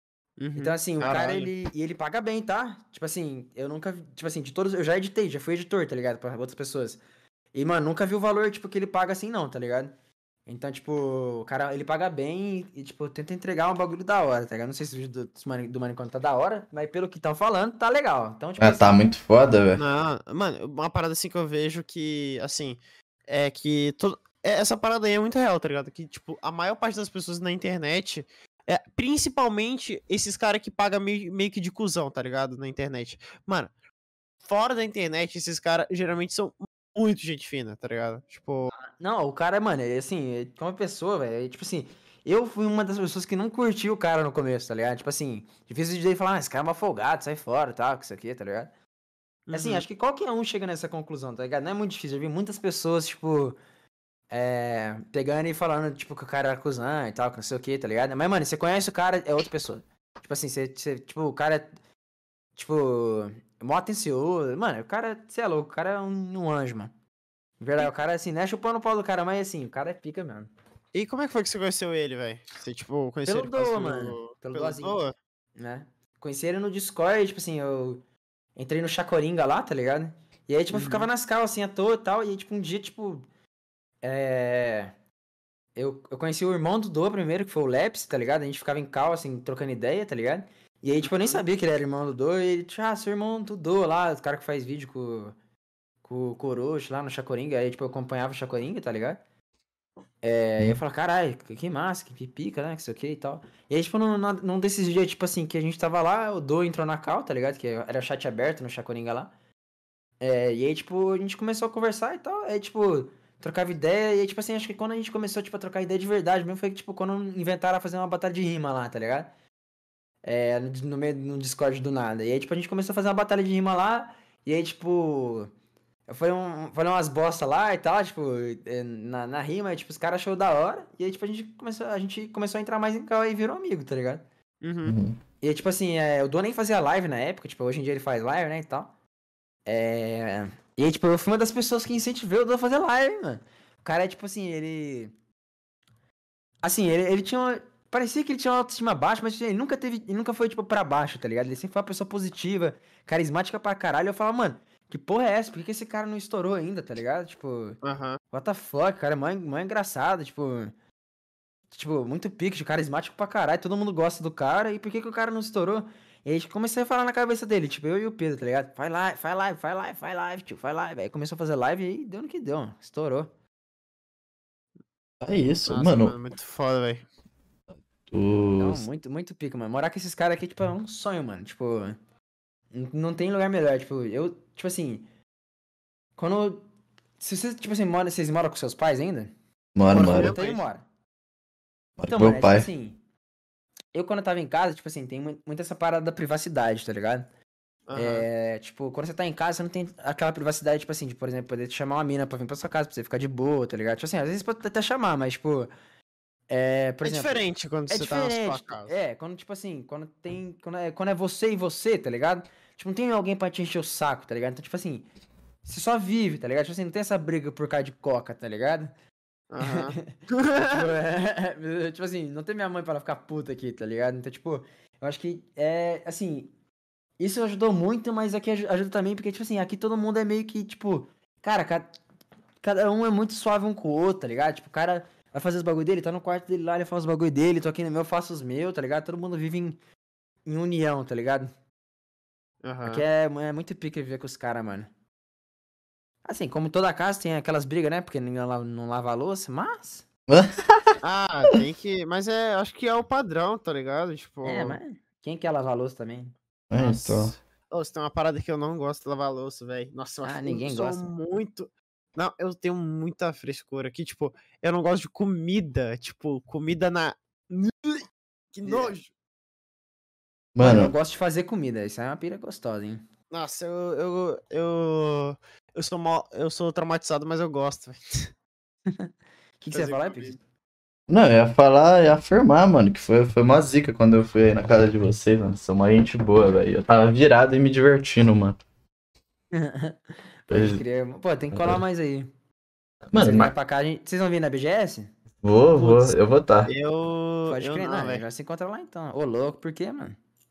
Uhum. Então, assim, o cara, Caralho. ele paga bem, tá? Tipo assim, eu nunca, tipo assim, de todos, eu já editei, já fui editor, tá ligado? Pra outras pessoas. E, mano, nunca vi o valor, tipo, que ele paga assim, não, tá ligado? Então, tipo, o cara, ele paga bem e, tipo, tenta entregar um bagulho da hora, tá ligado? Não sei se o vídeo do Manicômio tá da hora, mas pelo que estão falando, tá legal. Então, tipo Ah, tá assim, muito foda, velho. Não, mano, uma parada assim que eu vejo que, assim, é que essa parada aí é muito real, tá ligado? Que, tipo, a maior parte das pessoas na internet, principalmente esses caras que pagam meio que de cuzão, tá ligado? Na internet. Mano, fora da internet, esses caras geralmente são muito gente fina, tá ligado? Tipo, não, o cara, mano, assim, como pessoa, velho, tipo assim, eu fui uma das pessoas que não curtiu o cara no começo, tá ligado? Tipo assim, difícil de falar, esse cara é uma folgado, sai fora e tal, com isso aqui, tá ligado? Assim, uhum. acho que qualquer um chega nessa conclusão, tá ligado? Não é muito difícil, eu vi muitas pessoas, tipo, pegando e falando, tipo, que o cara era cuzão e tal, que não sei o que, tá ligado? Mas, mano, você conhece o cara, é outra pessoa. Tipo assim, tipo, o cara é, tipo, mó atencioso. Mano, o cara, você é louco, o cara é um anjo, mano. De verdade, o cara, assim, não é chupando o pau do cara, mas, assim, o cara é pica mesmo. E como é que foi que você conheceu ele, velho? Você, tipo, conheceu Pelo ele por causa Doa, mano. Pelo pelo Doazinho, Doa? né? Conheci ele no Discord, tipo assim, eu entrei no Chacoringa lá, tá ligado? E aí, tipo, eu ficava Uhum. nas calças, assim, à toa e tal. E aí, tipo, um dia, tipo, eu conheci o irmão do Doa primeiro, que foi o Leps, tá ligado? A gente ficava em cal, assim, trocando ideia, tá ligado? E aí, tipo, eu nem Uhum. sabia que ele era irmão do Doa. E ele, tipo, seu irmão do Doa lá, o cara que faz vídeo com o Corocho lá no Chacoringa. Aí, tipo, eu acompanhava o Chacoringa, tá ligado? E eu falo, caralho, que massa, que pica, né? Que sei o que e tal. E aí, tipo, num desses dias, tipo assim, que a gente tava lá, o Do entrou na call, tá ligado? Que era chat aberto no Chacoringa lá. E aí, tipo, a gente começou a conversar e tal. Aí, tipo, trocava ideia. E aí, tipo assim, acho que quando a gente começou, tipo, a trocar ideia de verdade mesmo, foi que, tipo, quando inventaram a fazer uma batalha de rima lá, tá ligado? No meio, no Discord do nada. E aí, tipo, a gente começou a fazer uma batalha de rima lá. E aí, tipo. Eu falei umas bosta lá e tal, tipo, na rima, e, tipo, os caras achou da hora. E aí, tipo, a gente começou a entrar mais em cal e virou amigo, tá ligado? Uhum. Uhum. E aí, tipo assim, o Dô nem fazia live na época, tipo, hoje em dia ele faz live, né, e tal. E aí, tipo, eu fui uma das pessoas que incentivou o Dô a fazer live, mano. O cara é, tipo assim, ele... Assim, ele tinha uma... Parecia que ele tinha uma autoestima baixa, mas assim, ele nunca foi, tipo, pra baixo, tá ligado? Ele sempre foi uma pessoa positiva, carismática pra caralho. Eu falava, mano, que porra é essa? Por que esse cara não estourou ainda, tá ligado? Tipo... Aham. What the fuck, cara, mó engraçado, tipo, muito pique, carismático pra caralho, todo mundo gosta do cara, e por que que o cara não estourou? E aí comecei a falar na cabeça dele, tipo, eu e o Pedro, tá ligado? Faz live, faz live, faz live, faz live, tio, faz live. Aí começou a fazer live e aí deu no que deu, mano, estourou. É isso, Nossa, mano. mano, muito foda, velho. Não, Os... muito, muito pica, mano. Morar com esses caras aqui, tipo, é um sonho, mano, tipo, não tem lugar melhor, tipo, tipo assim, quando, se você, tipo assim, vocês moram com seus pais ainda? Mano, Moro com mano. meu Eu também pai. moro. Moro Então, com mano, meu é tipo pai. assim, eu quando eu tava em casa, tipo assim, tem muito essa parada da privacidade, tá ligado? Aham. Tipo, quando você tá em casa, você não tem aquela privacidade, tipo assim, de, por exemplo, poder te chamar uma mina pra vir pra sua casa, pra você ficar de boa, tá ligado? Tipo assim, às vezes pode até chamar, mas, tipo, por É exemplo, diferente quando é você tá na sua diferente. casa. Quando, tipo assim, quando é você e você, tá ligado? Tipo, não tem alguém pra te encher o saco, tá ligado? Então, tipo assim, você só vive, tá ligado? Tipo assim, não tem essa briga por causa de coca, tá ligado? Aham. Tipo, tipo assim, não tem minha mãe pra ela ficar puta aqui, tá ligado? Então, tipo, eu acho que, assim, isso ajudou muito, mas aqui ajuda também, porque, tipo assim, aqui todo mundo é meio que, tipo, cara, cada um é muito suave um com o outro, tá ligado? Tipo, o cara vai fazer os bagulho dele, tá no quarto dele lá, ele faz os bagulho dele, tô aqui no meu, eu faço os meus, tá ligado? Todo mundo vive em união, tá ligado? Aqui Aham. é muito pique viver com os caras, mano. Assim, como toda casa tem aquelas brigas, né? Porque ninguém não lava a louça, mas... Ah, tem que. Mas acho que é o padrão, tá ligado? Tipo. Mas quem quer lavar a louça também? É, então. Nossa. Ô, se tem uma parada que eu não gosto de lavar louça, velho. Nossa, Ah, eu ninguém sou gosta. muito. Não, eu tenho muita frescura aqui, tipo, eu não gosto de comida. Tipo, comida na. Que nojo! Mano, eu Mano, gosto de fazer comida. Isso é uma pira gostosa, hein? Nossa, eu sou traumatizado, mas eu gosto, velho. O que você ia Fazer falar, Pix? comida. não, eu ia falar, ia afirmar, mano, que foi uma zica quando eu fui aí na casa de vocês, mano. São uma gente boa, velho. Eu tava virado e me divertindo, mano. Pode Pois- crer. Pô, tem que colar mais aí. Mano, Vocês vierem pra cá, vocês vão vir na BGS? vou, Putz, eu vou tá. Pode eu crer, não, não, velho. já se encontra lá então. Ô, louco, por quê, mano?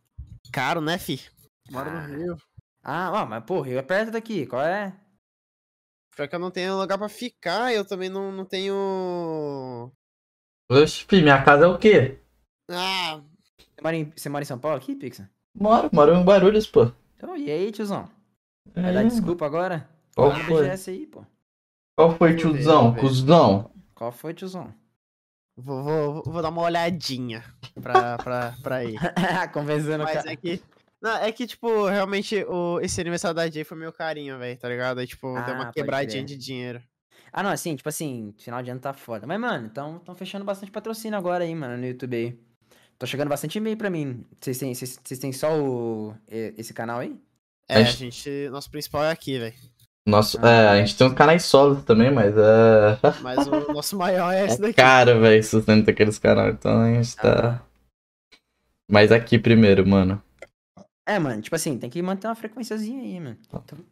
Caro, né, fi? Moro no Ah. Rio. Ah, mas pô, Rio é perto daqui, qual é? Pior que eu não tenho lugar pra ficar, eu também não tenho... Oxe, fi, minha casa é o quê? Ah, Você mora em São Paulo aqui, Pixa? Moro em Guarulhos, pô. Então, e aí, tiozão? Vai dar É, desculpa agora? Qual Fala no foi? BGS aí, pô. Qual foi, Vou ver, tiozão? vou ver. Cusão? Qual foi, tiozão? vou dar uma olhadinha pra ir. Conversando, Mas cara. é que... Não, é que, tipo, realmente, esse aniversário da Jay foi meu carinho, velho, tá ligado? Aí, tipo, deu uma Pode quebradinha crer. de dinheiro. Ah, não, assim, tipo assim, final de ano tá foda. Mas, mano, tão fechando bastante patrocínio agora aí, mano, no YouTube aí. Tô chegando bastante e-mail pra mim. Vocês têm só esse canal aí? É, A nosso principal é aqui, velho. a gente tem uns canais solos também, mas Mas o nosso maior é esse é daqui. caro, velho, sustento aqueles canais. Então a gente tá. Mas aqui primeiro, mano. É, mano, tipo assim, tem que manter uma frequenciazinha aí, mano.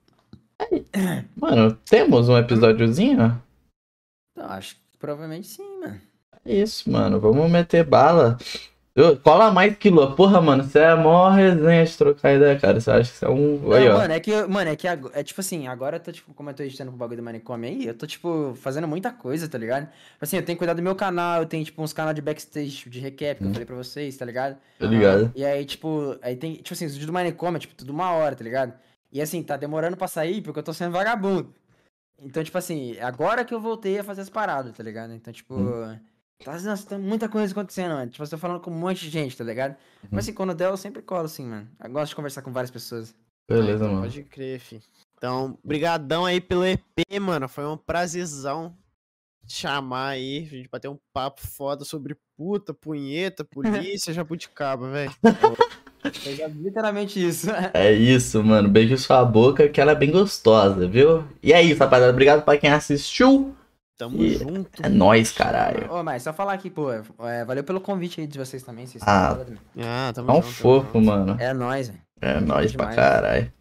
Mano, temos um episódiozinho? Então, acho que provavelmente sim, mano. É isso, mano. Vamos meter bala. Cola mais que Lua. Porra, mano, você é a maior resenha de trocar ideia, cara. Você acha que você é um. Não, Aí, ó. mano, é tipo assim, agora eu tô, tipo, como eu tô editando pro bagulho do manicômio aí, eu tô, tipo, fazendo muita coisa, tá ligado? Assim, eu tenho que cuidar do meu canal, eu tenho, tipo, uns canais de backstage, de recap, que eu falei pra vocês, tá ligado? Tá ligado? E aí, tipo, aí tem, tipo assim, os vídeos do manicômio, é, tipo, tudo 1 hora, tá ligado? E assim, tá demorando pra sair porque eu tô sendo vagabundo. Então, tipo assim, agora que eu voltei a fazer as paradas, tá ligado? Então, tipo, nossa, tem muita coisa acontecendo, mano. Tipo, eu tô falando com um monte de gente, tá ligado? Mas assim, quando der, eu sempre colo, assim, mano. Eu gosto de conversar com várias pessoas. Beleza, Então, mano. pode crer, fi. Então, brigadão aí pelo EP, mano. Foi um prazerzão te chamar aí, a gente bater um papo foda sobre puta, punheta, polícia, jabuticaba, velho. Foi literalmente isso. É isso, mano. Beijo sua boca, que ela é bem gostosa, viu? E é isso, rapaziada. Obrigado pra quem assistiu. Tamo E junto. é nóis, caralho. Ô, mas só falar aqui, pô, valeu pelo convite aí de vocês também. Vocês Ah, são foda, né? Ah, tamo É um junto. fofo, mano. É nóis, velho. É nóis pra demais. caralho.